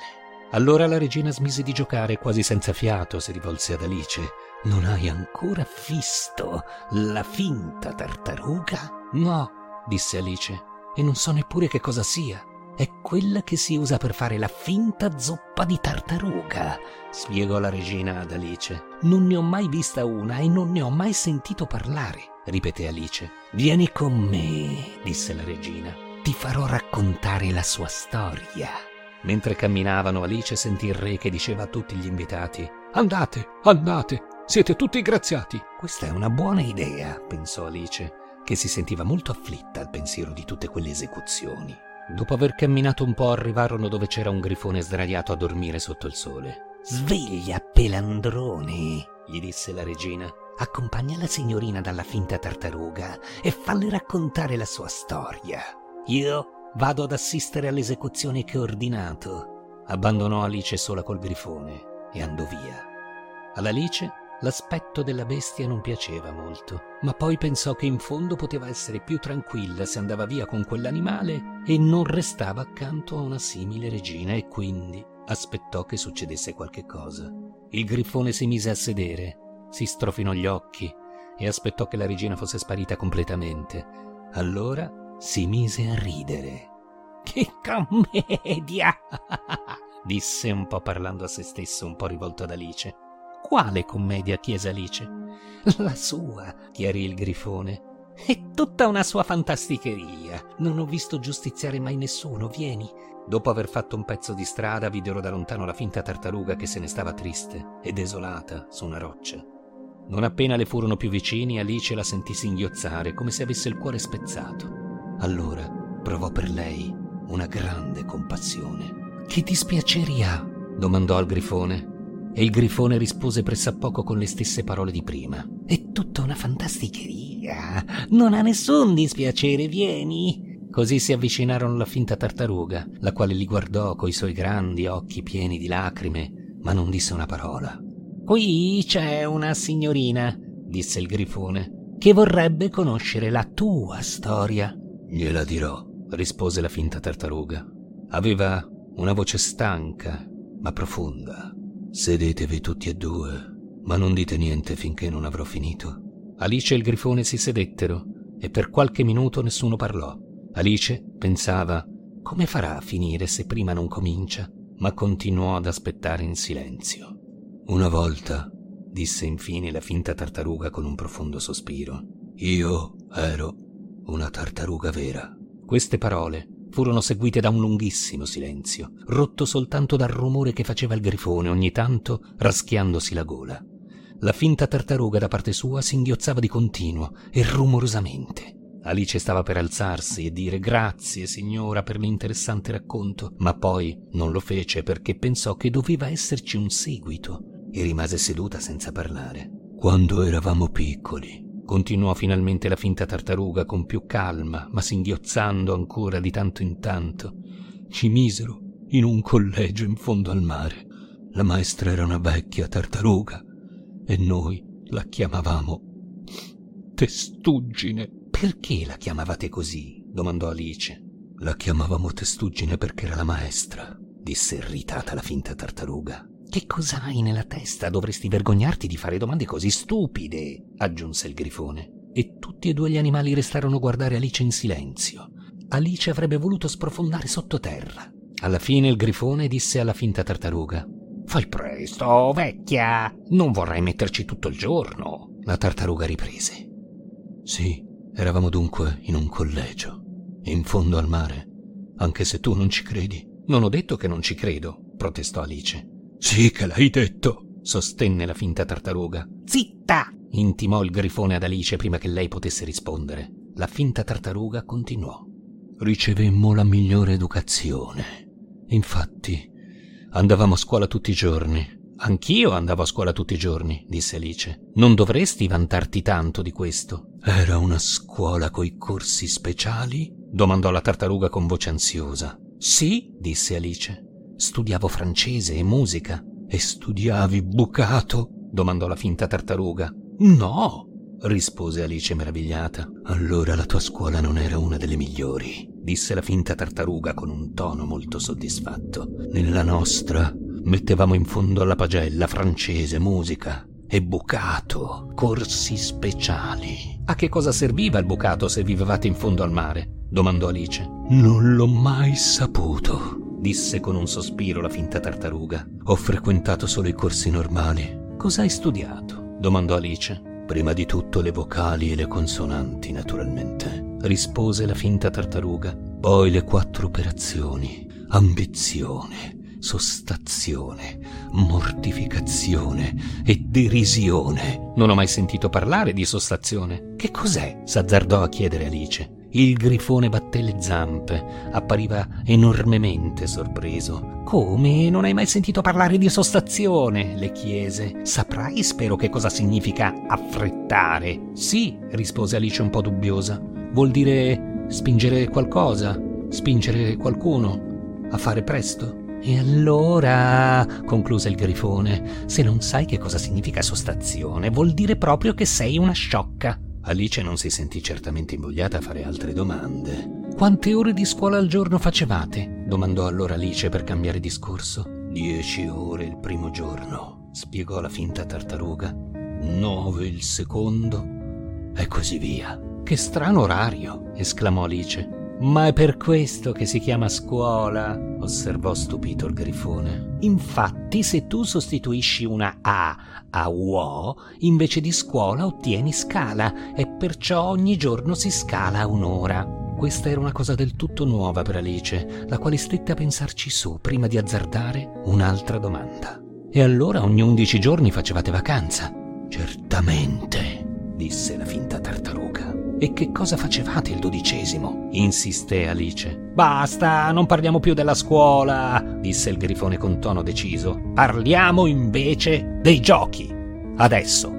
Allora la regina smise di giocare, quasi senza fiato si rivolse ad Alice. Non hai ancora visto la finta tartaruga? No, disse Alice, e non so neppure che cosa sia. È quella che si usa per fare la finta zuppa di tartaruga, spiegò la regina ad Alice. Non ne ho mai vista una e non ne ho mai sentito parlare, ripeté Alice. Vieni con me, disse la regina. Ti farò raccontare la sua storia. Mentre camminavano, Alice sentì il re che diceva a tutti gli invitati: Andate, andate, siete tutti graziati. Questa è una buona idea, pensò Alice, che si sentiva molto afflitta al pensiero di tutte quelle esecuzioni. Dopo aver camminato un po' arrivarono dove c'era un grifone sdraiato a dormire sotto il sole. Sveglia, pelandrone, gli disse la regina. Accompagna la signorina dalla finta tartaruga e falle raccontare la sua storia. Io vado ad assistere all'esecuzione che ho ordinato. Abbandonò Alice sola col grifone e andò via. Ad Alice l'aspetto della bestia non piaceva molto, ma poi pensò che in fondo poteva essere più tranquilla se andava via con quell'animale e non restava accanto a una simile regina, e quindi aspettò che succedesse qualche cosa. Il grifone si mise a sedere, si strofinò gli occhi e aspettò che la regina fosse sparita completamente. Allora si mise a ridere. «Che commedia!» disse, un po' parlando a se stesso, un po' rivolto ad Alice. «Quale commedia?» chiese Alice. «La sua», chiarì il grifone. «È tutta una sua fantasticheria. Non ho visto giustiziare mai nessuno. Vieni». Dopo aver fatto un pezzo di strada, videro da lontano la finta tartaruga che se ne stava triste e desolata su una roccia. Non appena le furono più vicini, Alice la sentì singhiozzare come se avesse il cuore spezzato. Allora provò per lei una grande compassione. «Che dispiaceri ha?» domandò al grifone. E il grifone rispose pressappoco con le stesse parole di prima. «È tutta una fantasticheria. Non ha nessun dispiacere, vieni». Così si avvicinarono alla finta tartaruga, la quale li guardò coi suoi grandi occhi pieni di lacrime, ma non disse una parola. «Qui c'è una signorina», disse il grifone, «che vorrebbe conoscere la tua storia». «Gliela dirò», rispose la finta tartaruga. Aveva una voce stanca, ma profonda. «Sedetevi tutti e due, ma non dite niente finché non avrò finito». Alice e il grifone si sedettero e per qualche minuto nessuno parlò. Alice pensava: come farà a finire se prima non comincia? Ma continuò ad aspettare in silenzio. «Una volta», disse infine la finta tartaruga con un profondo sospiro, «io ero una tartaruga vera». Queste parole furono seguite da un lunghissimo silenzio, rotto soltanto dal rumore che faceva il grifone ogni tanto raschiandosi la gola. La finta tartaruga da parte sua singhiozzava di continuo e rumorosamente. Alice stava per alzarsi e dire «Grazie, signora, per l'interessante racconto», ma poi non lo fece perché pensò che doveva esserci un seguito e rimase seduta senza parlare. «Quando eravamo piccoli», continuò finalmente la finta tartaruga con più calma, ma singhiozzando ancora di tanto in tanto, «ci misero in un collegio in fondo al mare. La maestra era una vecchia tartaruga e noi la chiamavamo Testuggine». «Perché la chiamavate così?» domandò Alice. «La chiamavamo Testuggine perché era la maestra», disse irritata la finta tartaruga. «Che cos'hai nella testa? Dovresti vergognarti di fare domande così stupide», aggiunse il grifone. E tutti e due gli animali restarono a guardare Alice in silenzio. Alice avrebbe voluto sprofondare sottoterra. Alla fine il grifone disse alla finta tartaruga: «Fai presto, vecchia! Non vorrai metterci tutto il giorno!» La tartaruga riprese: «Sì, eravamo dunque in un collegio, in fondo al mare, anche se tu non ci credi». «Non ho detto che non ci credo», protestò Alice. «Sì che l'hai detto», sostenne la finta tartaruga. «Zitta!» intimò il grifone ad Alice prima che lei potesse rispondere. La finta tartaruga continuò: «Ricevemmo la migliore educazione. Infatti, andavamo a scuola tutti i giorni». «Anch'io andavo a scuola tutti i giorni», disse Alice. «Non dovresti vantarti tanto di questo». «Era una scuola coi corsi speciali?» domandò la tartaruga con voce ansiosa. «Sì», disse Alice. «Studiavo francese e musica». «E studiavi bucato?» domandò la finta tartaruga. «No», rispose Alice meravigliata. «Allora la tua scuola non era una delle migliori», disse la finta tartaruga con un tono molto soddisfatto. «Nella nostra mettevamo in fondo alla pagella francese, musica e bucato, corsi speciali. A che cosa serviva il bucato se vivevate in fondo al mare? Domandò Alice. Non l'ho mai saputo, disse con un sospiro la finta tartaruga. Ho frequentato solo i corsi normali. Cosa hai studiato? Domandò Alice. Prima di tutto le vocali e le consonanti, naturalmente, rispose la finta tartaruga. Poi le quattro operazioni: ambizione, sostazione, mortificazione e derisione. Non ho mai sentito parlare di sostazione. Che cos'è? S'azzardò a chiedere Alice. Il grifone batté le zampe, appariva enormemente sorpreso. Come? Non hai mai sentito parlare di sostazione? Le chiese. Saprai, spero, che cosa significa affrettare. Sì, rispose Alice un po' dubbiosa. Vuol dire spingere qualcosa, spingere qualcuno a fare presto. E allora, concluse il grifone, se non sai che cosa significa sostazione, vuol dire proprio che sei una sciocca. Alice non si sentì certamente invogliata a fare altre domande. Quante ore di scuola al giorno facevate? Domandò allora Alice per cambiare discorso. Dieci ore il primo giorno, spiegò la finta tartaruga. Nove il secondo e così via. Che strano orario, esclamò Alice. Ma è per questo che si chiama scuola, osservò stupito il grifone. Infatti, se tu sostituisci una A a uo, invece di scuola ottieni scala, e perciò ogni giorno si scala un'ora. Questa era una cosa del tutto nuova per Alice, la quale stette a pensarci su prima di azzardare un'altra domanda. E allora ogni undici giorni facevate vacanza? Certamente, disse la finta tartaruga. E che cosa facevate il dodicesimo? Insisté Alice. Basta, non parliamo più della scuola, disse il grifone con tono deciso. Parliamo invece dei giochi. Adesso.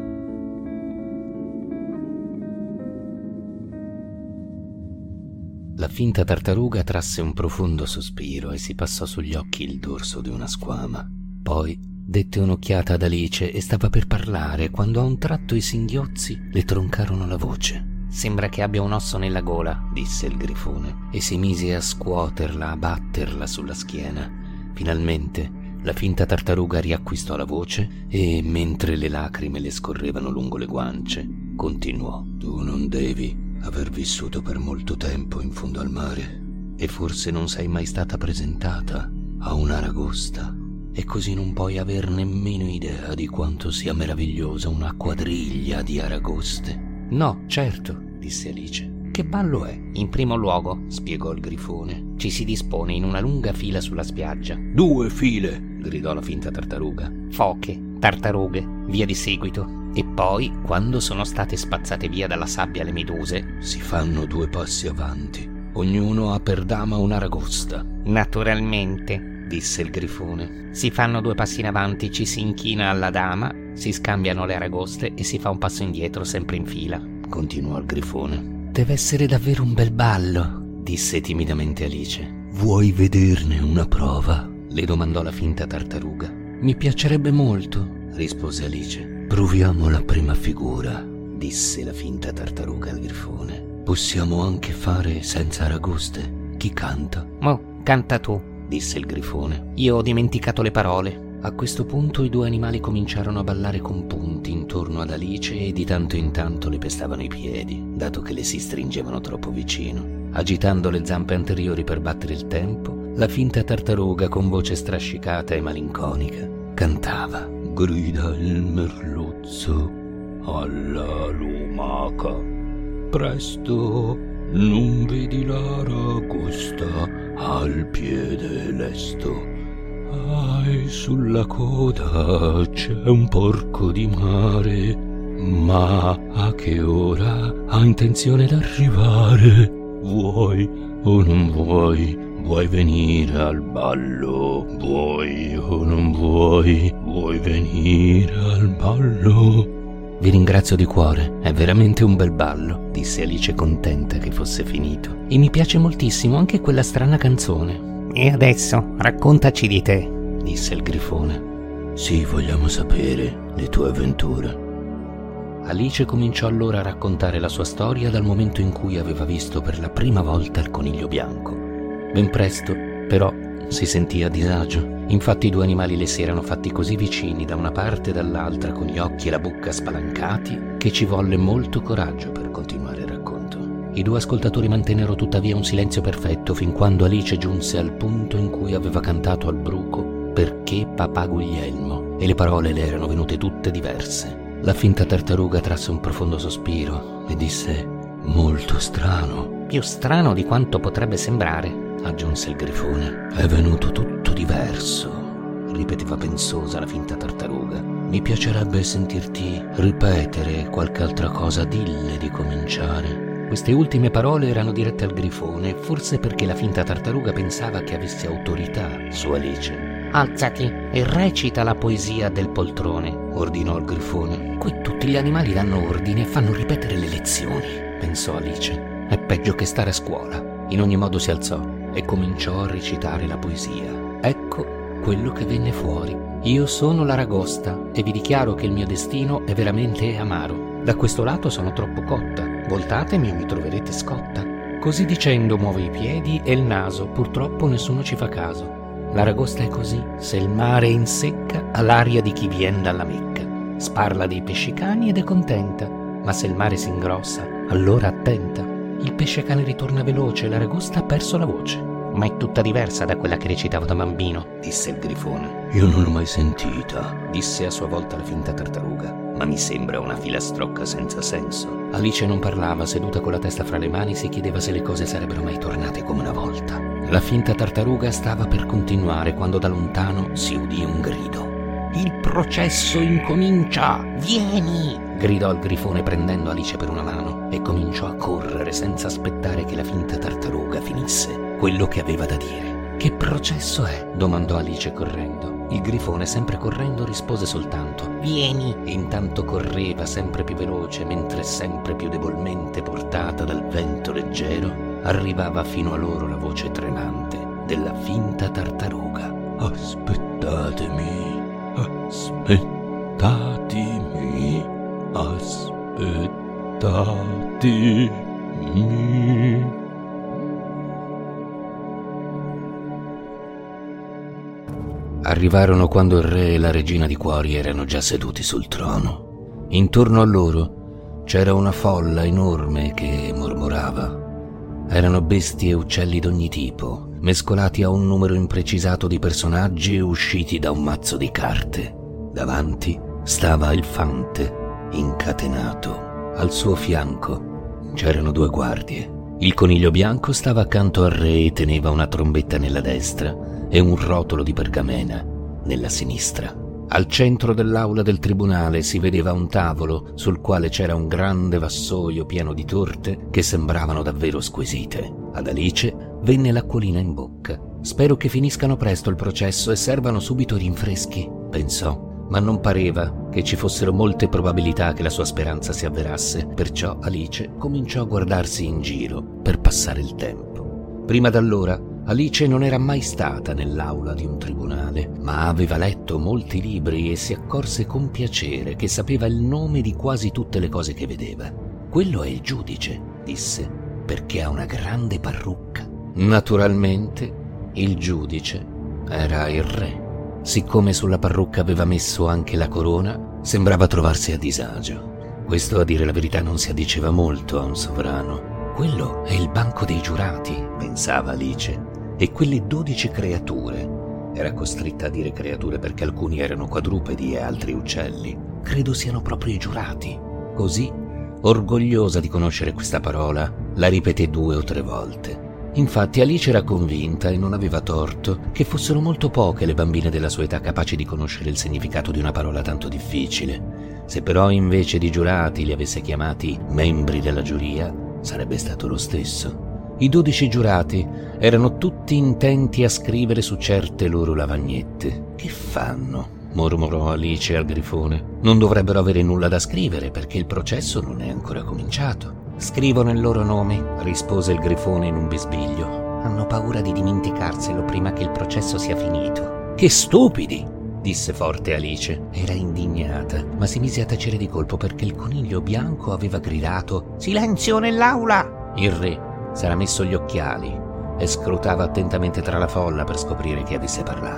La finta tartaruga trasse un profondo sospiro e si passò sugli occhi il dorso di una squama. Poi dette un'occhiata ad Alice e stava per parlare quando a un tratto i singhiozzi le troncarono la voce. Sembra che abbia un osso nella gola, disse il grifone e si mise a scuoterla, a batterla sulla schiena. Finalmente la finta tartaruga riacquistò la voce e, mentre le lacrime le scorrevano lungo le guance, continuò. Tu non devi aver vissuto per molto tempo in fondo al mare e forse non sei mai stata presentata a un'aragosta e così non puoi aver nemmeno idea di quanto sia meravigliosa una quadriglia di aragoste. No, certo, disse Alice. Che ballo è? In primo luogo, spiegò il grifone, ci si dispone in una lunga fila sulla spiaggia. Due file, gridò la finta tartaruga. Foche, tartarughe, via di seguito. E poi, quando sono state spazzate via dalla sabbia le meduse, si fanno due passi avanti. Ognuno ha per dama un'aragosta. Naturalmente, disse il grifone. Si fanno due passi in avanti, ci si inchina alla dama, si scambiano le aragoste e si fa un passo indietro sempre in fila, continuò il grifone. Deve essere davvero un bel ballo, disse timidamente Alice. Vuoi vederne una prova? Le domandò la finta tartaruga. Mi piacerebbe molto, rispose Alice. Proviamo la prima figura, disse la finta tartaruga al grifone. Possiamo anche fare senza aragoste. Chi canta? Oh, canta tu, disse il grifone. Io ho dimenticato le parole. A questo punto i due animali cominciarono a ballare compunti intorno ad Alice e di tanto in tanto le pestavano i piedi, dato che le si stringevano troppo vicino. Agitando le zampe anteriori per battere il tempo, la finta tartaruga, con voce strascicata e malinconica, cantava. Grida il merluzzo alla lumaca, presto, non vedi l'aragosta al piede lesto. Ai, sulla coda c'è un porco di mare, ma a che ora ha intenzione d'arrivare? Vuoi o non vuoi? Vuoi venire al ballo? Vuoi o non vuoi? Vuoi venire al ballo? Vi ringrazio di cuore, è veramente un bel ballo, disse Alice contenta che fosse finito. E mi piace moltissimo anche quella strana canzone. E adesso raccontaci di te, disse il grifone. Sì, vogliamo sapere le tue avventure. Alice cominciò allora a raccontare la sua storia dal momento in cui aveva visto per la prima volta il coniglio bianco. Ben presto, però, si sentì a disagio. Infatti i due animali le si erano fatti così vicini da una parte e dall'altra, con gli occhi e la bocca spalancati, che ci volle molto coraggio per continuare il racconto. I due ascoltatori mantennero tuttavia un silenzio perfetto fin quando Alice giunse al punto in cui aveva cantato al bruco "Perché papà Guglielmo?" e le parole le erano venute tutte diverse. La finta tartaruga trasse un profondo sospiro e disse: "Molto strano." "Più strano di quanto potrebbe sembrare", aggiunse il grifone. "È venuto tutto diverso", ripeteva pensosa la finta tartaruga. "Mi piacerebbe sentirti ripetere qualche altra cosa, dille di cominciare." Queste ultime parole erano dirette al grifone, forse perché la finta tartaruga pensava che avesse autorità su Alice. "Alzati e recita la poesia del poltrone", ordinò il grifone. "Qui tutti gli animali danno ordine e fanno ripetere le lezioni", pensò Alice. "È peggio che stare a scuola." In ogni modo si alzò e cominciò a recitare la poesia. Ecco quello che venne fuori: "Io sono l'aragosta e vi dichiaro che il mio destino è veramente amaro. Da questo lato sono troppo cotta, voltatemi e mi troverete scotta." Così dicendo muove i piedi e il naso, purtroppo nessuno ci fa caso. L'aragosta è così: se il mare è in secca, ha l'aria di chi vien dalla Mecca. Sparla dei pescicani ed è contenta, ma se il mare si ingrossa, allora attenta. Il pescecane ritorna veloce e l'aragosta ha perso la voce. "Ma è tutta diversa da quella che recitavo da bambino", disse il grifone. "Io non l'ho mai sentita", disse a sua volta la finta tartaruga, "ma mi sembra una filastrocca senza senso." Alice non parlava, seduta con la testa fra le mani, si chiedeva se le cose sarebbero mai tornate come una volta. La finta tartaruga stava per continuare quando da lontano si udì un grido. "Il processo incomincia! Vieni!" gridò il grifone prendendo Alice per una mano e cominciò a correre senza aspettare che la finta tartaruga finisse quello che aveva da dire. "Che processo è?" domandò Alice correndo. Il grifone, sempre correndo, rispose soltanto "Vieni!" e intanto correva sempre più veloce, mentre sempre più debolmente portata dal vento leggero arrivava fino a loro la voce tremante della finta tartaruga. "Aspettatemi, aspettatemi, aspettatemi." Arrivarono quando il re e la regina di cuori erano già seduti sul trono. Intorno a loro c'era una folla enorme che mormorava. Erano bestie e uccelli d'ogni tipo, mescolati a un numero imprecisato di personaggi usciti da un mazzo di carte. Davanti stava il fante, incatenato. Al suo fianco c'erano due guardie. Il coniglio bianco stava accanto al re e teneva una trombetta nella destra e un rotolo di pergamena nella sinistra. Al centro dell'aula del tribunale si vedeva un tavolo sul quale c'era un grande vassoio pieno di torte che sembravano davvero squisite. Ad Alice venne l'acquolina in bocca. "Spero che finiscano presto il processo e servano subito i rinfreschi", pensò, ma non pareva che ci fossero molte probabilità che la sua speranza si avverasse, perciò Alice cominciò a guardarsi in giro per passare il tempo. Prima d'allora Alice non era mai stata nell'aula di un tribunale, ma aveva letto molti libri e si accorse con piacere che sapeva il nome di quasi tutte le cose che vedeva. "Quello è il giudice", disse, "perché ha una grande parrucca." Naturalmente il giudice era il re. Siccome sulla parrucca aveva messo anche la corona, sembrava trovarsi a disagio. Questo, a dire la verità, non si addiceva molto a un sovrano. "Quello è il banco dei giurati", pensava Alice, "e quelle dodici creature", era costretta a dire creature perché alcuni erano quadrupedi e altri uccelli, "credo siano proprio i giurati." Così, orgogliosa di conoscere questa parola, la ripeté due o tre volte. Infatti Alice era convinta, e non aveva torto, che fossero molto poche le bambine della sua età capaci di conoscere il significato di una parola tanto difficile. Se però invece di giurati li avesse chiamati membri della giuria, sarebbe stato lo stesso. I dodici giurati erano tutti intenti a scrivere su certe loro lavagnette. "Che fanno?" mormorò Alice al grifone. "Non dovrebbero avere nulla da scrivere perché il processo non è ancora cominciato." "Scrivono il loro nome", rispose il grifone in un bisbiglio. "Hanno paura di dimenticarselo prima che il processo sia finito." "Che stupidi!" disse forte Alice. Era indignata, ma si mise a tacere di colpo perché il coniglio bianco aveva gridato «Silenzio nell'aula!». Il re s'era messo gli occhiali e scrutava attentamente tra la folla per scoprire chi avesse parlato.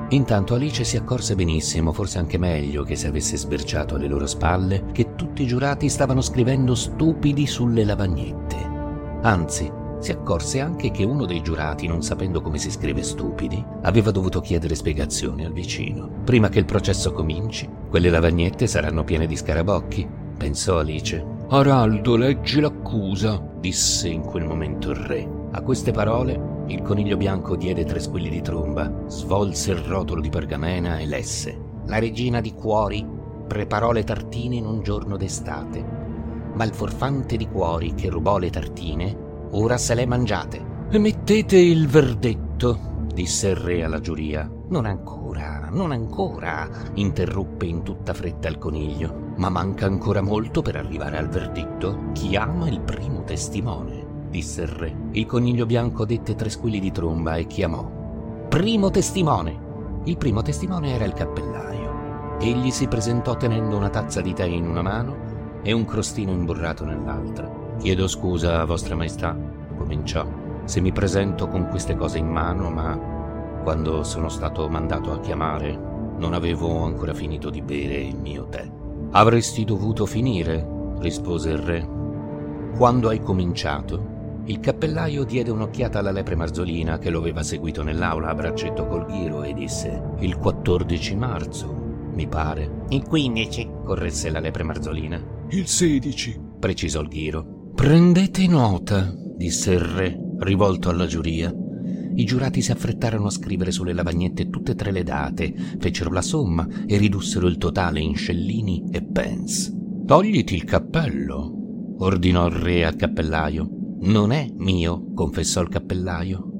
Intanto Alice si accorse benissimo, forse anche meglio che se avesse sbirciato alle loro spalle, che tutti i giurati stavano scrivendo stupidi sulle lavagnette. Anzi, si accorse anche che uno dei giurati, non sapendo come si scrive stupidi, aveva dovuto chiedere spiegazioni al vicino. Prima che il processo cominci, quelle lavagnette saranno piene di scarabocchi, pensò Alice. Araldo, leggi l'accusa, disse in quel momento il re. A queste parole il coniglio bianco diede tre squilli di tromba, svolse il rotolo di pergamena e lesse: la regina di cuori preparò le tartine in un giorno d'estate, ma il forfante di cuori che rubò le tartine ora se le mangiate. Emettete il verdetto, disse il re alla giuria. Non ancora, non ancora, interruppe in tutta fretta il coniglio. Ma manca ancora molto per arrivare al verdetto. Chiama il primo testimone, disse il re. Il coniglio bianco dette tre squilli di tromba e chiamò: primo testimone. Il primo testimone era il cappellaio. Egli si presentò tenendo una tazza di tè in una mano e un crostino imburrato nell'altra. Chiedo scusa a vostra maestà, cominciò, se mi presento con queste cose in mano, ma quando sono stato mandato a chiamare non avevo ancora finito di bere il mio tè. Avresti dovuto finire, rispose il re. Quando hai cominciato, il cappellaio diede un'occhiata alla lepre marzolina che lo aveva seguito nell'aula a braccetto col ghiro e disse: il quattordici marzo, mi pare. Il quindici, corresse la lepre marzolina. Il sedici, precisò il ghiro. Prendete nota, disse il re, rivolto alla giuria. I giurati si affrettarono a scrivere sulle lavagnette tutte e tre le date, fecero la somma e ridussero il totale in scellini e pence. Togliti il cappello, ordinò il re al cappellaio. Non è mio, confessò il cappellaio.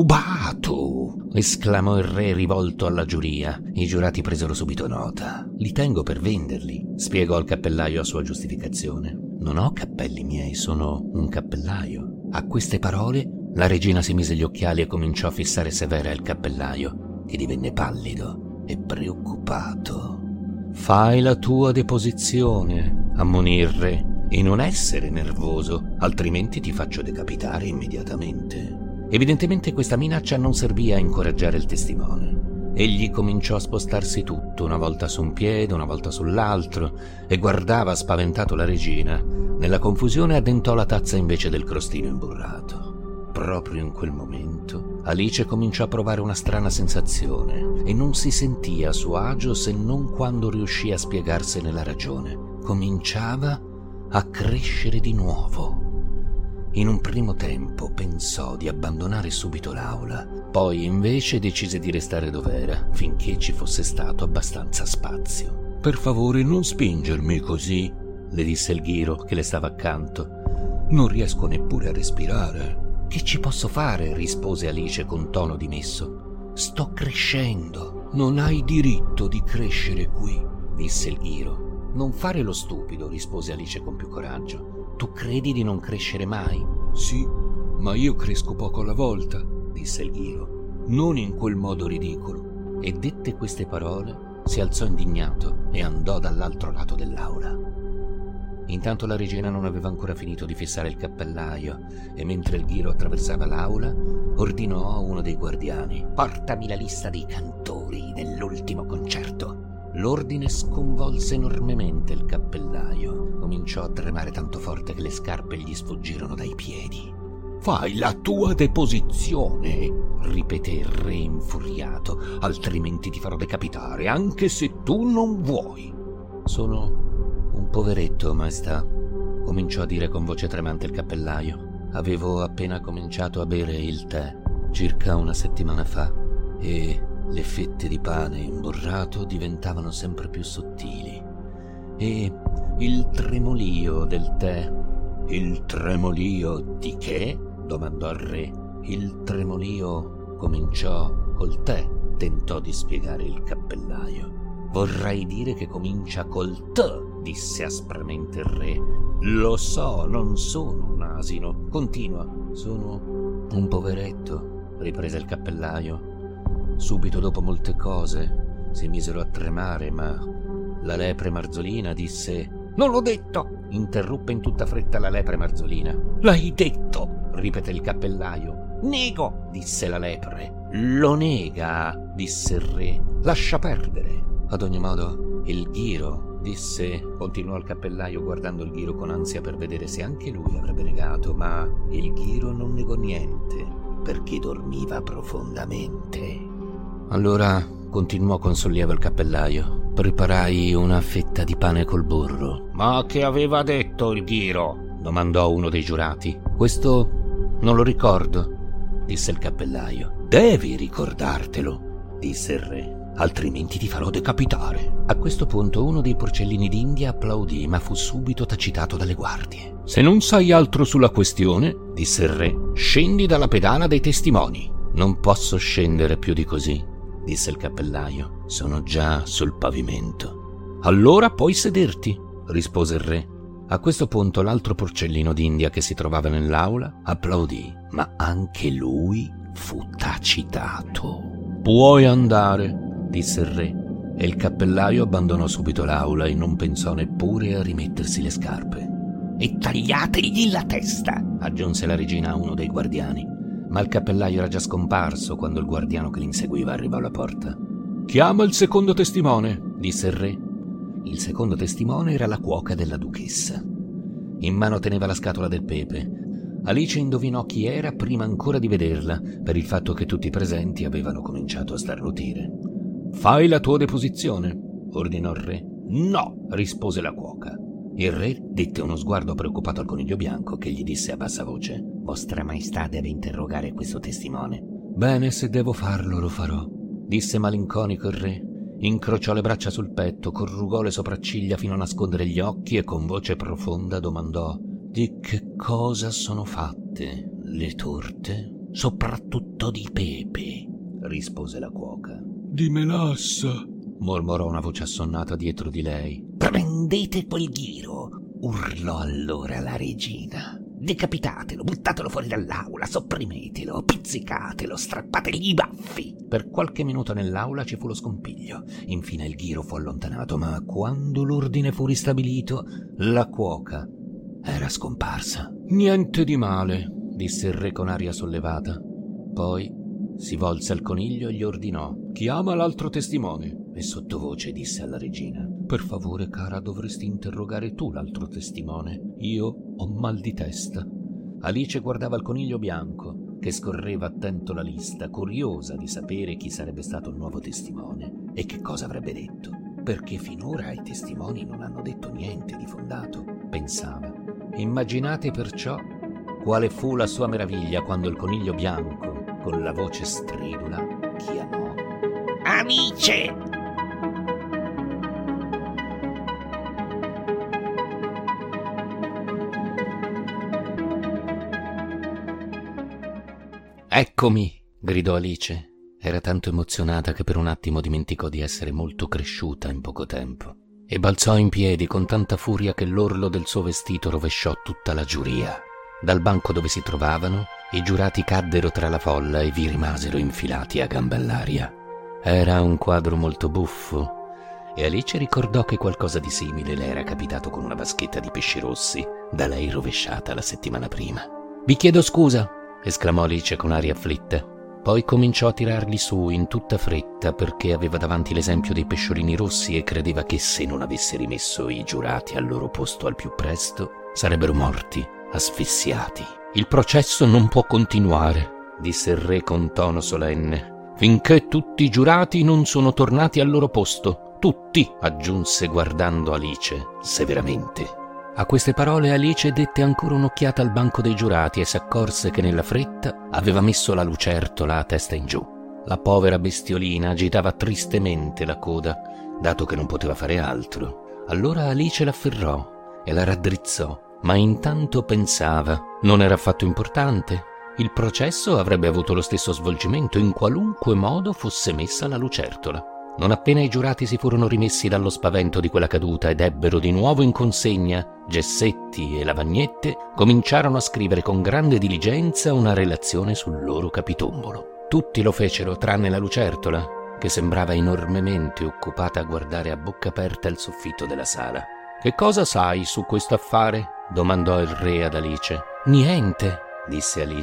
Rubato! Esclamò il re rivolto alla giuria. I giurati presero subito nota. Li tengo per venderli, spiegò il cappellaio a sua giustificazione. Non ho cappelli miei, sono un cappellaio. A queste parole la regina si mise gli occhiali e cominciò a fissare severa il cappellaio, che divenne pallido e preoccupato. Fai la tua deposizione, ammonì il re, e non essere nervoso, altrimenti ti faccio decapitare immediatamente. Evidentemente questa minaccia non servì a incoraggiare il testimone. Egli cominciò a spostarsi tutto, una volta su un piede, una volta sull'altro, e guardava spaventato la regina. Nella confusione addentò la tazza invece del crostino imburrato. Proprio in quel momento Alice cominciò a provare una strana sensazione e non si sentì a suo agio se non quando riuscì a spiegarsene la ragione. Cominciava a crescere di nuovo. In un primo tempo pensò di abbandonare subito l'aula, poi invece decise di restare dov'era finché ci fosse stato abbastanza spazio. Per favore, non spingermi così, le disse il ghiro che le stava accanto. Non riesco neppure a respirare. Che ci posso fare? Rispose Alice con tono dimesso. Sto crescendo. Non hai diritto di crescere qui, disse il ghiro. Non fare lo stupido, rispose Alice con più coraggio. Tu credi di non crescere mai? Sì, ma io cresco poco alla volta, disse il ghiro. Non in quel modo ridicolo. E dette queste parole si alzò indignato e andò dall'altro lato dell'aula. Intanto la regina non aveva ancora finito di fissare il cappellaio e mentre il ghiro attraversava l'aula ordinò a uno dei guardiani: portami la lista dei cantori dell'ultimo concerto. L'ordine sconvolse enormemente il cappellaio. Cominciò a tremare tanto forte che le scarpe gli sfuggirono dai piedi. Fai la tua deposizione, ripeté il re infuriato, altrimenti ti farò decapitare anche se tu non vuoi. Sono un poveretto, maestà, cominciò a dire con voce tremante il cappellaio. Avevo appena cominciato a bere il tè, circa una settimana fa, e le fette di pane imburrato diventavano sempre più sottili. E il tremolio del tè. Il tremolio di che? Domandò il re. Il tremolio cominciò col tè, tentò di spiegare il cappellaio. Vorrei dire che comincia col T, disse aspramente il re. Lo so, non sono un asino. Continua. Sono un poveretto, riprese il cappellaio. Subito dopo molte cose si misero a tremare, ma la lepre marzolina disse: non l'ho detto! Interruppe in tutta fretta la lepre marzolina. L'hai detto! Ripeté il cappellaio. Nego! Disse la lepre. Lo nega, disse il re. Lascia perdere. Ad ogni modo, il ghiro, disse, continuò il cappellaio guardando il ghiro con ansia per vedere se anche lui avrebbe negato, ma il ghiro non negò niente, perché dormiva profondamente. Allora, continuò con sollievo il cappellaio, preparai una fetta di pane col burro. Ma che aveva detto il ghiro? Domandò uno dei giurati. Questo non lo ricordo, disse il cappellaio. Devi ricordartelo, disse il re, altrimenti ti farò decapitare. A questo punto uno dei porcellini d'India applaudì, ma fu subito tacitato dalle guardie. Se non sai altro sulla questione, disse il re, scendi dalla pedana dei testimoni. Non posso scendere più di così, disse il cappellaio. Sono già sul pavimento. Allora puoi sederti, rispose il re. A questo punto l'altro porcellino d'India che si trovava nell'aula applaudì, ma anche lui fu tacitato. Puoi andare, disse il re, e il cappellaio abbandonò subito l'aula e non pensò neppure a rimettersi le scarpe. E tagliategli la testa, aggiunse la regina a uno dei guardiani, ma il cappellaio era già scomparso quando il guardiano che l'inseguiva arrivò alla porta. Chiama il secondo testimone, disse il re. Il secondo testimone era la cuoca della duchessa. In mano teneva la scatola del pepe. Alice indovinò chi era prima ancora di vederla, per il fatto che tutti i presenti avevano cominciato a starnutire. Fai la tua deposizione, ordinò il re. No, rispose la cuoca. Il re dette uno sguardo preoccupato al coniglio bianco che gli disse a bassa voce: Vostra Maestà deve interrogare questo testimone. Bene, se devo farlo lo farò, disse malinconico il re. Incrociò le braccia sul petto, corrugò le sopracciglia fino a nascondere gli occhi e con voce profonda domandò: Di che cosa sono fatte le torte? Soprattutto di pepe, rispose la cuoca. Di melassa, mormorò una voce assonnata dietro di lei. Prendete quel ghiro, urlò allora la regina. Decapitatelo, buttatelo fuori dall'aula, sopprimetelo, pizzicatelo, strappategli i baffi. Per qualche minuto nell'aula ci fu lo scompiglio. Infine il ghiro fu allontanato, ma quando l'ordine fu ristabilito, la cuoca era scomparsa. Niente di male, disse il re con aria sollevata. Poi si volse al coniglio e gli ordinò: Chiama l'altro testimone. E sottovoce disse alla regina: Per favore, cara, dovresti interrogare tu l'altro testimone. Io ho mal di testa. Alice guardava il coniglio bianco, che scorreva attento la lista, curiosa di sapere chi sarebbe stato il nuovo testimone e che cosa avrebbe detto, perché finora i testimoni non hanno detto niente di fondato, pensava. Immaginate perciò quale fu la sua meraviglia quando il coniglio bianco, con la voce stridula, chiamò: Alice! Eccomi, gridò Alice. Era tanto emozionata che per un attimo dimenticò di essere molto cresciuta in poco tempo e balzò in piedi con tanta furia che l'orlo del suo vestito rovesciò tutta la giuria. Dal banco dove si trovavano, i giurati caddero tra la folla e vi rimasero infilati a gambe all'aria. Era un quadro molto buffo e Alice ricordò che qualcosa di simile le era capitato con una vaschetta di pesci rossi da lei rovesciata la settimana prima. «Vi chiedo scusa», esclamò Alice con aria afflitta. Poi cominciò a tirarli su in tutta fretta perché aveva davanti l'esempio dei pesciolini rossi e credeva che se non avesse rimesso i giurati al loro posto al più presto sarebbero morti, asfissiati. «Il processo non può continuare», disse il re con tono solenne, «finché tutti i giurati non sono tornati al loro posto. Tutti», aggiunse guardando Alice severamente. A queste parole Alice dette ancora un'occhiata al banco dei giurati e s'accorse che nella fretta aveva messo la lucertola a testa in giù. La povera bestiolina agitava tristemente la coda, dato che non poteva fare altro. Allora Alice l'afferrò e la raddrizzò, ma intanto pensava: non era affatto importante. Il processo avrebbe avuto lo stesso svolgimento in qualunque modo fosse messa la lucertola. Non appena i giurati si furono rimessi dallo spavento di quella caduta ed ebbero di nuovo in consegna gessetti e lavagnette, cominciarono a scrivere con grande diligenza una relazione sul loro capitombolo. Tutti lo fecero tranne la lucertola, che sembrava enormemente occupata a guardare a bocca aperta il soffitto della sala. «Che cosa sai su questo affare?» domandò il re ad Alice. «Niente», disse Alice.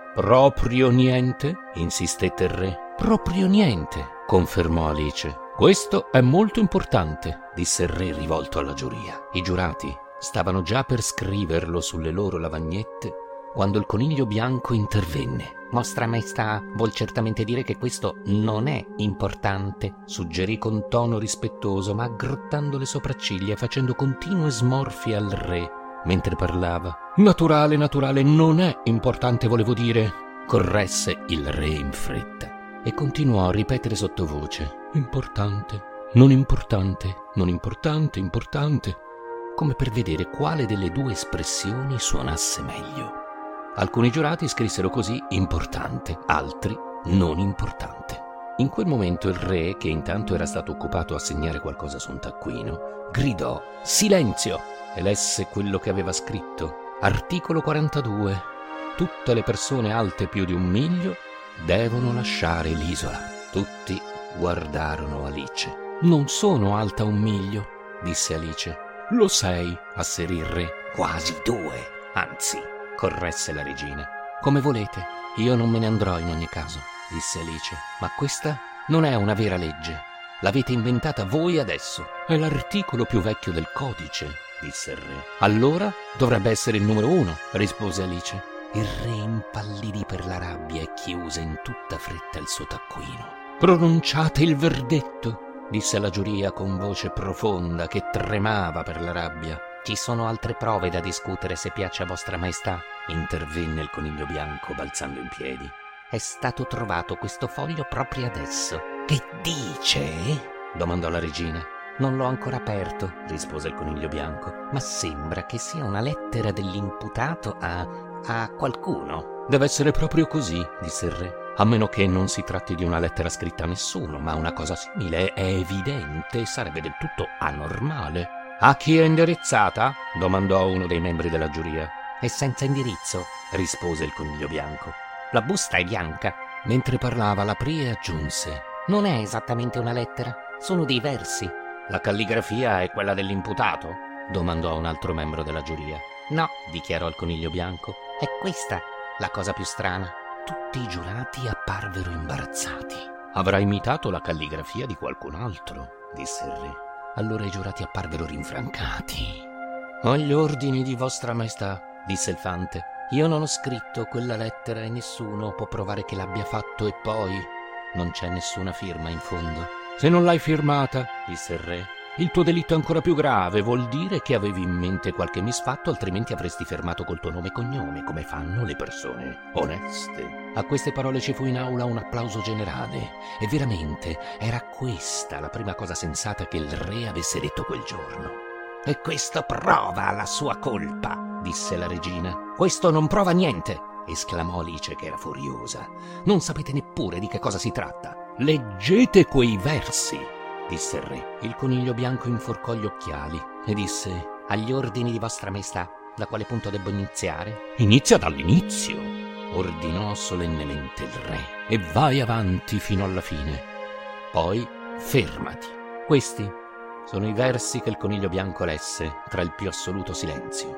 Proprio niente? Insistette il re. Proprio niente, confermò Alice. Questo è molto importante, disse il re rivolto alla giuria. I giurati stavano già per scriverlo sulle loro lavagnette quando il coniglio bianco intervenne. Vostra Maestà vuol certamente dire che questo non è importante, suggerì con tono rispettoso, ma aggrottando le sopracciglia e facendo continue smorfie al re mentre parlava. Naturale, naturale, non è importante, volevo dire, corresse il re in fretta e continuò a ripetere sottovoce. Importante, non importante, non importante, importante, come per vedere quale delle due espressioni suonasse meglio. Alcuni giurati scrissero così importante, altri non importante. In quel momento il re, che intanto era stato occupato a segnare qualcosa su un taccuino, gridò «Silenzio!» e lesse quello che aveva scritto. Articolo quarantadue. Tutte le persone alte più di un miglio devono lasciare l'isola. Tutti guardarono Alice. «Non sono alta un miglio», disse Alice. «Lo sei», asserì il re. «Quasi due, anzi», corresse la regina. «Come volete, io non me ne andrò in ogni caso», disse Alice. «Ma questa non è una vera legge. L'avete inventata voi adesso. È l'articolo più vecchio del codice», disse il re. «Allora dovrebbe essere il numero uno», rispose Alice. Il re impallidì per la rabbia e chiuse in tutta fretta il suo taccuino. «Pronunciate il verdetto», disse la giuria con voce profonda che tremava per la rabbia. «Ci sono altre prove da discutere, se piace a vostra maestà», intervenne il coniglio bianco balzando in piedi. «È stato trovato questo foglio proprio adesso». «Che dice?» domandò la regina. «Non l'ho ancora aperto», rispose il coniglio bianco, «ma sembra che sia una lettera dell'imputato a... a qualcuno». «Deve essere proprio così», disse il re, «a meno che non si tratti di una lettera scritta a nessuno, ma una cosa simile è evidente e sarebbe del tutto anormale». «A chi è indirizzata?» domandò uno dei membri della giuria. «È senza indirizzo», rispose il coniglio bianco. «La busta è bianca». Mentre parlava l'aprì e aggiunse: «Non è esattamente una lettera, sono dei versi». «La calligrafia è quella dell'imputato?» domandò un altro membro della giuria. «No», dichiarò il coniglio bianco, «è questa la cosa più strana». Tutti i giurati apparvero imbarazzati. «Avrà imitato la calligrafia di qualcun altro», disse il re. Allora i giurati apparvero rinfrancati. «Agli ordini di vostra maestà», disse il fante. «Io non ho scritto quella lettera e nessuno può provare che l'abbia fatto, e poi non c'è nessuna firma in fondo». «Se non l'hai firmata», disse il re, «il tuo delitto è ancora più grave. Vuol dire che avevi in mente qualche misfatto, altrimenti avresti firmato col tuo nome e cognome, come fanno le persone oneste». A queste parole ci fu in aula un applauso generale, e veramente era questa la prima cosa sensata che il re avesse detto quel giorno. «E questo prova la sua colpa», disse la regina. «Questo non prova niente», esclamò Alice, che era furiosa. «Non sapete neppure di che cosa si tratta. Leggete quei versi», disse il re. Il coniglio bianco inforcò gli occhiali e disse: «Agli ordini di vostra maestà, da quale punto debbo iniziare?» «Inizia dall'inizio», ordinò solennemente il re, «e vai avanti fino alla fine. Poi fermati». Questi sono i versi che il coniglio bianco lesse tra il più assoluto silenzio.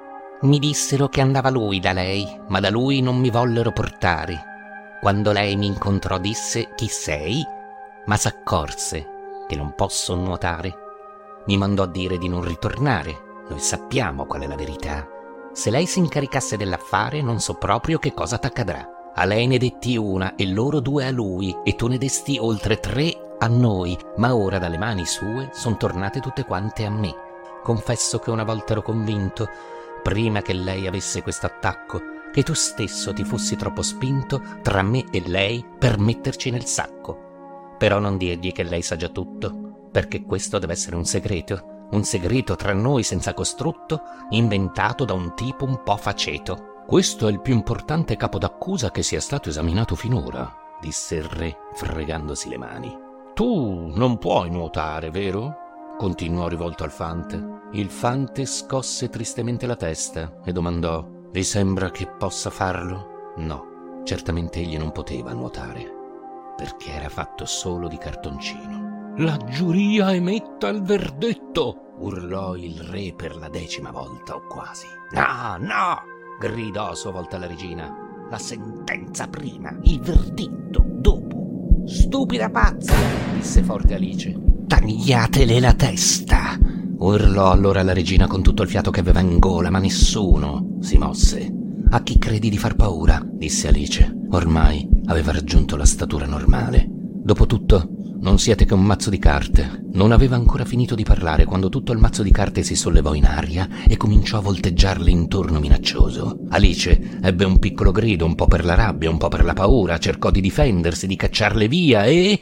«Mi dissero che andava lui da lei, ma da lui non mi vollero portare. Quando lei mi incontrò disse: chi sei? Ma s'accorse che non posso nuotare. Mi mandò a dire di non ritornare. Noi sappiamo qual è la verità. Se lei si incaricasse dell'affare, non so proprio che cosa t'accadrà. A lei ne detti una e loro due a lui, e tu ne desti oltre tre a noi, ma ora dalle mani sue son tornate tutte quante a me. Confesso che una volta ero convinto, prima che lei avesse questo attacco, che tu stesso ti fossi troppo spinto tra me e lei per metterci nel sacco. Però non dirgli che lei sa già tutto, perché questo deve essere un segreto, un segreto tra noi senza costrutto, inventato da un tipo un po' faceto». «Questo è il più importante capo d'accusa che sia stato esaminato finora», disse il re, fregandosi le mani. «Tu non puoi nuotare, vero?» continuò rivolto al fante. Il fante scosse tristemente la testa e domandò: «Vi sembra che possa farlo?» No, certamente egli non poteva nuotare, perché era fatto solo di cartoncino. «La giuria emetta il verdetto!» urlò il re per la decima volta o quasi. «No, no!» gridò a sua volta la regina. La sentenza prima, il verdetto dopo. Stupida pazza, disse forte Alice. Tagliatele la testa, urlò allora la regina con tutto il fiato che aveva in gola, ma nessuno si mosse. A chi credi di far paura? Disse Alice. Ormai aveva raggiunto la statura normale. Dopotutto, non siete che un mazzo di carte. Non aveva ancora finito di parlare quando tutto il mazzo di carte si sollevò in aria e cominciò a volteggiarle intorno minaccioso. Alice ebbe un piccolo grido, un po' per la rabbia, un po' per la paura, cercò di difendersi, di cacciarle via e...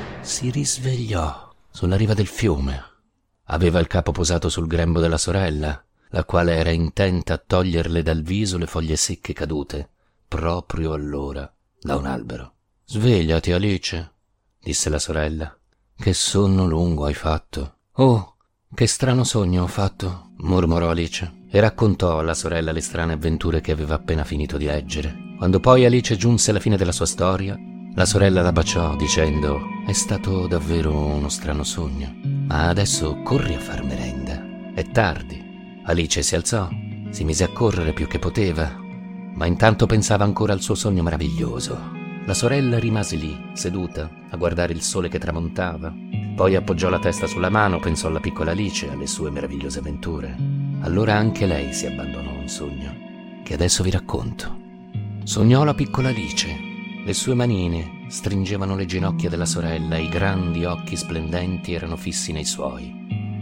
si risvegliò sulla riva del fiume. Aveva il capo posato sul grembo della sorella, la quale era intenta a toglierle dal viso le foglie secche cadute, proprio allora, da un albero. «Svegliati, Alice», disse la sorella. «Che sonno lungo hai fatto». «Oh, che strano sogno ho fatto», mormorò Alice, e raccontò alla sorella le strane avventure che aveva appena finito di leggere. Quando poi Alice giunse alla fine della sua storia, la sorella la baciò dicendo: «È stato davvero uno strano sogno, ma adesso corri a far merenda, è tardi». Alice si alzò, si mise a correre più che poteva, ma intanto pensava ancora al suo sogno meraviglioso. La sorella rimase lì, seduta, a guardare il sole che tramontava. Poi appoggiò la testa sulla mano, pensò alla piccola Alice e alle sue meravigliose avventure. Allora anche lei si abbandonò a un sogno, che adesso vi racconto. Sognò la piccola Alice. Le sue manine stringevano le ginocchia della sorella e i grandi occhi splendenti erano fissi nei suoi.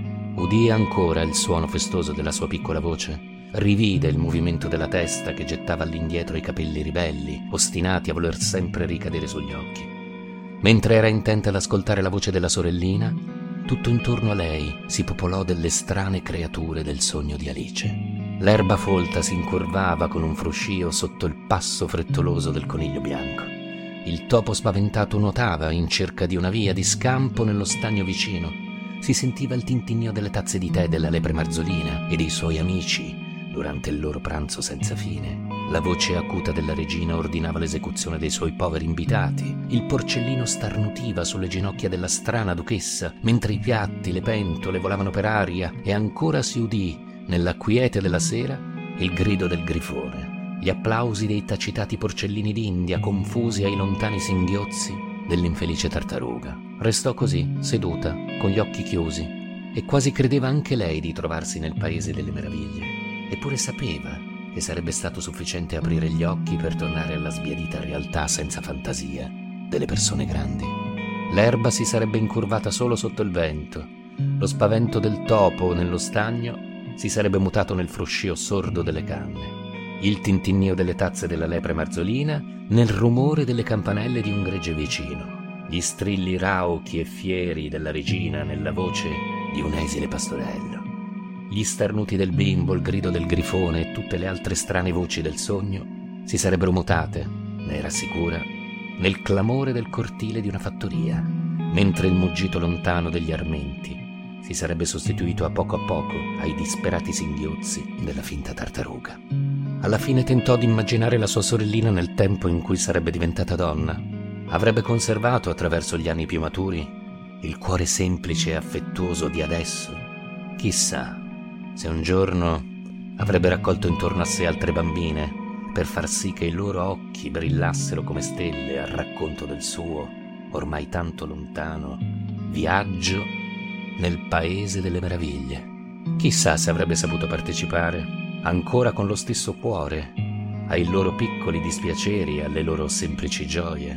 Udì ancora il suono festoso della sua piccola voce. Rivide il movimento della testa che gettava all'indietro i capelli ribelli, ostinati a voler sempre ricadere sugli occhi. Mentre era intenta ad ascoltare la voce della sorellina, tutto intorno a lei si popolò delle strane creature del sogno di Alice. L'erba folta si incurvava con un fruscio sotto il passo frettoloso del coniglio bianco. Il topo spaventato nuotava in cerca di una via di scampo nello stagno vicino. Si sentiva il tintinnio delle tazze di tè della lepre marzolina e dei suoi amici durante il loro pranzo senza fine. La voce acuta della regina ordinava l'esecuzione dei suoi poveri invitati. Il porcellino starnutiva sulle ginocchia della strana duchessa, mentre i piatti, le pentole volavano per aria, e ancora si udì, nella quiete della sera, il grido del grifone, gli applausi dei tacitati porcellini d'India, confusi ai lontani singhiozzi dell'infelice tartaruga. Restò così, seduta, con gli occhi chiusi, e quasi credeva anche lei di trovarsi nel paese delle meraviglie. Eppure sapeva che sarebbe stato sufficiente aprire gli occhi per tornare alla sbiadita realtà senza fantasia delle persone grandi. L'erba si sarebbe incurvata solo sotto il vento. Lo spavento del topo nello stagno si sarebbe mutato nel fruscio sordo delle canne. Il tintinnio delle tazze della lepre marzolina nel rumore delle campanelle di un gregge vicino. Gli strilli rauchi e fieri della regina nella voce di un esile pastorello. Gli starnuti del bimbo, il grido del grifone e tutte le altre strane voci del sogno si sarebbero mutate, ne era sicura, nel clamore del cortile di una fattoria, mentre il muggito lontano degli armenti si sarebbe sostituito a poco a poco ai disperati singhiozzi della finta tartaruga. Alla fine tentò di immaginare la sua sorellina nel tempo in cui sarebbe diventata donna. Avrebbe conservato, attraverso gli anni più maturi, il cuore semplice e affettuoso di adesso. Chissà se un giorno avrebbe raccolto intorno a sé altre bambine per far sì che i loro occhi brillassero come stelle al racconto del suo, ormai tanto lontano, viaggio nel paese delle meraviglie. Chissà se avrebbe saputo partecipare, ancora con lo stesso cuore, ai loro piccoli dispiaceri e alle loro semplici gioie,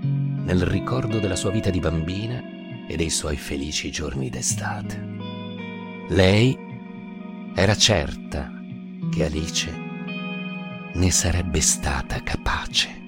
nel ricordo della sua vita di bambina e dei suoi felici giorni d'estate. Lei era certa che Alice ne sarebbe stata capace.